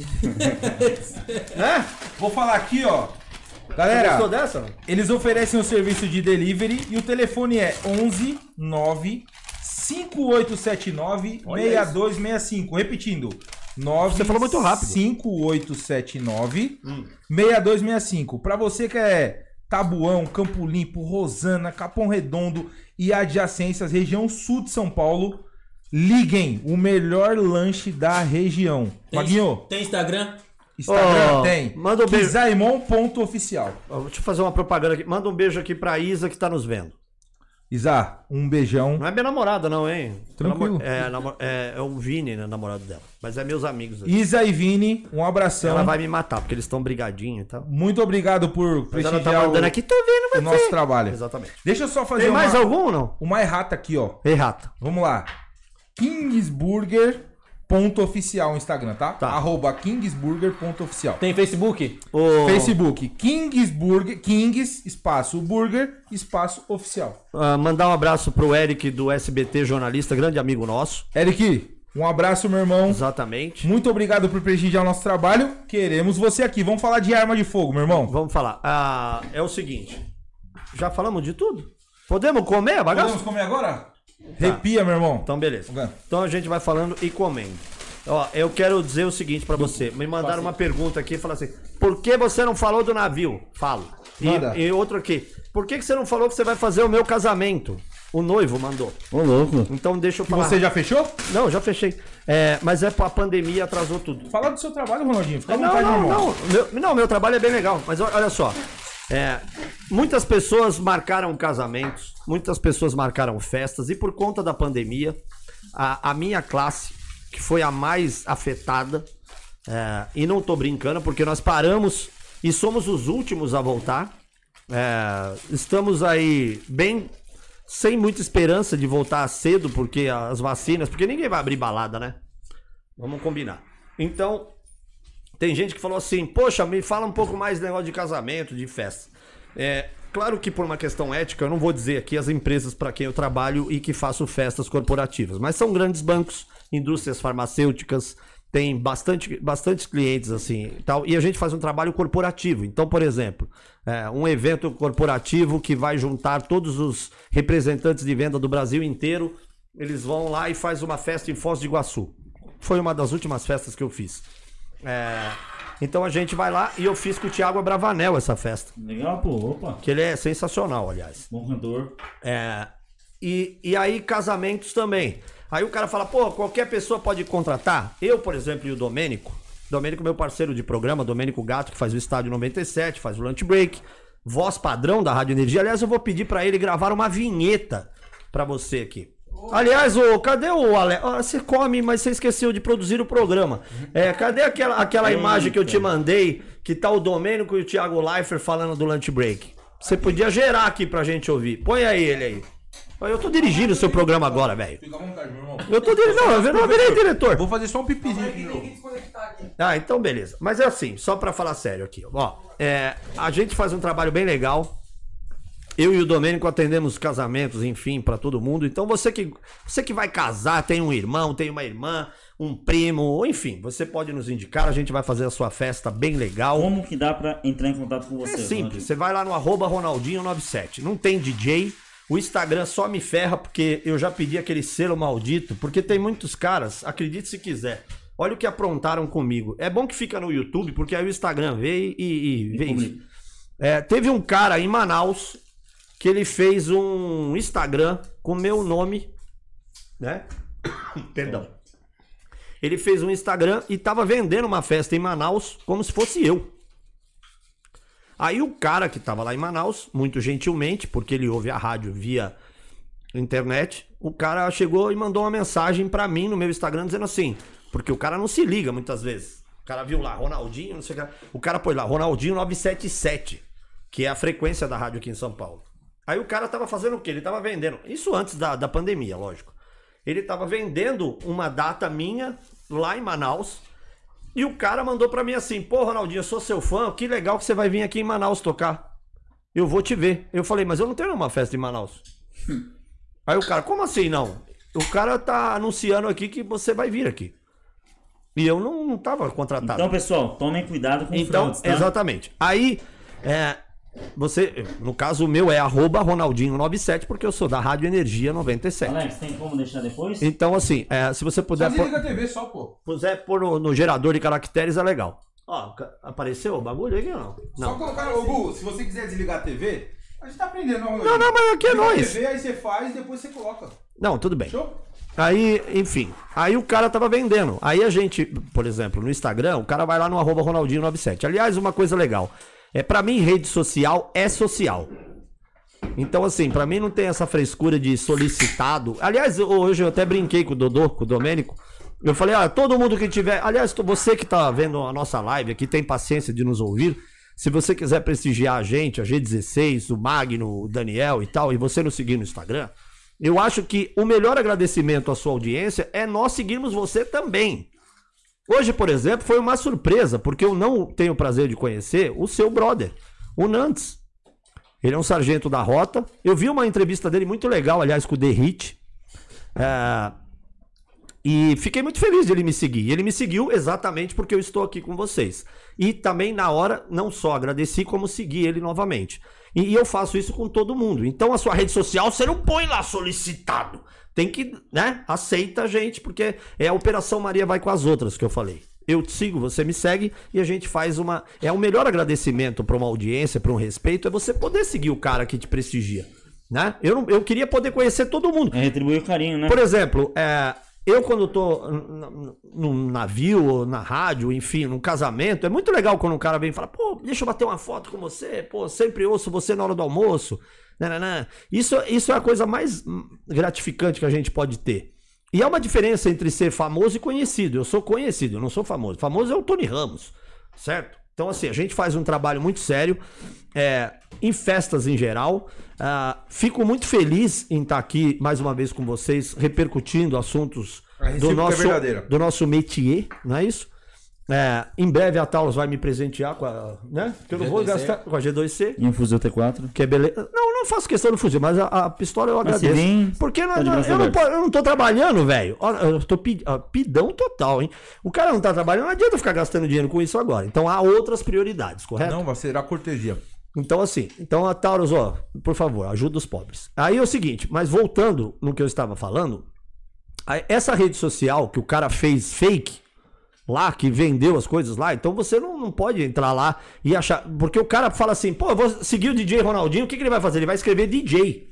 Né? Vou falar aqui, ó. Gostou Galera, dessa? eles oferecem o serviço de delivery e o telefone é onze nove cinco oito sete nove seis dois seis cinco. Repetindo, nove Você falou muito rápido. cinco oito sete nove seis dois seis cinco. Pra você que é Tabuão, Campo Limpo, Rosana, Capão Redondo e adjacências, região sul de São Paulo, Liguem, o melhor lanche da região. Tem, Maguinho, tem Instagram? Instagram Oh, tem. manda um beijo. Kizaimon ponto oficial. Ó, deixa eu fazer uma propaganda aqui. Manda um beijo aqui pra Isa que tá nos vendo. Isa, um beijão. Não é minha namorada, não, hein? Tranquilo. É, namo- é, é o Vini, né, namorado dela. Mas é meus amigos. Aqui. Isa e Vini, um abração. Ela vai me matar, porque eles estão brigadinhos e tal. Muito obrigado por Mas ela prestigiar tá mandando o, aqui, tô vendo o você. nosso trabalho. Exatamente. Deixa eu só fazer Tem uma, mais algum ou não? uma errata aqui, ó. Errata. Vamos lá. Kingsburger ponto oficial no Instagram, tá? Tá. Arroba Kingsburger ponto oficial. Tem Facebook? O... Facebook, Kingsburger, Kings, espaço Burger, espaço oficial. Ah, mandar um abraço pro Eric do S B T, jornalista, grande amigo nosso. Eric, um abraço, meu irmão. Exatamente. Muito obrigado por prestigiar o nosso trabalho. Queremos você aqui. Vamos falar de arma de fogo, meu irmão. Vamos falar. Ah, é o seguinte. Já falamos de tudo? Podemos comer a bagaça? Podemos comer agora? Arrepia, meu irmão. Então, beleza. Ok. Então a gente vai falando e comendo. Ó, eu quero dizer o seguinte pra você. Me mandaram uma pergunta aqui e falaram assim: por que você não falou do navio? Falo. Manda. E, e outro aqui. Por que, que você não falou que você vai fazer o meu casamento? O noivo mandou. Ô, louco. Então deixa eu E falar. você já fechou? Não, já fechei. É, mas é a pandemia atrasou tudo. Fala do seu trabalho, Ronaldinho. Fica à Não, vontade, não, meu irmão. não. Meu, não, meu trabalho é bem legal. Mas olha olha só. É, muitas pessoas marcaram casamentos, muitas pessoas marcaram festas, e por conta da pandemia, a, a minha classe, que foi a mais afetada, é, e não tô brincando, porque nós paramos e somos os últimos a voltar. É, estamos aí bem sem muita esperança de voltar cedo, porque as vacinas, porque ninguém vai abrir balada, né? Vamos combinar. Então, tem gente que falou assim: poxa, me fala um pouco mais do negócio de casamento, de festa. É, claro que por uma questão ética, eu não vou dizer aqui as empresas para quem eu trabalho e que faço festas corporativas, mas são grandes bancos, indústrias farmacêuticas, tem bastante, bastantes clientes assim e tal, e a gente faz um trabalho corporativo. Então, por exemplo, é, um evento corporativo que vai juntar todos os representantes de venda do Brasil inteiro, eles vão lá e faz uma festa em Foz do Iguaçu. Foi uma das últimas festas que eu fiz. É, então a gente vai lá e eu fiz com o Thiago Abravanel essa festa. Legal, pô. Opa. Que ele é sensacional, aliás. Bom cantor. É, e, e aí casamentos também. Aí o cara fala: pô, qualquer pessoa pode contratar? Eu, por exemplo, e o Domênico. Domênico, meu parceiro de programa, Domênico Gato, que faz o Estádio noventa e sete, faz o Lunch Break, voz padrão da Rádio Energia. Aliás, eu vou pedir pra ele gravar uma vinheta pra você aqui. Aliás, ô, cadê o Ale? Ah, você come, mas você esqueceu de produzir o programa. É, cadê aquela, aquela imagem que eu te mandei, que tá o Domênico e o Thiago Leifert falando do Lunch Break? Você podia gerar aqui pra gente ouvir. Põe aí ele aí. Eu tô dirigindo o seu programa agora, velho. Fica à vontade, meu irmão. Eu tô dirigindo. Não, eu não virei diretor. Vou fazer só um pipizinho aqui, meu. Ah, então beleza. Mas é assim, só pra falar sério aqui. Ó, é, a gente faz um trabalho bem legal. Eu e o Domênico atendemos casamentos, enfim, pra todo mundo. Então você que, você que vai casar, tem um irmão, tem uma irmã, um primo, enfim, você pode nos indicar. A gente vai fazer a sua festa bem legal. Como que dá pra entrar em contato com você? É simples, você vai lá no arroba Ronaldinho noventa e sete. Não tem D J. O Instagram só me ferra porque eu já pedi aquele selo maldito. Porque tem muitos caras, acredite se quiser, olha o que aprontaram comigo. É bom que fica no YouTube, porque aí o Instagram vê e, e vê isso. É, teve um cara em Manaus que ele fez um Instagram com meu nome, né? Perdão. Ele fez um Instagram e tava vendendo uma festa em Manaus como se fosse eu. Aí o cara que tava lá em Manaus, muito gentilmente, porque ele ouve a rádio via internet, o cara chegou e mandou uma mensagem pra mim no meu Instagram dizendo assim, porque o cara não se liga muitas vezes. O cara viu lá, Ronaldinho, não sei o que. O cara pôs lá, Ronaldinho novecentos e setenta e sete, que é a frequência da rádio aqui em São Paulo. Aí o cara tava fazendo o quê? Ele tava vendendo, isso antes da, da pandemia, lógico. Ele tava vendendo uma data minha lá em Manaus. E o cara mandou pra mim assim: pô, Ronaldinho, eu sou seu fã, que legal que você vai vir aqui em Manaus tocar. Eu vou te ver. Eu falei: mas eu não tenho nenhuma festa em Manaus. Aí o cara: como assim não? O cara tá anunciando aqui que você vai vir aqui. E eu não, não tava contratado. Então, pessoal, tomem cuidado com os Então, fraudes, tá? exatamente. Aí, é, você, no caso o meu é arroba Ronaldinho noventa e sete, porque eu sou da Rádio Energia noventa e sete. Alex, tem como deixar depois? Então, assim, é, se você puder... Só desliga a T V só, pô. Puser pôr no, no gerador de caracteres, é legal. Ó, apareceu o bagulho aí ou não? Só Não. colocar, ô Gu, se você quiser desligar a T V, a gente tá aprendendo. Não, não, mas aqui é Desliga a nóis. T V, aí você faz e depois você coloca. Não, tudo bem. Show? Aí, enfim, aí o cara tava vendendo. Aí a gente, por exemplo, no Instagram, o cara vai lá no arroba Ronaldinho noventa e sete. Aliás, uma coisa legal, é pra mim rede social é social. Então assim, pra mim não tem essa frescura de solicitado. Aliás, hoje eu até brinquei com o Dodô, com o Domênico. Eu falei, ah, todo mundo que tiver... Aliás, você que tá vendo a nossa live aqui, tem paciência de nos ouvir. Se você quiser prestigiar a gente, a G dezesseis, o Magno, o Daniel e tal, e você nos seguir no Instagram... Eu acho que o melhor agradecimento à sua audiência é nós seguirmos você também. Hoje, por exemplo, foi uma surpresa, porque eu não tenho o prazer de conhecer o seu brother, o Nantes. Ele é um sargento da rota. Eu vi uma entrevista dele muito legal, aliás, com o The Hit. É... E fiquei muito feliz de ele me seguir. Ele me seguiu exatamente porque eu estou aqui com vocês. E também, na hora, não só agradeci, como segui ele novamente. E, e eu faço isso com todo mundo. Então, a sua rede social, você não põe lá solicitado. Tem que, né? Aceita a gente, porque é a Operação Maria vai com as outras que eu falei. Eu te sigo, você me segue e a gente faz uma... É o melhor agradecimento para uma audiência, para um respeito, é você poder seguir o cara que te prestigia, né? Eu, não, eu queria poder conhecer todo mundo. É retribuir o carinho, né? Por exemplo, é... Eu, quando tô num navio, ou na rádio, enfim, num casamento, é muito legal quando um cara vem e fala, pô, deixa eu bater uma foto com você, pô, sempre ouço você na hora do almoço. Nananã. Isso, isso é a coisa mais gratificante que a gente pode ter. E há uma diferença entre ser famoso e conhecido. Eu sou conhecido, eu não sou famoso. Famoso é o Tony Ramos, certo? Então, assim, a gente faz um trabalho muito sério, é, em festas em geral. Uh, fico muito feliz em estar aqui mais uma vez com vocês, repercutindo assuntos do nosso, é do nosso métier, não é isso? É, em breve a Taurus vai me presentear com a, né? Que eu não vou gastar com a G dois C. E um fuzil T quatro. Que é beleza. Não, não faço questão do fuzil, mas a, a pistola eu agradeço. Vem, porque não, não, eu, não, eu não tô trabalhando, velho. Eu tô pid, pidão total, hein? O cara não tá trabalhando, não adianta ficar gastando dinheiro com isso agora. Então há outras prioridades, correto? Não, vai ser a cortesia. Então assim, então a Taurus, ó, por favor, ajuda os pobres. Aí é o seguinte, mas voltando no que eu estava falando, essa rede social que o cara fez fake, lá, que vendeu as coisas lá, então você não, não pode entrar lá e achar, porque o cara fala assim, pô, eu vou seguir o D J Ronaldinho, o que, que ele vai fazer? Ele vai escrever D J,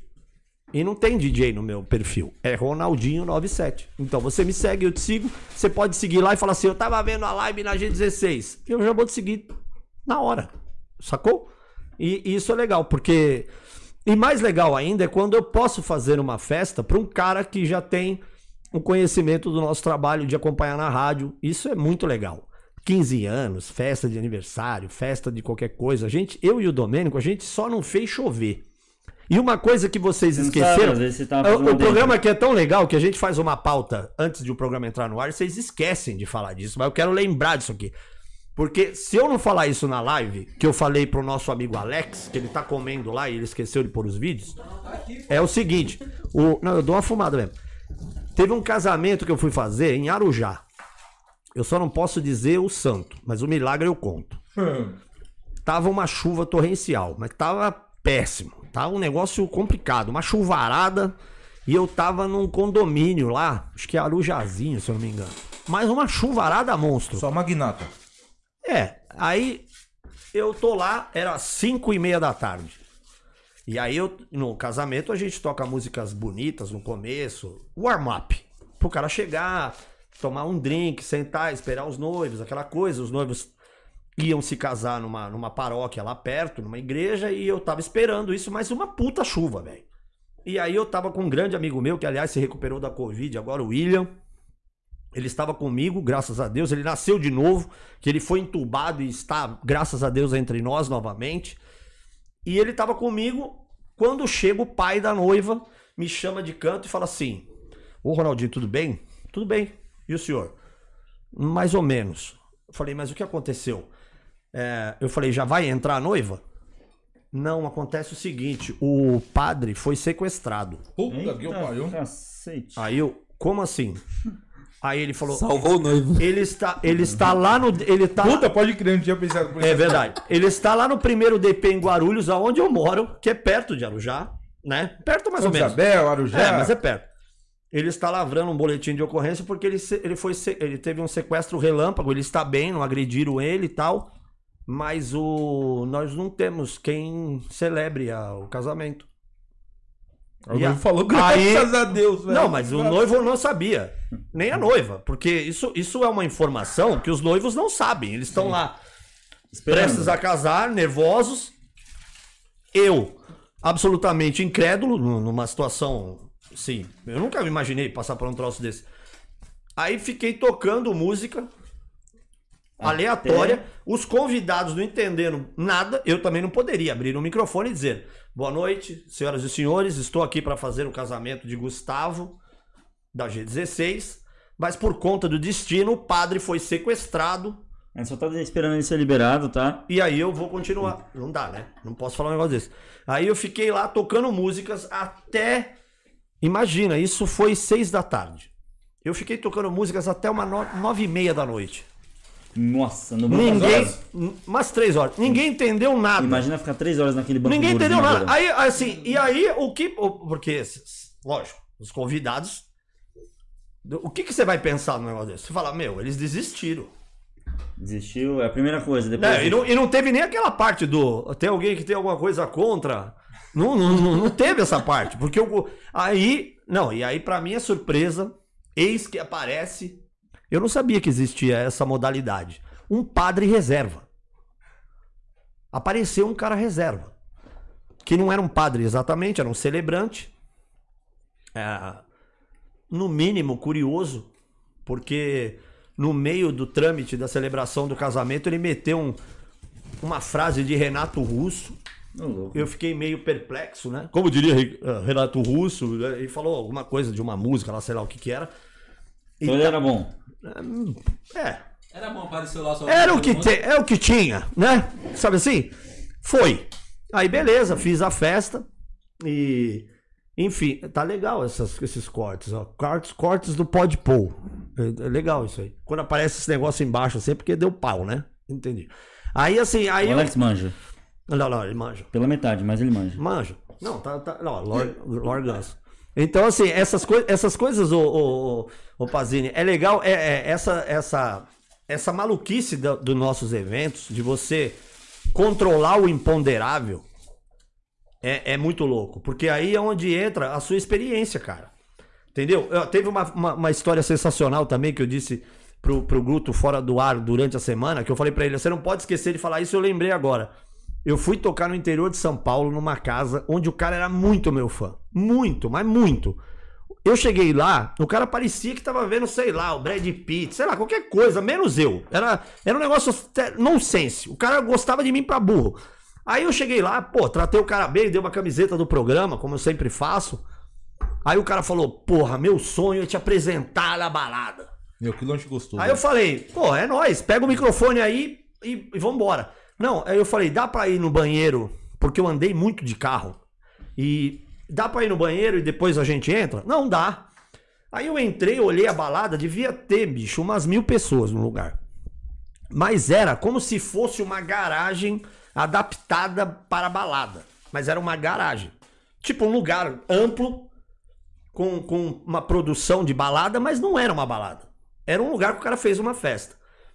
e não tem D J no meu perfil, é Ronaldinho noventa e sete, então você me segue, eu te sigo, você pode seguir lá e falar assim, eu tava vendo a live na G dezesseis, eu já vou te seguir na hora, sacou? E, e isso é legal, porque, e mais legal ainda é quando eu posso fazer uma festa para um cara que já tem o conhecimento do nosso trabalho de acompanhar na rádio. Isso é muito legal. quinze anos, festa de aniversário, festa de qualquer coisa. A gente, eu e o Domênico, a gente só não fez chover. E uma coisa que vocês Não esqueceram, sabe, você tá o, o programa aqui é tão legal que a gente faz uma pauta antes de o programa entrar no ar e vocês esquecem de falar disso, mas eu quero lembrar disso aqui. Porque se eu não falar isso na live, que eu falei pro nosso amigo Alex, que ele tá comendo lá e ele esqueceu de pôr os vídeos, é o seguinte, o, não, eu dou uma fumada mesmo. Teve um casamento que eu fui fazer em Arujá. Eu só não posso dizer o santo, mas o milagre eu conto. Hum. Tava uma chuva torrencial, mas tava péssimo. Tava um negócio complicado, uma chuvarada. E eu tava num condomínio lá, acho que é Arujazinho, se eu não me engano. Mas uma chuvarada monstro. Só magnata. É, aí eu tô lá, era cinco e meia da tarde. E aí eu, no casamento a gente toca músicas bonitas no começo, warm-up, pro cara chegar, tomar um drink, sentar, esperar os noivos, aquela coisa. Os noivos iam se casar numa, numa paróquia lá perto, numa igreja, e eu tava esperando isso, mas uma puta chuva, velho. E aí eu tava com um grande amigo meu, que aliás se recuperou da Covid, agora o William. Ele estava comigo, graças a Deus, ele nasceu de novo, que ele foi entubado e está, graças a Deus, entre nós novamente. E ele tava comigo, quando chega o pai da noiva, me chama de canto e fala assim, ô Ronaldinho, tudo bem? Tudo bem. E o senhor? Mais ou menos. Eu falei, mas o que aconteceu? É, eu falei, já vai entrar a noiva? Não, acontece o seguinte, o padre foi sequestrado. Puta que pariu. Cacete. Aí eu, como assim? Aí ele falou... Salvou o noivo. Ele está, ele está lá no... Ele tá Puta, lá, pode crer, não tinha pensado por isso. é verdade. Ele está lá no primeiro D P em Guarulhos, aonde eu moro, que é perto de Arujá, né? Perto mais São ou menos. Isabel, Arujá. É, mas é perto. Ele está lavrando um boletim de ocorrência porque ele, ele, foi, ele teve um sequestro relâmpago, ele está bem, não agrediram ele e tal, mas o, nós não temos quem celebre a, o casamento. O noivo falou, graças a Deus, velho. Não, mas o noivo não sabia. Nem a noiva. Porque isso, isso é uma informação que os noivos não sabem. Eles estão lá prestes a casar, nervosos. Eu, absolutamente incrédulo, numa situação assim. Eu nunca me imaginei passar por um troço desse. Aí fiquei tocando música aleatória. Os convidados não entendendo nada. Eu também não poderia abrir o microfone e dizer: boa noite, senhoras e senhores. Estou aqui para fazer o casamento de Gustavo, da G dezesseis. Mas por conta do destino, o padre foi sequestrado. A gente só tá esperando ele ser liberado, tá? E aí eu vou continuar. Não dá, né? Não posso falar um negócio desse. Aí eu fiquei lá tocando músicas até... Imagina, isso foi seis da tarde. Eu fiquei tocando músicas até uma no... nove e meia da noite. Nossa, no banco. Ninguém... Umas três horas. Ninguém entendeu nada. Imagina ficar três horas naquele banco. Ninguém entendeu nada. Aí, assim, e aí o que... Porque, lógico, os convidados... O que, que você vai pensar no negócio desse? Você fala, meu, eles desistiram. Desistiu, é a primeira coisa. Depois não, e, não, e não teve nem aquela parte do... Tem alguém que tem alguma coisa contra? Não, não, não, não teve essa parte. Porque eu... Aí... Não, e aí pra minha surpresa, eis que aparece... Eu não sabia que existia essa modalidade. Um padre reserva. Apareceu um cara reserva. Que não era um padre exatamente, era um celebrante. É... No mínimo, curioso, porque no meio do trâmite da celebração do casamento, ele meteu um, uma frase de Renato Russo. Oh, eu fiquei meio perplexo, né? Como diria Renato Russo, ele falou alguma coisa de uma música, lá, sei lá o que que era. Então ele era bom. É. Era bom, apareceu lá só. Era o que, te, é o que tinha, né? Sabe assim? Foi. Aí beleza, fiz a festa e... Enfim, tá legal essas, esses cortes, ó. Cortes, cortes do Podpol. É, é legal isso aí. Quando aparece esse negócio embaixo assim, é porque deu pau, né? Entendi. Aí assim, aí... O Alex eu... manja. Não, não, ele manja. Pela metade, mas ele manja. Manja. Não, tá... tá não, Lord, Lord Guns. Então assim, essas, coi essas coisas, ô, ô, ô, ô Pazini, é legal, é, é essa, essa, essa maluquice dos do nossos eventos, de você controlar o imponderável. É, é muito louco, porque aí é onde entra a sua experiência, cara. Entendeu? Eu, teve uma, uma, uma história sensacional também que eu disse pro, pro Guto fora do ar durante a semana, que eu falei pra ele, você não pode esquecer de falar isso, eu lembrei agora. Eu fui tocar no interior de São Paulo, numa casa onde o cara era muito meu fã. Muito, mas muito. Eu cheguei lá, o cara parecia que tava vendo, sei lá, o Brad Pitt, sei lá, qualquer coisa, menos eu. Era, era um negócio nonsense. O cara gostava de mim pra burro. Aí eu cheguei lá, pô, tratei o cara bem, dei uma camiseta do programa, como eu sempre faço. Aí o cara falou, porra, meu sonho é te apresentar na balada. Meu, que longe gostoso. Aí eu falei, pô, é nóis, pega o microfone aí e, e vambora. Não, aí eu falei, dá pra ir no banheiro, porque eu andei muito de carro. E dá pra ir no banheiro e depois a gente entra? Não, dá. Aí eu entrei, olhei a balada, devia ter, bicho, umas mil pessoas no lugar. Mas era como se fosse uma garagem adaptada para balada, mas era uma garagem, tipo um lugar amplo com, com uma produção de balada, mas não era uma balada, era um lugar que o cara fez uma festa.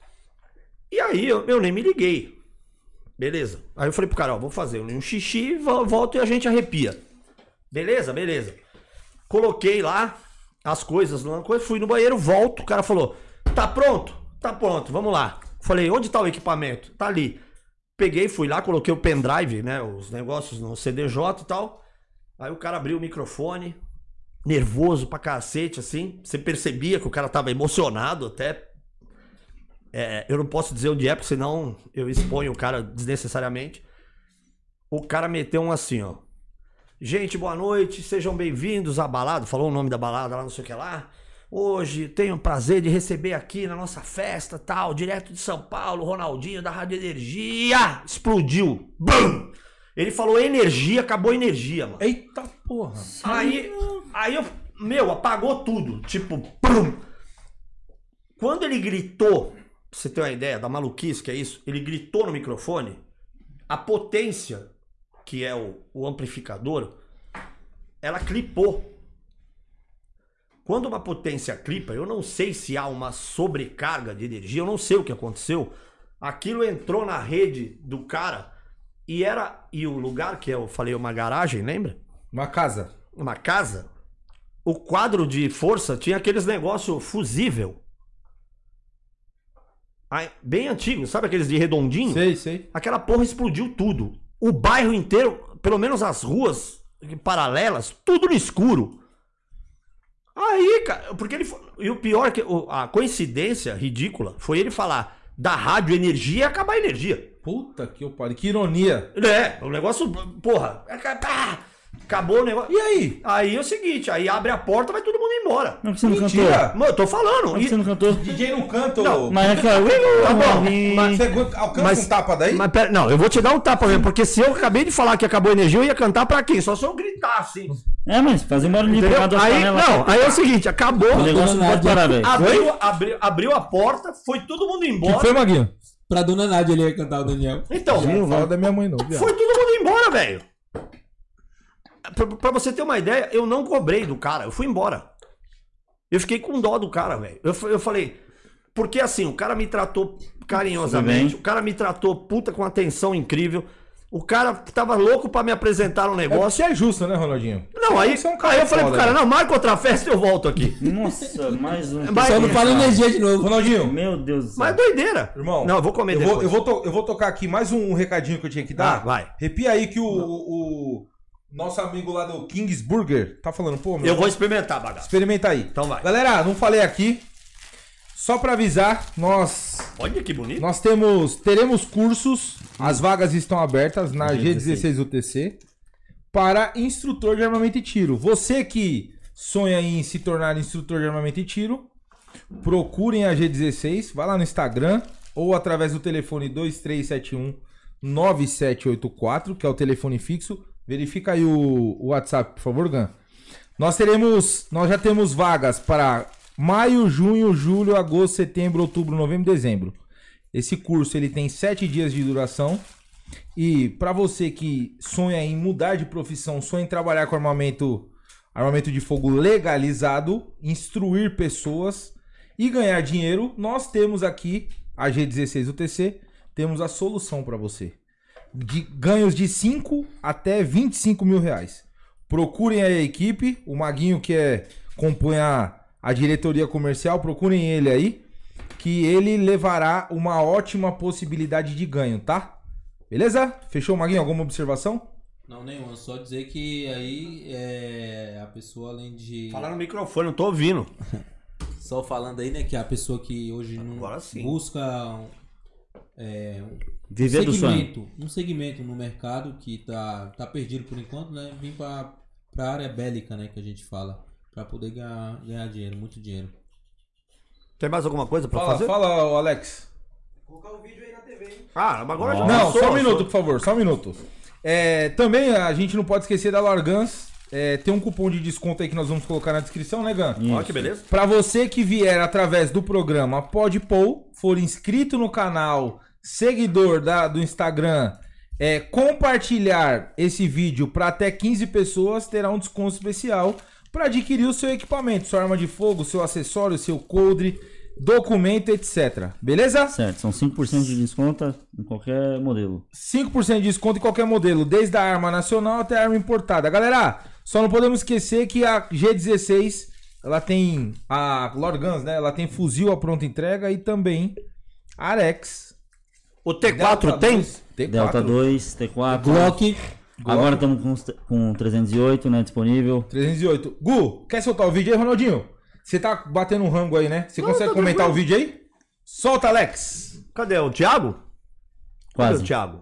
E aí eu, eu nem me liguei, beleza, aí eu falei pro cara, ó, vou fazer um xixi, volto e a gente arrepia, beleza, beleza, coloquei lá as coisas, fui no banheiro, volto, o cara falou, tá pronto? Tá pronto, vamos lá. Falei, onde tá o equipamento? Tá ali. Peguei, fui lá, coloquei o pendrive, né, os negócios no C D J e tal. Aí o cara abriu o microfone, nervoso pra cacete, assim. Você percebia que o cara tava emocionado até. É, eu não posso dizer onde é, porque senão eu exponho o cara desnecessariamente. O cara meteu um assim, ó. Gente, boa noite, sejam bem-vindos à balada. Falou o nome da balada lá, não sei o que lá. Hoje tenho o prazer de receber aqui na nossa festa, tal, direto de São Paulo, Ronaldinho da Rádio Energia. Explodiu. Bum! Ele falou energia, acabou a energia, mano. Eita porra. Aí, aí eu, meu, apagou tudo. Tipo, pum. Quando ele gritou, pra você ter uma ideia da maluquice que é isso, ele gritou no microfone, a potência, que é o, o amplificador, ela clipou. Quando uma potência clipa, eu não sei se há uma sobrecarga de energia, eu não sei o que aconteceu. Aquilo entrou na rede do cara e era... E o lugar que eu falei, uma garagem, lembra? Uma casa. uma casa, o quadro de força tinha aqueles negócios fusível. Aí, bem antigo, sabe aqueles de redondinho? Sei, sei. Aquela porra explodiu tudo. O bairro inteiro, pelo menos as ruas paralelas, tudo no escuro. Aí, cara, porque ele... E o pior, que a coincidência ridícula foi ele falar da rádio energia e acabar a energia. Puta que eu pariu, que ironia. É, o negócio, porra, acabou o negócio. E aí? Aí é o seguinte, aí abre a porta, vai todo mundo embora. Não, que você não Mentira. cantou. Mano, eu tô falando. Não, que E... você não cantou. D J não canta, Não, ô. Mas é claro. Tá bom, Mas você alcança Mas- um tapa daí? Mas pera, não, eu vou te dar um tapa mesmo, porque se eu acabei de falar que acabou a energia, eu ia cantar pra quem? Só se eu gritar assim. É, mas fazer um barulho Entendeu? por causa das Aí, panelas. não, aí é o seguinte, acabou. O negócio não pode parar, velho. Abriu, abriu, abriu a porta, foi todo mundo O que embora. foi, Maguinho? Pra dona Nádia ele ia cantar o Daniel. Então, Não fala da minha mãe não, viado. foi todo mundo embora, velho. Pra, pra você ter uma ideia, eu não cobrei do cara, eu fui embora. Eu fiquei com dó do cara, velho. Eu, eu falei, porque assim, o cara me tratou carinhosamente, o cara me tratou puta com atenção incrível. O cara tava louco pra me apresentar um É, negócio. você é justo, né, Ronaldinho? Não, aí, Você é um cara aí eu falei pro foda, cara, né? não, marca outra festa e eu volto aqui. Nossa, mais um. Mas- Só não fala energia de novo. Ronaldinho, Meu Deus do céu. Mas é doideira. irmão. Não, eu vou comer eu depois. vou, eu, vou to- eu vou tocar aqui mais um recadinho que eu tinha que dar. Ah, vai. Repia aí que o, o, o nosso amigo lá do King's Burger tá falando, pô, meu. Eu vou experimentar, bagaço. Experimenta aí. Então vai. Galera, não falei aqui. Só pra avisar, nós Olha que bonito. nós temos teremos cursos, as vagas estão abertas na G dezesseis U T C para instrutor de armamento e tiro. Você que sonha em se tornar instrutor de armamento e tiro, procurem a G dezesseis, vai lá no Instagram ou através do telefone dois três sete um nove sete oito quatro, que é o telefone fixo. Verifica aí o, o WhatsApp, por favor, Gan. Nós teremos, nós já temos vagas para maio, junho, julho, agosto, setembro, outubro, novembro, dezembro. Esse curso ele tem sete dias de duração. E para você que sonha em mudar de profissão, sonha em trabalhar com armamento, armamento de fogo legalizado, instruir pessoas e ganhar dinheiro, nós temos aqui a G dezesseis U T C, temos a solução para você. De ganhos de cinco até vinte e cinco mil reais. Procurem aí a equipe, o Maguinho que é, compõe a, a diretoria comercial, procurem ele aí, que ele levará uma ótima possibilidade de ganho, tá? Beleza? Fechou, Maguinho? Alguma observação? Não, nenhuma. Só dizer que aí é, a pessoa, além de. Fala no microfone, não tô ouvindo. Só falando aí, né, que a pessoa que hoje não Agora sim. busca um, é, um Viver do sonho. segmento, um segmento no mercado que tá, tá perdido por enquanto, né? Vim pra, pra área bélica, né, que a gente fala, pra poder ganhar, ganhar dinheiro, muito dinheiro. Tem mais alguma coisa pra Fala, fazer? fala, ô, Alex. Colocar o vídeo aí na T V, hein? Ah, mas agora já Não, passou, só um minuto, só- por favor, só um minuto. É, também a gente não pode esquecer da Largans. É, tem um cupom de desconto aí que nós vamos colocar na descrição, né, Gan? Olha que beleza. Pra você que vier através do programa Podpol, for inscrito no canal, seguidor da, do Instagram, é, compartilhar esse vídeo para até quinze pessoas, terá um desconto especial para adquirir o seu equipamento, sua arma de fogo, seu acessório, seu coldre, documento, etcétera. Beleza? Certo, são cinco por cento de desconto em qualquer modelo. cinco por cento de desconto em qualquer modelo, desde a arma nacional até a arma importada. Galera, só não podemos esquecer que a G dezesseis, ela tem a Lord Guns, né? Ela tem fuzil à pronta entrega e também a Arex. O T quatro tem? T quatro. Delta dois, T quatro. Glock. Agora estamos com, com trezentos e oito, né, disponível. trezentos e oito. Gu, quer soltar o vídeo aí, Ronaldinho? Você tá batendo um rango aí, né? Você Não, consegue tá comentar tranquilo. o vídeo aí? Solta, Alex. Cadê o Thiago? Cadê Quase. o Thiago?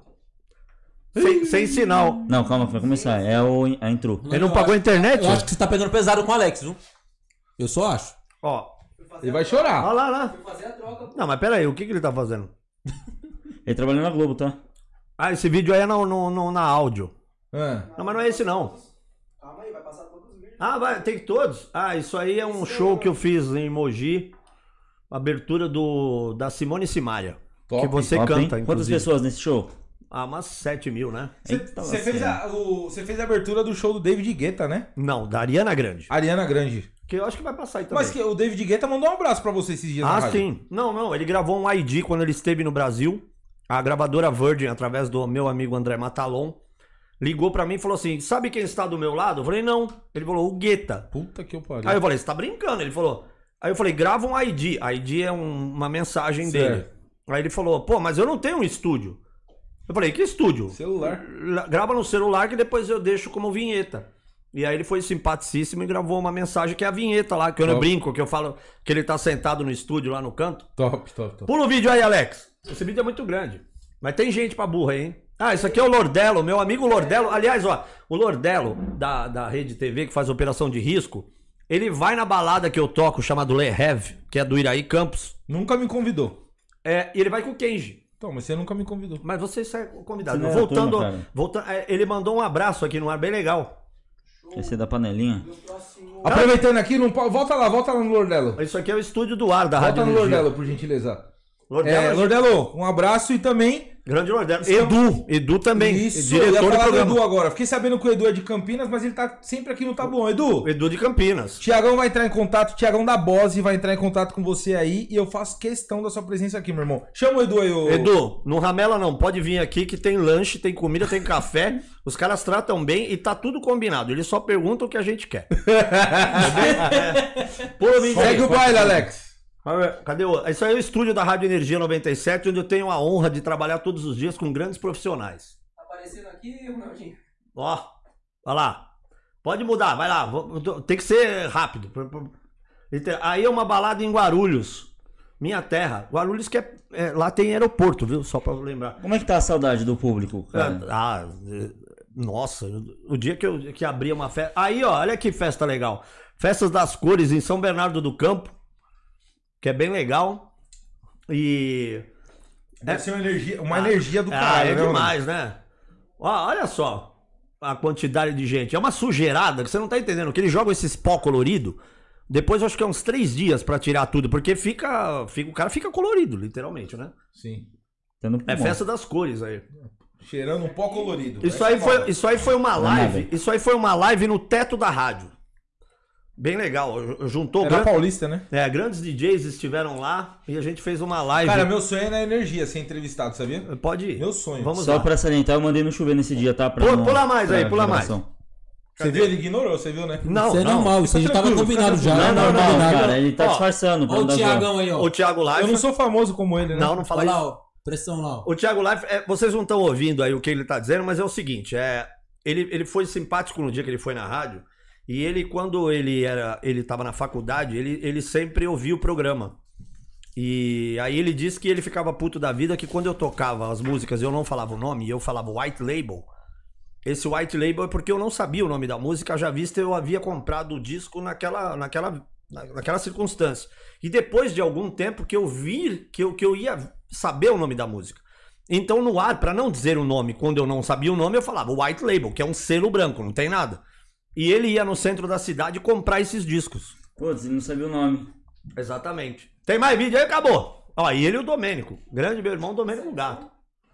Sem, sem sinal. Não, calma que vai começar. É o a intro. Ele não pagou a internet? Eu acho que você tá pegando pesado com o Alex, viu? Eu só acho. Ó, Ele vai chorar. olha lá, lá. Fui fazer a troca. Não, mas pera aí, o que, que ele tá fazendo? Ele trabalhou na Globo, tá? Ah, esse vídeo aí é no, no, no- na áudio. Ah. Não, mas não é esse não. Calma aí, vai passar todos os vídeos. Ah, vai, tem todos? Ah, isso aí é um show que eu fiz em Mogi. Abertura do, da Simone Simaria. Top, que você Top, hein? canta, Quantas inclusive. pessoas nesse show? Ah, umas sete mil, né? Eita, Você fez, a, o- você fez a abertura do show do David Guetta, né? Não, da Ariana Grande. Ariana Grande. Que eu acho que vai passar aí também. Mas que o David Guetta mandou um abraço pra você esses dias na Ah, rádio. sim. Não, não, ele gravou um I D quando ele esteve no Brasil. A gravadora Virgin, através do meu amigo André Matalon, ligou pra mim e falou assim, sabe quem está do meu lado? Eu falei, não. Ele falou, o Guetta. Puta que eu pariu. Aí eu falei, você tá brincando? Ele falou... Aí eu falei, grava um I D. I D é um- uma mensagem Certo. dele. Aí ele falou, pô, mas eu não tenho um estúdio. Eu falei, que estúdio? Celular. L- Grava no celular que depois eu deixo como vinheta. E aí ele foi simpaticíssimo e gravou uma mensagem que é a vinheta lá, que eu não Top. brinco, que eu falo que ele tá sentado no estúdio lá no canto. Top, top, top. Pula o vídeo aí, Alex. Esse vídeo é muito grande. Mas tem gente pra burra, hein? Ah, isso aqui é o Lordelo, meu amigo Lordelo. Aliás, ó, o Lordelo da, da Rede T V, que faz operação de risco, ele vai na balada que eu toco, chamado Le Rêve, que é do Iraí Campos. Nunca me convidou. É, e ele vai com o Kenji. Então, mas você nunca me convidou. Mas você é convidado. Você não é Voltando, turma, cara. voltando, é, ele mandou um abraço aqui no ar, bem legal. Esse é da panelinha. Aproveitando aqui, não, po- volta lá, volta lá no Lordelo. Isso aqui é o estúdio do ar da Volta Rádio no Energia. Lordelo, por gentileza. Lordelo, É, Lordelo, um abraço e também... grande Lordelo. Edu, Edu também, Isso, eu ia diretor do falar do programa. Edu agora. Fiquei sabendo que o Edu é de Campinas, mas ele tá sempre aqui no Tá Bom. Edu, Edu de Campinas. Tiagão vai entrar em contato, Tiagão da Bose vai entrar em contato com você aí e eu faço questão da sua presença aqui, meu irmão. Chama o Edu aí, ô... Edu, não ramela não, pode vir aqui que tem lanche, tem comida, tem café, os caras tratam bem e tá tudo combinado, eles só perguntam o que a gente quer. Pô, me Segue o baile, Alex. Cadê o... Isso aí é o estúdio da Rádio Energia noventa e sete, onde eu tenho a honra de trabalhar todos os dias com grandes profissionais. Tá aparecendo aqui, Ronaldinho? Ó, olha lá. Pode mudar, vai lá. vou- Tem que ser rápido. Aí é uma balada em Guarulhos, minha terra. Guarulhos que é, é- lá tem aeroporto, viu? Só pra lembrar. Como é que tá a saudade do público, cara? Ah, eh, nossa, o dia que eu que abria uma festa. Aí, ó, olha que festa legal. Festas das Cores em São Bernardo do Campo, que é bem legal. E. Deve ser uma energia, uma energia do Ah, caralho, é né, mano? demais, né? Ó, olha só a quantidade de gente. É uma sujeirada que você não tá entendendo. Que eles jogam esses pó colorido. Depois eu acho que é uns três dias pra tirar tudo. Porque fica, fica. O cara fica colorido, literalmente, né? Sim. Tá no É pulmão. festa das cores aí. Cheirando um pó colorido. Isso Essa aí, é foi, moda. isso aí foi uma Não, live. nada. Isso aí foi uma live no teto da rádio. Bem legal. Juntou. É na gran- Paulista, né? É, grandes D Js estiveram lá e a gente fez uma live. Cara, meu sonho é na energia ser entrevistado, sabia? Pode ir. Meu sonho. Vamos Só lá. pra salientar, eu mandei no chover nesse dia, tá? Pra Pula- não- pula mais aí, pra pula mais. gravação. Você viu? Ele ignorou, você viu, né? Não, Isso é não. normal, isso aí já tava tranquilo, combinado fica já. Não é não, normal, combinado. cara. Ele tá Ó, disfarçando. pra Olha não o dar zoa. Thiagão aí, ó. O Thiago Live. Eu não sou famoso como ele, né? Não, não fala Olha isso. lá, ó. Pressão lá, ó. O Thiago Life, é, vocês não estão ouvindo aí o que ele tá dizendo, mas é o seguinte, é, ele, ele foi simpático no dia que ele foi na rádio, e ele, quando ele era, ele tava na faculdade, ele, ele sempre ouvia o programa. E aí ele disse que ele ficava puto da vida que quando eu tocava as músicas eu não falava o nome, e eu falava White Label. Esse White Label é porque eu não sabia o nome da música, já vista eu havia comprado o disco naquela, naquela, na- naquela circunstância. E depois de algum tempo que eu vi que eu, que eu ia saber o nome da música. Então no ar, pra não dizer o nome quando eu não sabia o nome, eu falava White Label, que é um selo branco, não tem nada. E ele ia no centro da cidade comprar esses discos. Putz, ele não sabia o nome. Exatamente. Tem mais vídeo aí? Acabou. Ó, e ele e o Domênico. Grande meu irmão, Domênico Gato.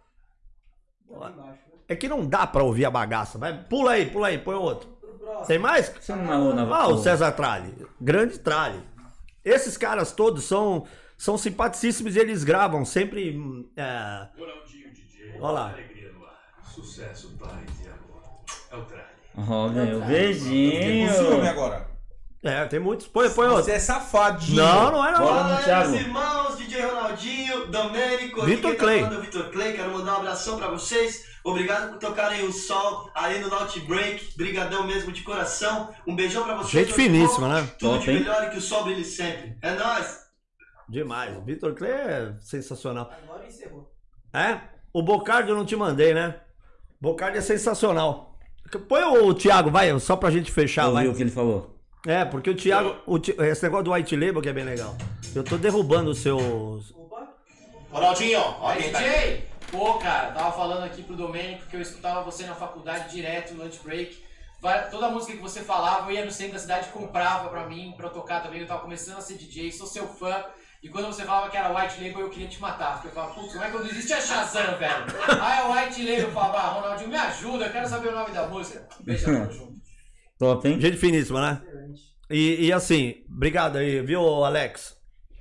É que não dá pra ouvir a bagaça. Vai, pula aí, pula aí, põe outro. Tem mais? Você não narrou na Ah, o César Tralli. Grande Tralli. Esses caras todos são, são simpaticíssimos e eles gravam sempre. hum, É... Olha lá. Sucesso, pai e amor. É o Tralli. Ó, ganhou Com beijinho. ciúme agora. É, tem muitos. Põe, põe outro. Você é safadinho. Não, não é não. Bora no Fala aí, Thiago. meus irmãos, D J Ronaldinho, Domênico, Vitor aqui quem Clay. tá falando é o Vitor Clay, quero mandar um abração pra vocês, obrigado por tocarem o sol aí no Naut Break, brigadão mesmo de coração, um beijão pra vocês. Gente meu irmão. finíssima, né? Tudo Top, de hein? melhor e que o sol brilhe sempre, é nóis! Demais. Vitor Clay é sensacional. Agora encerrou. É? O Bocardi eu não te mandei, né? Bocardi é sensacional. Põe o Thiago, vai, só pra gente fechar, vai. Ouviu o que ele falou? É, porque o Thiago, o Thi- esse negócio do White Label que é bem legal. Eu tô derrubando os seus... Ronaldinho, ó, Aí, D J! Pô, cara, tava falando aqui pro Domênico que eu escutava você na faculdade direto, no lunch break. Va- Toda a música que você falava, eu ia no centro da cidade e comprava pra mim, pra eu tocar também. Eu tava começando a ser D J, sou seu fã. E quando você falava que era White Label, eu queria te matar. Porque eu falava, putz, como é que não existe a Shazam, velho? Ah, é White Label. Eu falava, ah, Ronaldinho, me ajuda, eu quero saber o nome da música. Beijo, tamo junto. Top, hein? Gente finíssima, né? E, e assim, obrigado aí, viu, Alex?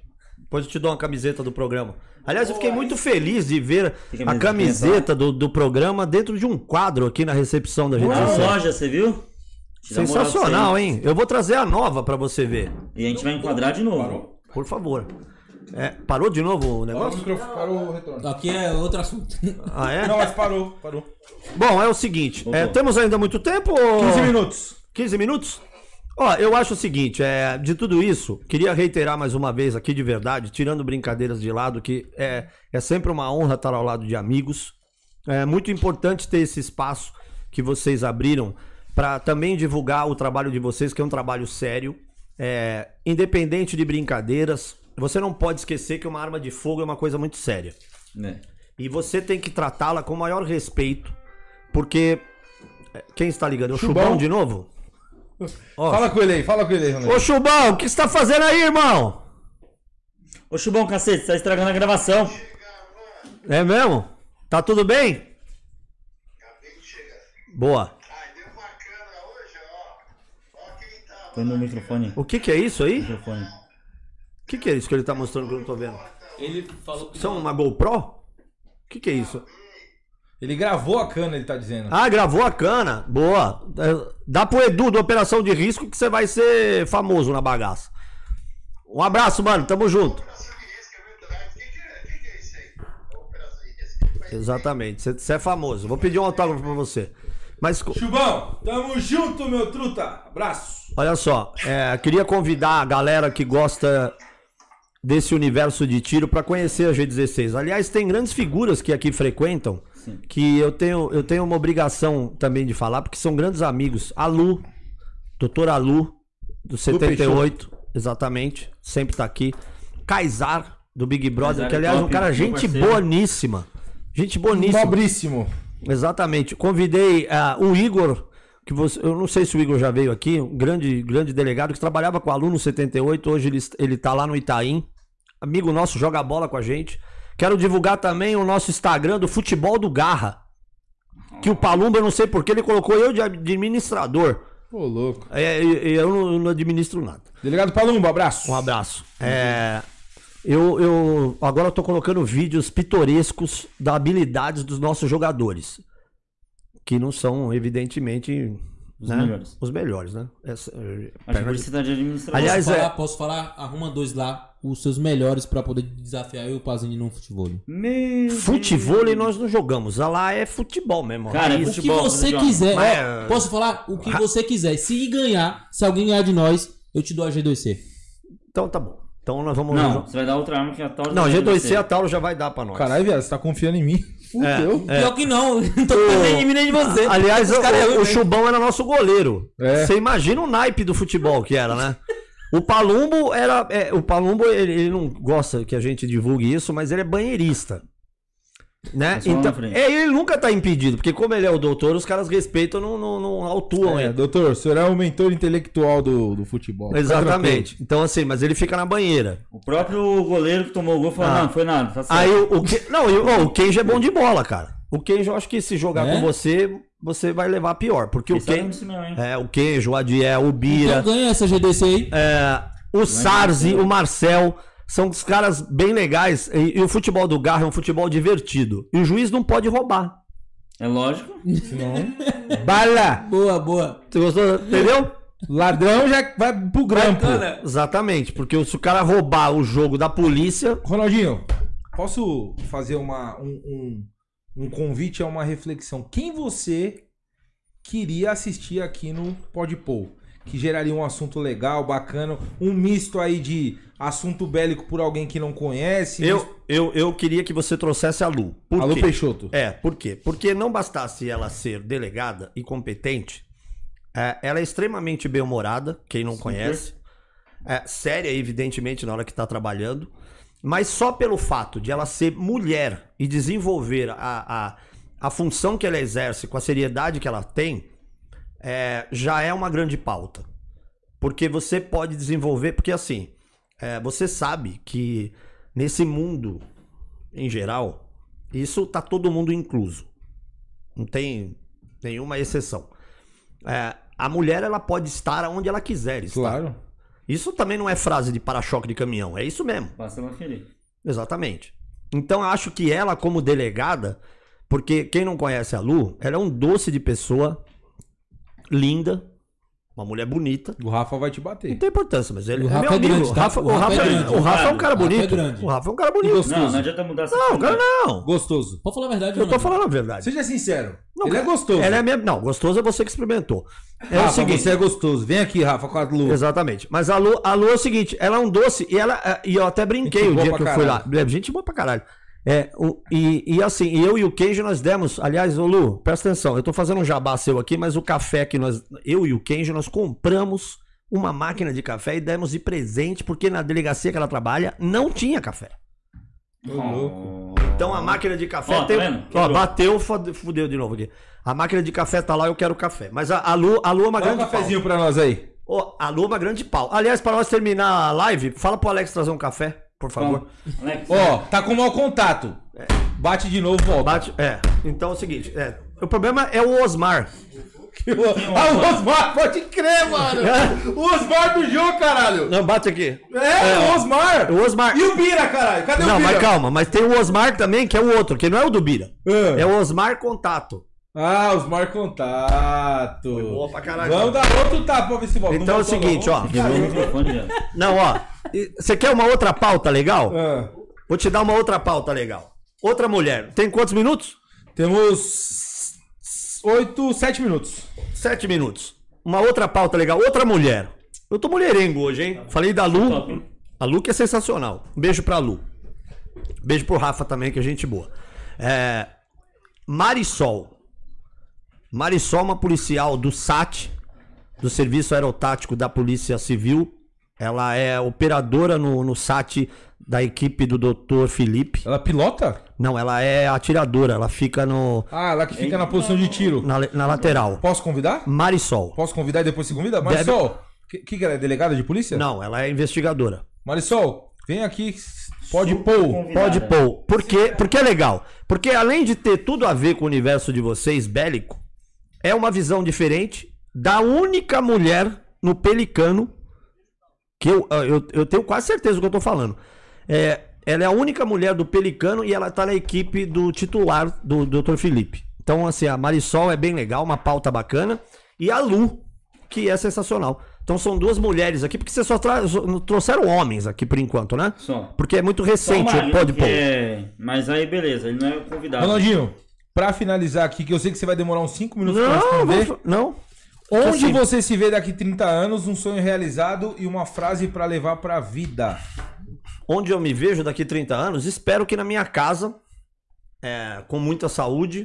Depois eu te dou uma camiseta do programa. Aliás, eu fiquei muito feliz de ver Tem a camiseta do, do programa dentro de um quadro aqui na recepção da rede Na social. loja, você viu? Te dá moral pra Sensacional, você. hein? Eu vou trazer a nova pra você ver. E a gente vai enquadrar de novo. Por favor. É, parou de novo o Parou o negócio? microfone, parou o retorno. Aqui é outro assunto. Ah, é? Não, mas parou, parou. Bom, é o seguinte. é, temos ainda muito tempo? Ou... quinze minutos. quinze minutos? Ó, eu acho o seguinte, é, de tudo isso, queria reiterar mais uma vez aqui de verdade, tirando brincadeiras de lado, que é, é sempre uma honra estar ao lado de amigos. É muito importante ter esse espaço que vocês abriram para também divulgar o trabalho de vocês, que é um trabalho sério, é, independente de brincadeiras. Você não pode esquecer que uma arma de fogo é uma coisa muito séria. É. E você tem que tratá-la com o maior respeito, porque... Quem está ligando? É o Chubão. Chubão de novo? Ó. Fala com ele aí, fala com ele aí, Ronaldinho. Ô Chubão, o que você tá fazendo aí, irmão? Ô Chubão, cacete, você tá estragando a gravação. É mesmo? Tá tudo bem? Boa. Põe no microfone. O que que é isso aí? Microfone. O que que é isso que ele tá mostrando que eu não tô vendo? Ele falou que Isso é uma GoPro? O que que é isso? Ele gravou a cana, ele tá dizendo. Ah, gravou a cana. Boa. É, dá pro Edu da Operação de Risco que você vai ser famoso na bagaça. Um abraço, mano. Tamo junto. Exatamente. Você, você é famoso. Vou pedir um autógrafo pra você. Mas, Chubão, tamo junto, meu truta. Abraço. olha só, é, queria convidar a galera que gosta desse universo de tiro pra conhecer a G dezesseis. Aliás, tem grandes figuras que aqui frequentam, Sim. que eu tenho, eu tenho uma obrigação também de falar, porque são grandes amigos. A Lu, doutora Lu, do setenta e oito, exatamente, sempre tá aqui. Kaysar, do Big Brother, Kaysar que é aliás é um top, cara meu gente parceiro. boníssima. Gente boníssima. Nobríssimo. Exatamente. Convidei uh, o Igor, que você, eu não sei se o Igor já veio aqui, um grande, grande delegado que trabalhava com aluno setenta e oito, hoje ele, ele tá lá no Itaim. Amigo nosso, joga bola com a gente. Quero divulgar também o nosso Instagram do Futebol do Garra. Que o Palumba, eu não sei porque ele colocou eu de administrador. Ô, louco. É, e- e eu não, eu não administro nada. Delegado Palumba, abraço. Um abraço. É, eu, eu agora eu tô colocando vídeos pitorescos das habilidades dos nossos jogadores. Que não são, evidentemente, Os né, melhores. os melhores, né? Essa, eh, A perna de- diversidade administrativa. Aliás, posso, é- falar, posso falar? Arruma dois lá, os seus melhores pra poder desafiar eu e o Pazini no futebol. Meu Futevôlei nós não jogamos. Lá é futebol mesmo. Cara, Aí- é O que futebol, você João. quiser. Mas- ó, posso falar? O que você quiser. Se ganhar, se alguém ganhar de nós, eu te dou a G dois C. Então tá bom. Então nós vamos... Não, você vai dar outra arma que a tal. Não, G dois C a Tauro já vai dar pra nós. Caralho, viado, você tá confiando em mim? Fudeu. É. Pior que não, não tô nem de mim nem de você. Aliás, Os o, caras é ruim o mesmo. Chubão era nosso goleiro. É. Você imagina o naipe do futebol que era, né? O Palumbo era... é, o Palumbo, ele, ele não gosta que a gente divulgue isso, mas ele é banheirista. Né? É só lá na Então, frente. é, ele nunca tá impedido, porque como ele é o doutor, os caras respeitam, não, não, não autuam É, ele. doutor, o senhor é o mentor intelectual do, do futebol. Exatamente. Então assim, mas ele fica na banheira. O próprio goleiro que tomou o gol falou: Ah. não, não foi nada. Tá certo. Aí o, o Ke- não, e o- ó, o Kenji é bom de bola, cara. O Kenji, eu acho que se jogar É? com você, você vai levar pior, porque o Esse era Kenji, isso mesmo, hein? é, o Kenji, o Adiel, o Bira, Então ganha essa G dois C aí. é, o Sarzi, o Marcel, são os caras bem legais. E, e o futebol do Garra é um futebol divertido. E o juiz não pode roubar. É lógico. Bala! Boa, boa. Você gostou? Entendeu? Ladrão já vai pro grampo. Bacana. Exatamente, porque se o cara roubar o jogo da polícia. Ronaldinho, posso fazer uma, um, um, um convite a uma reflexão? Quem você queria assistir aqui no Podpol? Que geraria um assunto legal, bacana, um misto aí de assunto bélico por alguém que não conhece. Eu, eu, eu queria que você trouxesse a Lu. Por Alô, quê? Peixoto. É, por quê? Porque não bastasse ela ser delegada e competente, é, ela é extremamente bem-humorada, quem não conhece. É, séria, evidentemente, na hora que tá trabalhando. Mas só pelo fato de ela ser mulher e desenvolver a, a, a função que ela exerce com a seriedade que ela tem, é, já é uma grande pauta. Porque você pode desenvolver... Porque assim, é, você sabe que nesse mundo, em geral, isso tá todo mundo incluso. Não tem nenhuma exceção. É, a mulher, ela pode estar onde ela quiser estar. Claro. Isso também não é frase de para-choque de caminhão, é isso mesmo. Basta ela querer. Exatamente. Então eu acho que ela, como delegada, porque quem não conhece a Lu, ela é um doce de pessoa, linda, uma mulher bonita. O Rafa vai te Não bater. tem importância, mas ele O é Rafa meu é amigo. grande, O tá? Rafa, O o Rafa Rafa é é, grande. o Rafa é um cara O Rafa é bonito. grande. O Rafa é um cara bonito. Não, não adianta mudar essa Não, cara, não. Gostoso. Pode falar a verdade, Eu tô Ronaldinho. falando a verdade. Seja sincero. Não, Ele é cara, gostoso. Ela é minha... Não, gostoso é você que experimentou. É Rafa, o seguinte. você é gostoso. Vem aqui, Rafa, com a Lu. Exatamente. Mas a Lu, a Lu é o seguinte, ela é um doce e ela e eu até brinquei Gente o boa dia pra que eu fui lá. caralho. É, gente boa pra caralho. É, o, e, e assim, eu e o Kenji nós demos, aliás, ô Lu, presta atenção, eu tô fazendo um jabá seu aqui, mas o café que nós, eu e o Kenji, nós compramos uma máquina de café e demos de presente, porque na delegacia que ela trabalha não tinha café. Ô, louco. Então a máquina de café Ó, tá tem. vendo? Ó, Quebrou. bateu, fode- fudeu de novo aqui. A máquina de café tá lá, eu quero café. Mas a, a Lu, a Lu é uma Dá um grande cafezinho pra nós aí. Ô, a Lu é uma grande pau. Aliás, para nós terminar a live, fala pro Alex trazer um café, por favor. Alex, Ó, tá com mau contato. Bate de novo, volta. Bate, é. Então é o seguinte, é, o problema é o Osmar. Ah, o Osmar, pode crer, mano. O Osmar do jogo, caralho. Não, bate aqui. É, o Osmar. O Osmar. E o Bira, caralho? Cadê Não, o Bira? mas calma, mas tem o Osmar também, que é o outro, que não é o do Bira. Ah. É o Osmar Contato. Ah, Osmar Contato. Foi boa pra caralho. Vamos dar outro tapa pra ver se volta. Então é o Não voltou, seguinte, não. ó. quebrou o microfone já. Não, ó. e- Você quer uma outra pauta legal? Ah, Vou te dar uma outra pauta legal. Outra mulher. Tem quantos minutos? temos oito, sete minutos. Sete minutos. Uma outra pauta legal. Outra mulher. Eu tô mulherengo hoje, hein? Falei da Lu. Top, hein? A Lu que é sensacional. Um beijo pra Lu. Beijo pro Rafa também, que é gente boa. É... Marisol. Marisol é uma policial do S A T, do Serviço Aerotático da Polícia Civil. Ela é operadora no, no S A T da equipe do doutor Felipe. Ela pilota? Não, ela é atiradora. Ela fica no, Ah, ela que fica na posição de tiro. na, na lateral. Posso convidar? Marisol. Posso convidar e depois você convida? Marisol, que, que que ela é? Delegada de polícia? Não, ela é investigadora. Marisol, vem aqui. Pode pôr. Pode pôr. Por quê? Porque é legal. Porque além de ter tudo a ver com o universo de vocês, bélico, é uma visão diferente da única mulher no Pelicano que eu, eu, eu tenho quase certeza do que eu tô falando. É, ela é a única mulher do Pelicano e ela tá na equipe do titular do doutor Felipe. Então, assim, a Marisol é bem legal, uma pauta bacana. E a Lu, que é sensacional. Então são duas mulheres aqui, porque vocês só tra trouxeram homens aqui por enquanto, né? Só. Porque é muito Só o recente, marido, pode que pôr. é- Mas aí beleza, ele não é o convidado. Ronaldinho, pra finalizar aqui, que eu sei que você vai demorar uns cinco minutos pra Não, responder. vou- não. Onde assim. você se vê daqui trinta anos, um sonho realizado e uma frase pra levar pra vida? Onde eu me vejo daqui trinta anos, espero que na minha casa, é, com muita saúde,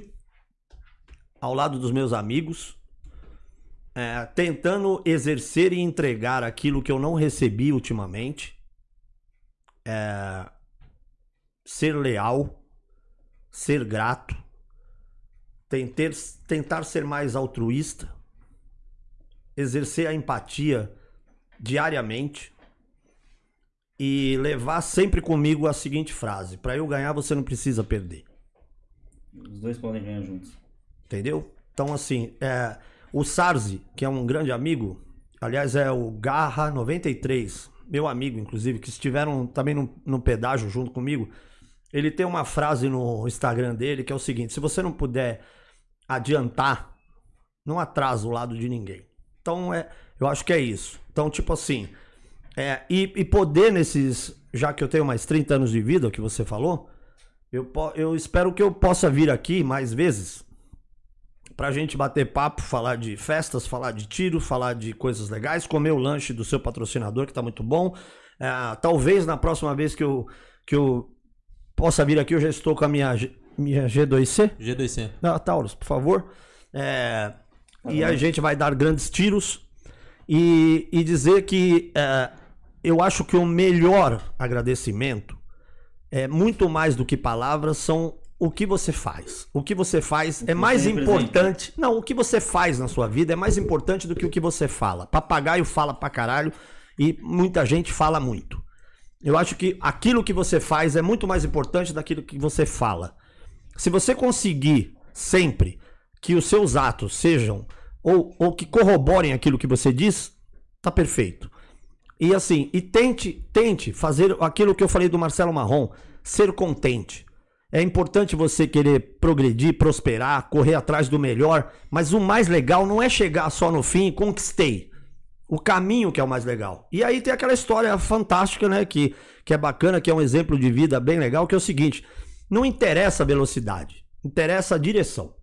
ao lado dos meus amigos, é, tentando exercer e entregar aquilo que eu não recebi ultimamente, é, ser leal, ser grato, tentar, tentar ser mais altruísta, exercer a empatia diariamente, e levar sempre comigo a seguinte frase: para eu ganhar, você não precisa perder. Os dois podem ganhar juntos. Entendeu? Então, assim, é, o Sarzi, que é um grande amigo, aliás, é o Garra noventa e três, meu amigo, inclusive, que estiveram também no, no pedágio junto comigo. Ele tem uma frase no Instagram dele que é o seguinte: se você não puder adiantar, não atrasa o lado de ninguém. Então, é, eu acho que é isso. Então, tipo assim. É, e, e poder nesses, já que eu tenho mais trinta anos de vida, que você falou, eu, po- eu espero que eu possa vir aqui mais vezes pra gente bater papo, falar de festas, falar de tiro, falar de coisas legais, comer o lanche do seu patrocinador, que tá muito bom. É, talvez na próxima vez que eu, que eu possa vir aqui, eu já estou com a minha, G- minha G dois C. G dois C. Não, Taurus, por favor. É, e a gente vai dar grandes tiros e, e dizer que é, eu acho que o melhor agradecimento é muito mais do que palavras, são o que você faz. O que você faz é que mais você representa. importante. Não, o que você faz na sua vida é mais importante do que o que você fala. Papagaio fala pra caralho e muita gente fala muito. Eu acho que aquilo que você faz é muito mais importante daquilo que você fala. Se você conseguir sempre que os seus atos sejam ou, ou que corroborem aquilo que você diz, tá perfeito. E assim, e tente, tente fazer aquilo que eu falei do Marcelo Marrom, ser contente. É importante você querer progredir, prosperar, correr atrás do melhor, mas o mais legal não é chegar só no fim e conquistei. O caminho que é o mais legal. E aí tem aquela história fantástica, né, que, que é bacana, que é um exemplo de vida bem legal, que é o seguinte, não interessa a velocidade, interessa a direção.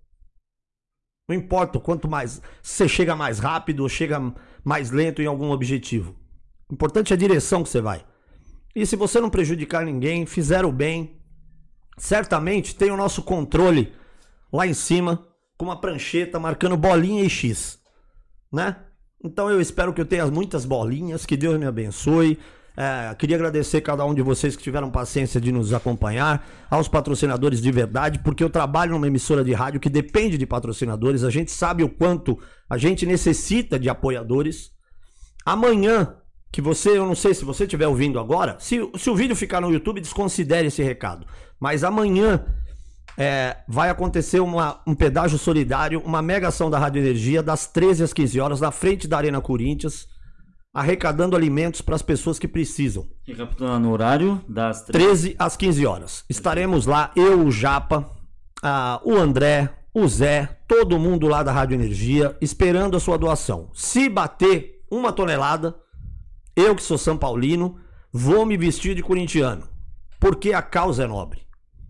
Não importa o quanto mais você chega mais rápido ou chega mais lento em algum objetivo. O importante é a direção que você vai. E se você não prejudicar ninguém, fizer o bem, certamente tem o nosso controle lá em cima, com uma prancheta marcando bolinha e X, né? Então eu espero que eu tenha muitas bolinhas, que Deus me abençoe. É, queria agradecer cada um de vocês que tiveram paciência de nos acompanhar, aos patrocinadores de verdade, porque eu trabalho numa emissora de rádio que depende de patrocinadores, a gente sabe o quanto a gente necessita de apoiadores. Amanhã, que você, eu não sei se você estiver ouvindo agora, se, se o vídeo ficar no YouTube, desconsidere esse recado. Mas amanhã é, vai acontecer uma, um pedágio solidário, uma mega ação da Rádio Energia, das treze às quinze horas, na frente da Arena Corinthians, arrecadando alimentos para as pessoas que precisam. Recapitulando no horário das treze às quinze horas. Estaremos lá, eu, o Japa, a, o André, o Zé, todo mundo lá da Rádio Energia, esperando a sua doação. Se bater uma tonelada, eu que sou São Paulino, vou me vestir de corintiano, porque a causa é nobre.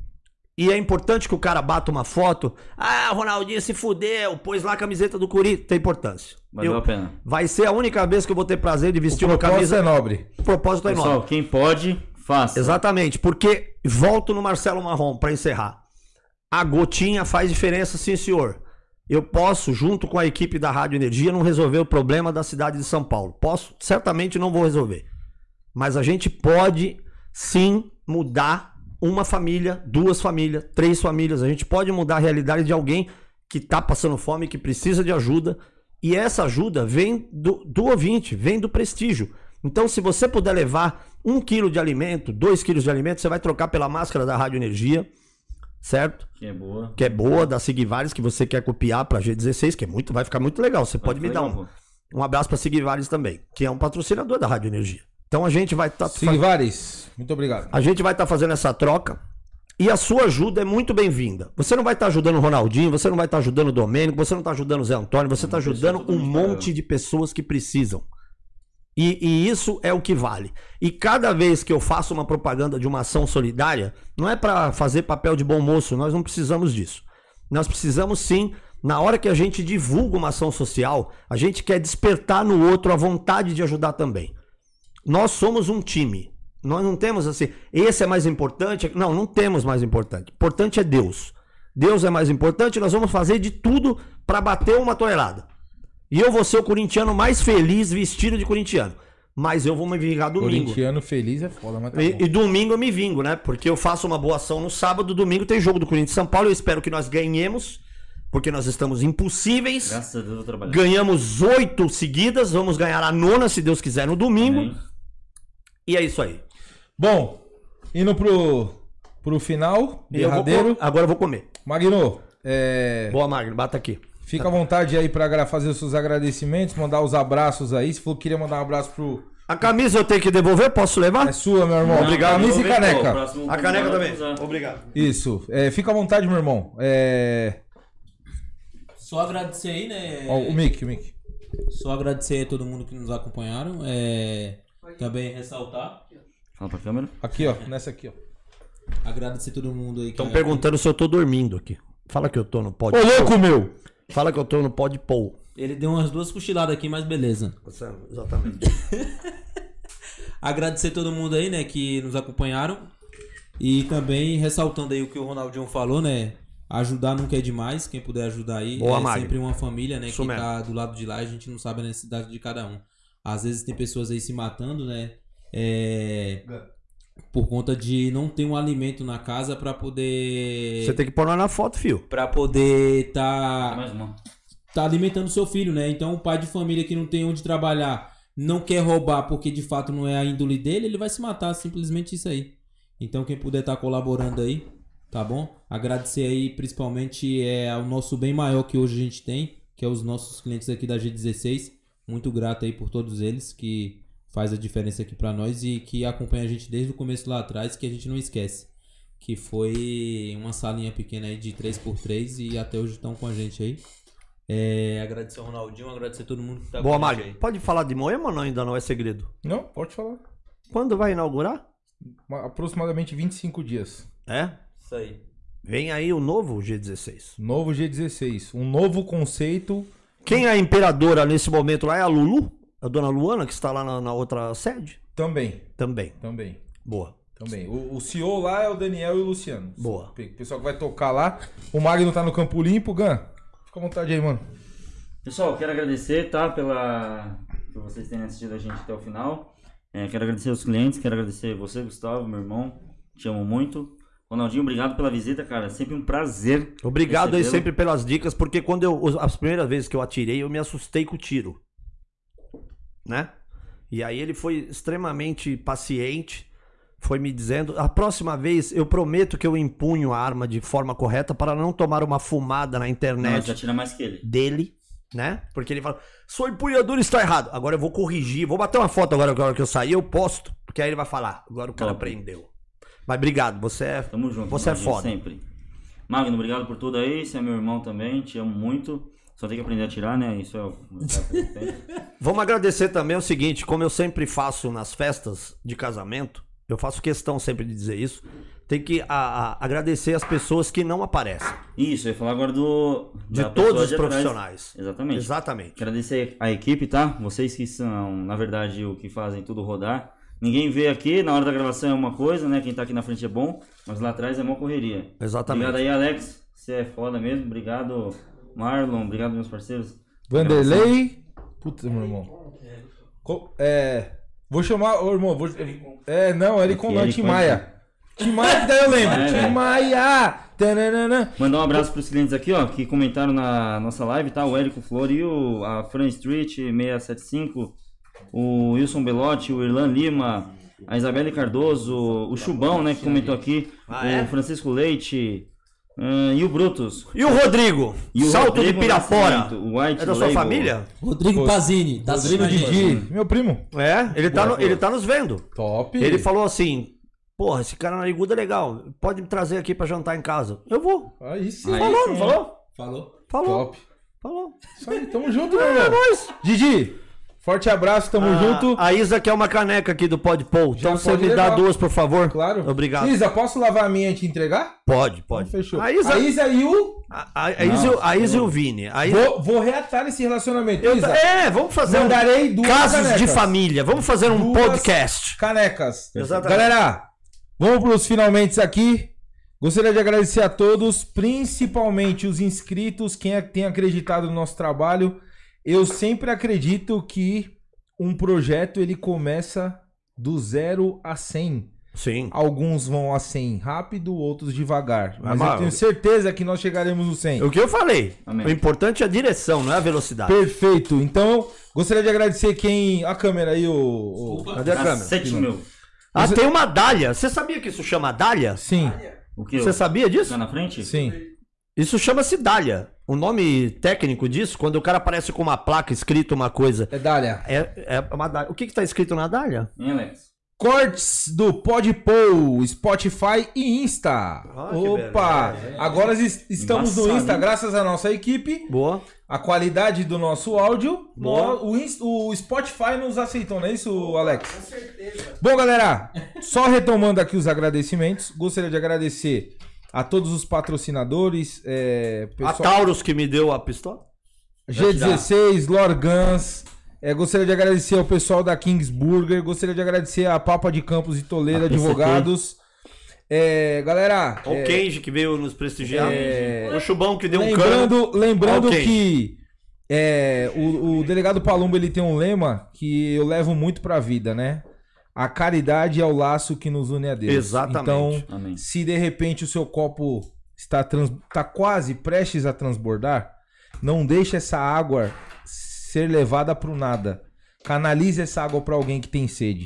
E é importante que o cara bata uma foto, ah, Ronaldinho se fudeu, pôs lá a camiseta do Corinthians, tem importância. Valeu eu, a pena. Vai ser a única vez que eu vou ter prazer de vestir uma camisa. O propósito é nobre. O propósito é Pessoal, nobre. quem pode, faça. Exatamente, porque volto no Marcelo Marrom para encerrar. A gotinha faz diferença, sim senhor. Eu posso, junto com a equipe da Rádio Energia, não resolver o problema da cidade de São Paulo. Posso? Certamente não vou resolver. Mas a gente pode, sim, mudar uma família, duas famílias, três famílias. A gente pode mudar a realidade de alguém que está passando fome, que precisa de ajuda. E essa ajuda vem do, do ouvinte, vem do prestígio. Então, se você puder levar um quilo de alimento, dois quilos de alimento, você vai trocar pela máscara da Rádio Energia, certo? Que é boa. Que é boa, da Sigvares, que você quer copiar para G dezesseis, que é muito, vai ficar muito legal. Você pode me dar um, um abraço para Sigvares também, que é um patrocinador da Rádio Energia. Então a gente vai estar... Tá Sigvares, muito obrigado. A gente vai estar tá fazendo essa troca e a sua ajuda é muito bem-vinda. Você não vai estar tá ajudando o Ronaldinho, você não vai estar tá ajudando o Domênico, você não está ajudando o Zé Antônio, você está ajudando um monte de pessoas que precisam. E, e isso é o que vale. E cada vez que eu faço uma propaganda de uma ação solidária, não é para fazer papel de bom moço, nós não precisamos disso. Nós precisamos sim, na hora que a gente divulga uma ação social, a gente quer despertar no outro a vontade de ajudar também. Nós somos um time. Nós não temos assim, esse é mais importante. Não, não temos mais importante. Importante é Deus. Deus é mais importante, nós vamos fazer de tudo para bater uma tonelada. E eu vou ser o corintiano mais feliz vestido de corintiano. Mas eu vou me vingar domingo. Corintiano feliz é foda, mas tá e, bom. e domingo eu me vingo, né? Porque eu faço uma boa ação no sábado, domingo tem jogo do Corinthians e São Paulo. Eu espero que nós ganhemos, porque nós estamos impossíveis. Graças a Deus eu vou trabalhar. Ganhamos oito seguidas, vamos ganhar a nona, se Deus quiser, no domingo. Amém. E é isso aí. Bom, indo pro, pro final, E eu vou derradeiro. com- agora eu vou comer. Magno, é, Boa, Magno, bata aqui. fica à vontade aí pra fazer os seus agradecimentos, mandar os abraços aí. Se for queria mandar um abraço pro... A camisa eu tenho que devolver? Posso levar? É sua, meu irmão. Não, Obrigado. eu vou Camisa e ver, pô, o caneca. próximo A caneca convidado também. vai usar. Obrigado. Isso. É, fica à vontade, meu irmão. É... Só agradecer aí, né? Ó, o Mick, o Mick. Só agradecer a todo mundo que nos acompanharam. É... Também ressaltar. Fala pra câmera. Aqui, ó. Nessa aqui, ó. Agradecer a todo mundo aí que. Estão perguntando se eu tô dormindo aqui. Fala que eu tô no pod. Ô, louco, meu! Fala que eu tô no pod Pou. Ele deu umas duas cochiladas aqui, mas beleza. Exatamente. Agradecer a todo mundo aí, né, que nos acompanharam. E também ressaltando aí o que o Ronaldinho falou, né? Ajudar nunca é demais. Quem puder ajudar aí. Boa, é Magno. sempre uma família, né? Isso que mesmo. tá do lado de lá, a gente não sabe a necessidade de cada um. Às vezes tem pessoas aí se matando, né? É... Por conta de não ter um alimento na casa pra poder. Você tem que pôr lá na foto, fio. Pra poder tá. Mais uma. tá alimentando seu filho, né? Então o pai de família que não tem onde trabalhar, não quer roubar porque de fato não é a índole dele, ele vai se matar, simplesmente isso aí. Então quem puder estar colaborando aí, tá bom? Agradecer aí principalmente é, ao nosso bem maior que hoje a gente tem, que é os nossos clientes aqui da G dezesseis. Muito grato aí por todos eles que faz a diferença aqui pra nós e que acompanha a gente desde o começo lá atrás, que a gente não esquece. Que foi uma salinha pequena aí de três por três e até hoje estão com a gente aí. É, agradecer ao Ronaldinho, agradecer a todo mundo que tá Boa, com a gente Magno. aí. Pode falar de Moema ou não? Ainda não é segredo. Não, pode falar. Quando vai inaugurar? Uma- Aproximadamente vinte e cinco dias. É? Isso aí. Vem aí o novo G dezesseis. Novo G dezesseis. Um novo conceito. Quem é a imperadora nesse momento lá é a Lulu? A dona Luana, que está lá na, na outra sede? Também. Também. Também. Boa. Também. O, o C E O lá é o Daniel e o Luciano. Boa. O pessoal que vai tocar lá. O Magno tá no Campo Limpo. Gan, fica à vontade aí, mano. Pessoal, quero agradecer, tá? Pela... por vocês terem assistido a gente até o final. É, quero agradecer aos clientes, quero agradecer você, Gustavo, meu irmão. Te amo muito. Ronaldinho, obrigado pela visita, cara. Sempre um prazer. Obrigado aí recebê-lo. sempre pelas dicas, porque quando eu. As primeiras vezes que eu atirei, eu me assustei com o tiro. Né? E aí ele foi extremamente paciente. Foi me dizendo, a próxima vez eu prometo que eu empunho a arma de forma correta para não tomar uma fumada na Não, internet você atira mais que ele. dele, né? Porque ele fala, sua empunhadura está errado. Agora eu vou corrigir, vou bater uma foto agora, agora que eu sair, eu posto, porque aí ele vai falar, agora o cara Top. aprendeu. Mas obrigado, você é, Tamo junto. você é Ronaldinho, foda. Sempre. Magno, obrigado por tudo aí. Você é meu irmão também, te amo muito. Só tem que aprender a atirar, né? Isso é o. Vamos agradecer também o seguinte, como eu sempre faço nas festas de casamento, eu faço questão sempre de dizer isso, tem que a, a, agradecer as pessoas que não aparecem. Isso, eu ia falar agora do. De da todos pessoa os de atrás. profissionais. Exatamente. Exatamente. Agradecer a equipe, tá? Vocês que são, na verdade, o que fazem tudo rodar. Ninguém vê aqui, na hora da gravação é uma coisa, né? Quem tá aqui na frente é bom, mas lá atrás é uma correria. Exatamente. Obrigado aí, Alex. Você é foda mesmo. Obrigado, Marlon. Obrigado, meus parceiros. Vanderlei. Puta, meu irmão. Co- É. Vou chamar. Ô, irmão, vou. É, não, ele com Aqui, não, ele Tim com Maia. Tim Maia, que daí eu lembro. É, Tim velho. Maia. Tananana. Mandar um abraço pros clientes aqui, ó, que comentaram na nossa live, tá? O Érico Florio, a Fran Street seiscentos e setenta e cinco, o Wilson Belotti, o Irlan Lima, a Isabelle Cardoso, o Chubão, né, que comentou aqui, Ah, o é? Francisco Leite, ah, e o Brutus. E o Rodrigo? E o Salto Rodrigo de Pirapora. Nascimento, o White É da sua Label. família? Rodrigo Pazini. Tá Rodrigo assistindo a gente. Didi. Meu primo. É, ele tá, Boa, no- ele tá nos vendo. Top. Ele falou assim, porra, esse cara narigudo é legal, pode me trazer aqui pra jantar em casa. Eu vou. Aí sim. Aí Falou, sim. não falou? Falou? Falou, Top. falou. Isso aí, tamo junto, meu É irmão. nóis. Didi, forte abraço, tamo Ah, junto. A Isa quer uma caneca aqui do Pod Pou. Já Então você pode me dá levar. duas, por favor. Claro. Obrigado. Isa, posso lavar a minha e te entregar? Pode, pode. Então, fechou. A Isa, A Isa e o... a, a, a Isa, e o- a Isa e o Vini. A Isa- Vou, vou reatar esse relacionamento. Eu- Isa, é, vamos fazer um mandarei duas casos canecas. de família. Vamos fazer um Duas podcast. Canecas. Exatamente. Galera, vamos pros finalmente aqui. Gostaria de agradecer a todos, principalmente os inscritos, quem é- tem acreditado no nosso trabalho. Eu sempre acredito que um projeto ele começa do zero a cem. Sim. Alguns vão a cem rápido, outros devagar. Mas Mas, eu tenho certeza que nós chegaremos no cem. O que eu falei. Amém. O importante é a direção, não é a velocidade. Perfeito. Então, gostaria de agradecer quem... A câmera aí, o... o... Cadê a câmera? Sete mil. Ah, tem uma dália. Você sabia que isso chama dália? Sim, O que? Você sabia disso? Tá na frente? sim. Isso chama-se dália. O nome técnico disso, quando o cara aparece com uma placa escrito uma coisa, É Dália. é, é uma dália. O que que tá escrito na dália? Hein, Alex? Cortes do Podpou, Spotify e Insta. Ah, que Opa! beleza. Agora es- estamos no Embaçado, Insta, hein? graças à nossa equipe. Boa. A qualidade do nosso áudio. Boa. no- o, Inst- o Spotify nos aceitou, não é isso, Alex? Com certeza. Bom, galera, só retomando aqui os agradecimentos. Gostaria de agradecer a todos os patrocinadores. É, A pessoal- Taurus que me deu a pistola? G dezesseis, Lorgans. É, gostaria de agradecer ao pessoal da Kings Burger. Gostaria de agradecer a Papa de Campos e Toledo, A P C T. advogados. É, galera, O é, Kenji que veio nos prestigiar. É. O Chubão que deu um cano. lembrando, lembrando Ok. que é, o, o delegado Palumbo ele tem um lema que eu levo muito pra vida, né? A caridade é o laço que nos une a Deus. Exatamente. Então, Amém. se de repente o seu copo está, trans, está quase prestes a transbordar, não deixe essa água ser levada para o nada. Canalize essa água para alguém que tem sede.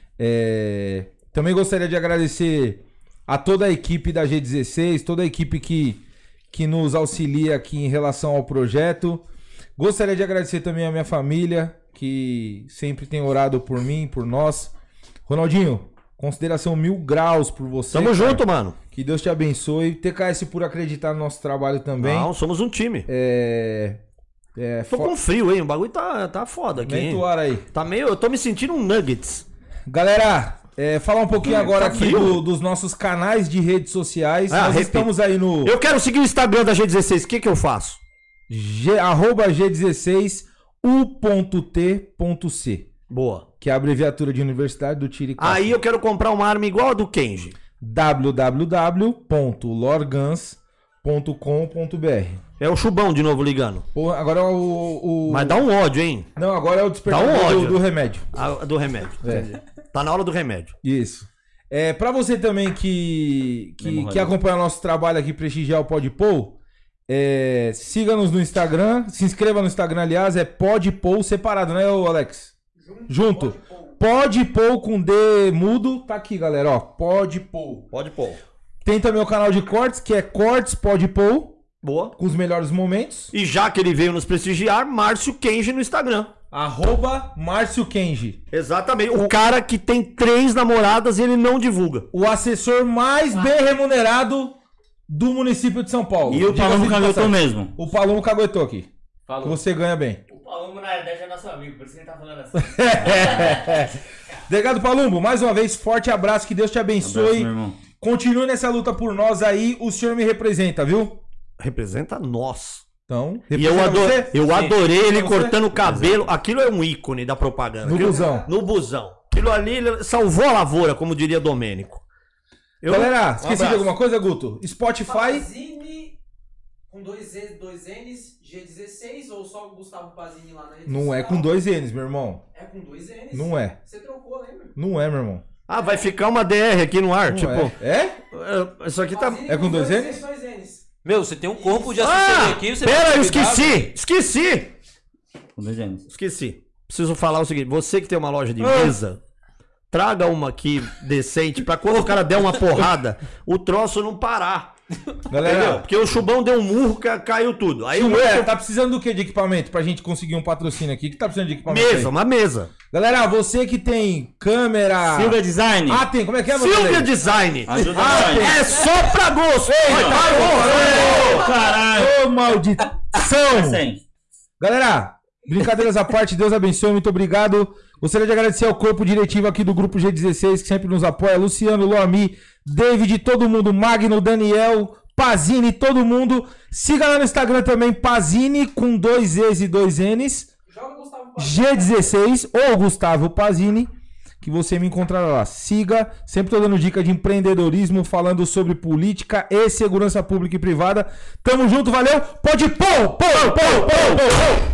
É, também gostaria de agradecer a toda a equipe da G dezesseis, toda a equipe que, que nos auxilia aqui em relação ao projeto. Gostaria de agradecer também a minha família, que sempre tem orado por mim, por nós. Ronaldinho, consideração mil graus por você. Tamo cara. junto, mano. Que Deus te abençoe. T K S por acreditar no nosso trabalho também. Não, somos um time. É... é Tô fo... com frio, hein? O bagulho tá, tá foda aqui. Aumenta Hein? o ar aí. Tá meio... Eu tô me sentindo um Nuggets. Galera, é, falar um pouquinho Tá agora aqui frio? do- dos nossos canais de redes sociais. Ah, Nós repito. estamos aí no Eu quero seguir o Instagram da G dezesseis. O que que eu faço? G, arroba G dezesseis U T C, Boa. que é a abreviatura de Universidade do Tiro e Caça. Aí eu quero comprar uma arma igual a do Kenji. w w w ponto lorguns ponto com ponto b r. É o Chubão de novo ligando. Pô, agora é o, o... Mas dá um ódio, hein? Não, agora é o despertador Dá um ódio. do, do remédio. A- do remédio. É. Entendi. Tá na hora do remédio. Isso. É, pra você também que, que, Hemorroida. que acompanha o nosso trabalho aqui, prestigiar o Podpou, é, siga-nos no Instagram, se inscreva no Instagram, aliás, é Podpou separado, né, ô Alex? Junto. Podpou com D mudo, tá aqui, galera, ó, Podpou. Pode pôr. Tem também o canal de cortes, que é Cortes Podpou, Boa. com os melhores momentos. E já que ele veio nos prestigiar, Márcio Kenji no Instagram. Arroba Márcio Kenji. Exatamente. O cara que tem três namoradas e ele não divulga. O assessor mais bem remunerado do município de São Paulo. E o Diga-se Paloma de caguetou passagem. mesmo. O Palomo caguetou aqui. Que Falou. você ganha bem. O Paloma, na verdade, é nosso amigo, por isso que ele tá falando assim. Delegado Palumbo, mais uma vez, forte abraço, que Deus te abençoe. Abraço, meu irmão. Continue nessa luta por nós aí, o senhor me representa, viu? Representa nós. Então, E eu, representa ado- você? eu Sim. adorei ele Você? cortando o cabelo. Aquilo é um ícone da propaganda. No Aquilo- busão. No busão. Aquilo ali ele salvou a lavoura, como diria Domênico. Eu- Galera, um esqueci de abraço. alguma coisa, Guto? Spotify, Pazini com dois E, dois N's, G dezesseis ou só o Gustavo Pazini lá na rede não é social? com dois N's, meu irmão. É com dois N's. Não é. Você trocou, lembra? Não é, meu irmão. Ah, vai ficar uma D R aqui no ar. Não tipo, é. É? é, isso aqui tá. Pazini É com dois N's? dois N's. Meu, você tem um corpo de assessoria Ah! aqui, você Pera, vai eu cuidar, esqueci! Esqueci! Com dois N's. Esqueci. Preciso falar o seguinte: você que tem uma loja de Ah. mesa, traga uma aqui decente pra quando o cara der uma porrada, o troço não parar. Entendeu? Galera, Porque o Chubão deu um murro, ca- caiu tudo. Aí o é, outro. tá precisando do que de equipamento pra gente conseguir um patrocínio aqui? O que tá precisando de equipamento aí? Mesa, uma mesa. Galera, você que tem câmera... Silvia Design. Ah, tem. Como é que é, meu Silvia querido? Design. Ajuda Ah, nós. é só pra gosto. Vai, parou. Caralho. Ô, maldição! Sem. Galera, brincadeiras à parte, Deus abençoe, muito obrigado. Gostaria de agradecer ao corpo diretivo aqui do Grupo G dezesseis, que sempre nos apoia. Luciano, Loami, David, todo mundo, Magno, Daniel, Pazini, todo mundo. Siga lá no Instagram também, Pazini, com dois E's e dois N's. Joga o Gustavo Pazini. G dezesseis ou Gustavo Pazini, que você me encontrará lá. Siga, sempre tô dando dica de empreendedorismo, falando sobre política e segurança pública e privada. Tamo junto, valeu. Pode pôr, pôr, pôr, pôr, pôr, pôr.